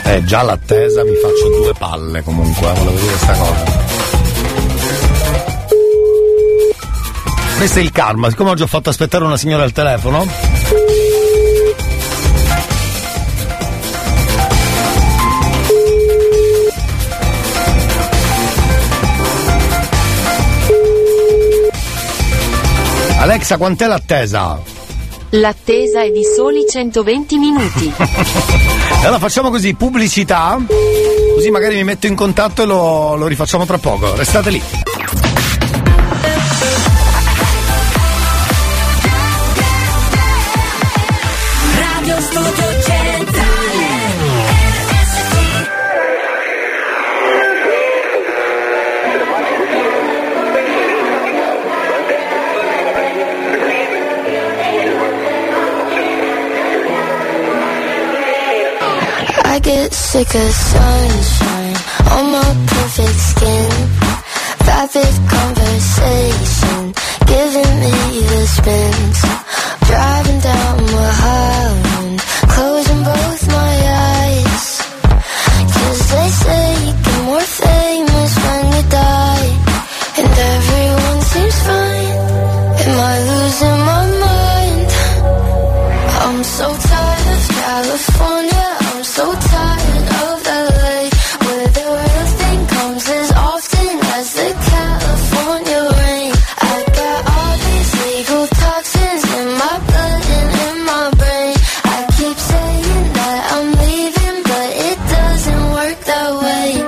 Eh, già l'attesa mi faccio due palle comunque, eh, volevo dire sta cosa. Questo è il karma, siccome oggi ho fatto aspettare una signora al telefono. Alexa, quant'è l'attesa? L'attesa è di soli centoventi minuti. Allora facciamo così, pubblicità, così magari mi metto in contatto e lo, lo rifacciamo tra poco. Restate lì. Radio Studio Centrale R S C. I get sick of sunshine on my perfect skin. Vapid conversation giving me the spins. Driving down Mulholland, closing both my eyes. Cause they say you get more famous when you die. And everyone seems fine. Am I losing my mind? I'm so tired of California. I'm so tired of L A, where the real thing comes as often as the California rain. I got all these legal toxins in my blood and in my brain. I keep saying that I'm leaving, but it doesn't work that way.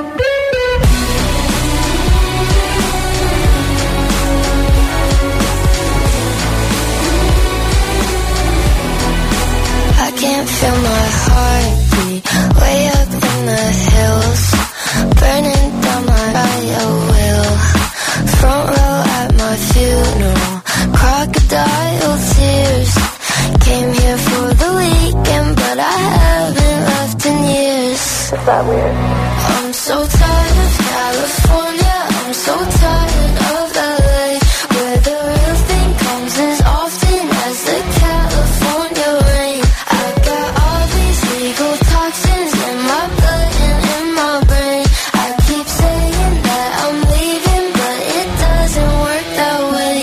I can't feel my heart way up in the hills, burning down my bio wheel. Front row at my funeral, crocodile tears. Came here for the weekend, but I haven't left in years. Is that weird? I'm so tired of California, I'm so tired of L A, where the real thing comes as often as the California rain. I got all these legal toxins in my blood and in my brain. I keep saying that I'm leaving, but it doesn't work that way.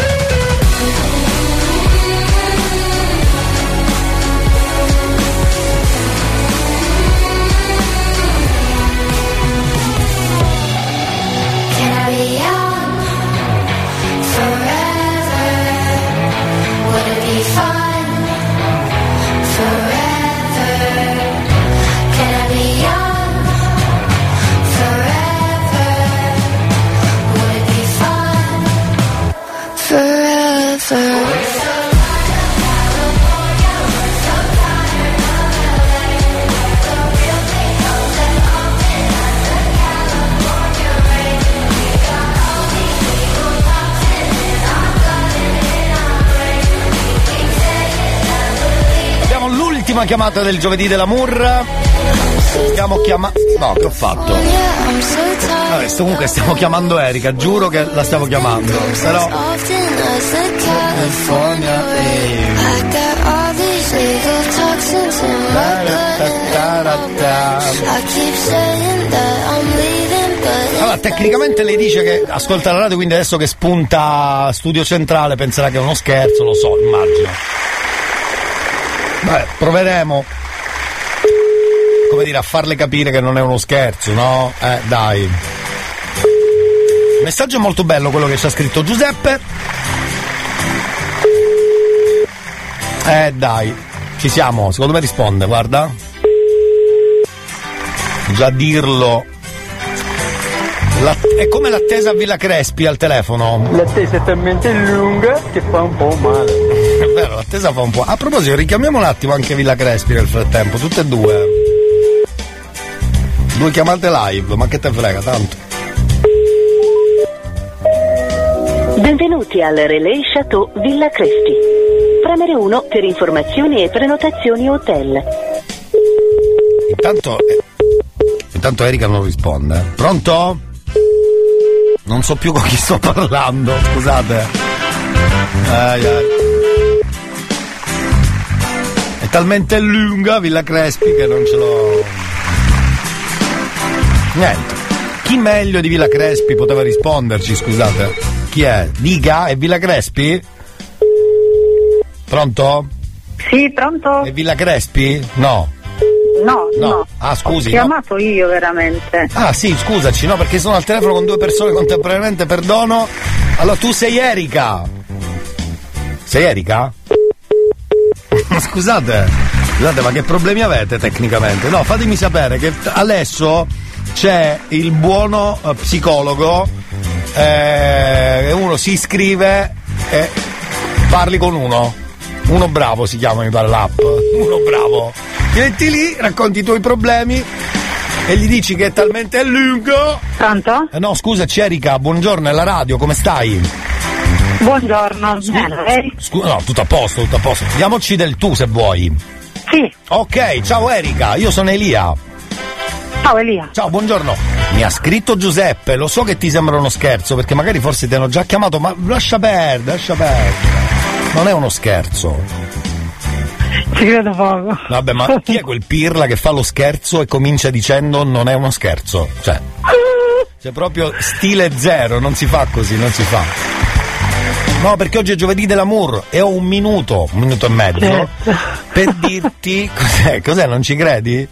Can I be young forever? Would it be fun forever? Can I be young forever? Would it be fun forever? Abbiamo l'ultima chiamata del giovedì dell'Amour. Stiamo chiamando. No, che ho fatto? Vabbè, comunque stiamo chiamando Erika, giuro che la stiamo chiamando. Però. California Allora, tecnicamente lei dice che ascolta la radio, quindi adesso che spunta Studio Centrale penserà che è uno scherzo, lo so, immagino. Beh, proveremo, come dire, a farle capire che non è uno scherzo, no? Eh, dai. Il messaggio è molto bello quello che ci ha scritto Giuseppe. Eh, dai, ci siamo, secondo me risponde, guarda. Già dirlo. La, è come l'attesa a Villa Crespi al telefono. L'attesa è talmente lunga che fa un po' male. È vero, l'attesa fa un po'. A proposito, richiamiamo un attimo anche Villa Crespi nel frattempo, tutte e due. Due chiamate live, ma che te frega tanto. Benvenuti al Relais Chateau Villa Crespi. Premere uno per informazioni e prenotazioni hotel. Intanto, eh, intanto Erika non risponde. Pronto? Non so più con chi sto parlando, scusate. Ai, ai. È talmente lunga Villa Crespi che non ce l'ho. Niente. Chi meglio di Villa Crespi poteva risponderci, scusate? Chi è? Diga, è Villa Crespi? Pronto? Sì, pronto? È Villa Crespi? No. No, no. no. Ah, scusi. Ho chiamato no. io veramente. Ah, sì, scusaci, no, perché sono al telefono con due persone contemporaneamente, perdono. Allora, tu sei Erika. Sei Erika? Scusate, scusate, ma che problemi avete tecnicamente? No, fatemi sapere che adesso c'è il buono uh, psicologo, eh, uno si iscrive e parli con uno. Uno bravo si chiama, mi pare l'app. Uno bravo. Ti metti lì, racconti i tuoi problemi e gli dici che è talmente lungo. Pronto? Eh no, scusaci Erika, buongiorno, è la radio, come stai? Buongiorno, bene. Scu- no, tutto a posto, tutto a posto. Diamoci del tu se vuoi. Sì. Ok, ciao Erika, io sono Elia. Ciao Elia. Ciao, buongiorno. Mi ha scritto Giuseppe, lo so che ti sembra uno scherzo, perché magari forse ti hanno già chiamato, ma lascia perdere, lascia perdere. Non è uno scherzo. Ci credo poco. Vabbè, ma chi è quel pirla che fa lo scherzo e comincia dicendo non è uno scherzo? Cioè, c'è proprio stile zero, non si fa così, non si fa. No, perché oggi è giovedì dell'amour e ho un minuto, un minuto e mezzo, certo, per dirti cos'è, cos'è, non ci credi?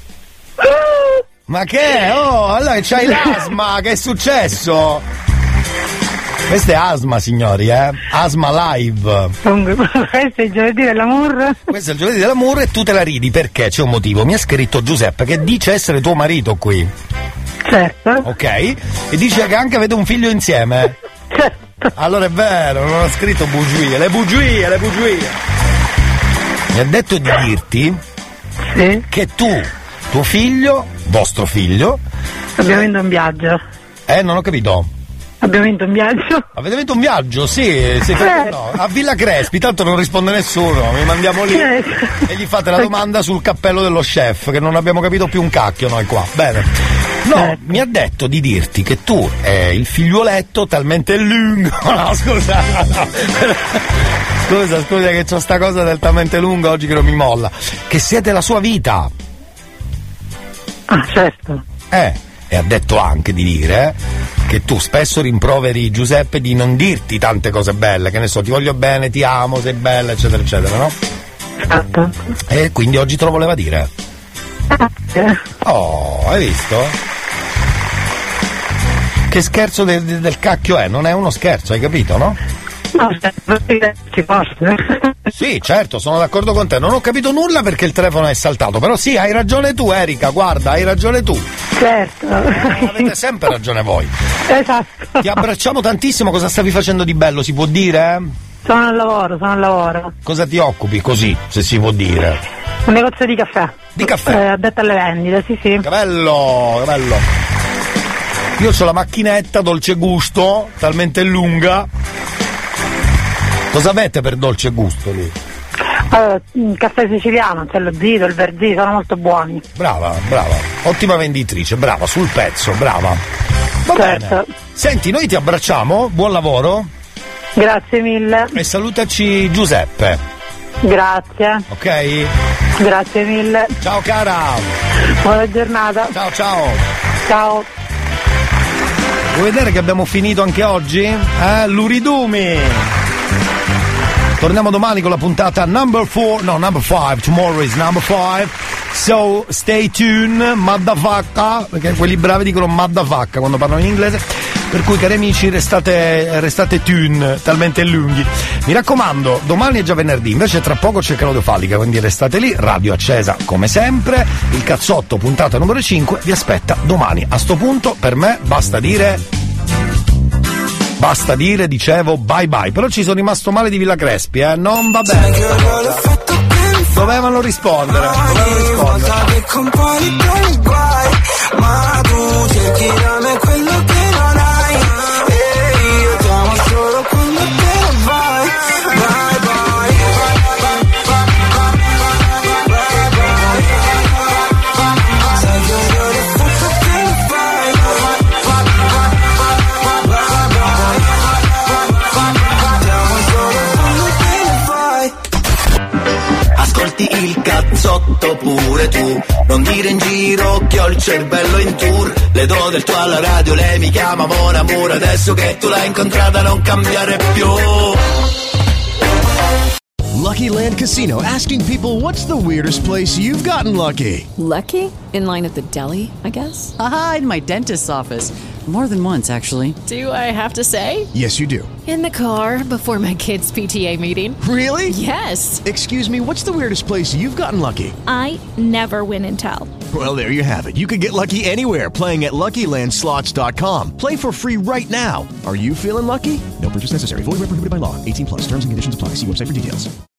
Ma che? Oh, allora c'hai l'asma, che è successo? Questo è Asma, signori, eh? Asma live. Questo è il giovedì dell'amour. Questo è il giovedì dell'amour e tu te la ridi perché c'è un motivo. Mi ha scritto Giuseppe che dice essere tuo marito qui. Certo. Ok? E dice che anche avete un figlio insieme. Certo. Allora è vero, non ha scritto bugie. Le bugie, le bugie. Mi ha detto di dirti sì, che tu, tuo figlio, vostro figlio... Abbiamo vinto un viaggio. Eh, non ho capito. Abbiamo vinto un viaggio. Avete vinto un viaggio? Sì, sì, eh. no. A Villa Crespi, tanto non risponde nessuno, mi mandiamo lì eh. e gli fate la domanda sul cappello dello chef, che non abbiamo capito più un cacchio noi qua. Bene. No, eh. mi ha detto di dirti che tu è il figliuoletto talmente lungo. No, scusa. No. Scusa, scusa che c'ho sta cosa del talmente lungo oggi che non mi molla. Che siete la sua vita. Ah, certo. Eh. E ha detto anche di dire che tu spesso rimproveri Giuseppe di non dirti tante cose belle, che ne so, ti voglio bene, ti amo, sei bella, eccetera, eccetera, no? Esatto. E quindi oggi te lo voleva dire. Oh, hai visto? Che scherzo de- de- del cacchio è? Non è uno scherzo, hai capito, no? No, ci posso. Sì, certo, sono d'accordo con te. Non ho capito nulla perché il telefono è saltato. Però sì, hai ragione tu, Erika, guarda, hai ragione tu. Certo. Eh, avete sempre ragione voi. Esatto. Ti abbracciamo tantissimo. Cosa stavi facendo di bello, si può dire? Sono al lavoro, sono al lavoro. Cosa ti occupi, così, se si può dire? Un negozio di caffè. Di caffè? Eh, addetto alle vendite, sì, sì. Che bello, che bello. Io ho la macchinetta dolce gusto, talmente lunga. Cosa avete per dolce gusto lì? Allora, il caffè siciliano, c'è lo zito, il verzì, sono molto buoni. Brava, brava, ottima venditrice, brava, sul pezzo, brava. Va certo. bene. Senti, noi ti abbracciamo, buon lavoro. Grazie mille. E salutaci Giuseppe. Grazie. Ok? Grazie mille. Ciao cara. Buona giornata. Ciao ciao. Ciao. Vuoi vedere che abbiamo finito anche oggi? Eh, Luridumi. Torniamo domani con la puntata number four, no, number five, tomorrow is number five, so stay tuned, madafacca, perché quelli bravi dicono madafacca quando parlano in inglese, per cui cari amici restate, restate tuned, talmente lunghi. Mi raccomando, domani è già venerdì, invece tra poco c'è Claudio Fallica, quindi restate lì, radio accesa come sempre, il cazzotto puntata numero cinque vi aspetta domani. A sto punto per me basta dire... Basta dire, dicevo, bye bye. Però ci sono rimasto male di Villa Crespi, eh? Non va bene. Dovevano rispondere. Dovevano rispondere. Ma tu cerchi da me quello che non hai. E io ti amo solo quando te ne vai. Bye bye. Sai che io le faccio che ne fai. Ascolti il cazzotto. cazzotto pure tu. Non dire in giro che ho il cervello in tour. Le do del tuo alla radio, lei mi chiama mon amore. Adesso che tu l'hai incontrata non cambiare più. Lucky Land Casino, asking people, what's the weirdest place you've gotten lucky? Lucky? In line at the deli, I guess? Aha, in my dentist's office. More than once, actually. Do I have to say? Yes, you do. In the car before my kids' P T A meeting. Really? Yes. Excuse me, what's the weirdest place you've gotten lucky? I never win and tell. Well, there you have it. You can get lucky anywhere, playing at Lucky Land Slots dot com. Play for free right now. Are you feeling lucky? No purchase necessary. Void where prohibited by law. eighteen plus. Terms and conditions apply. See website for details.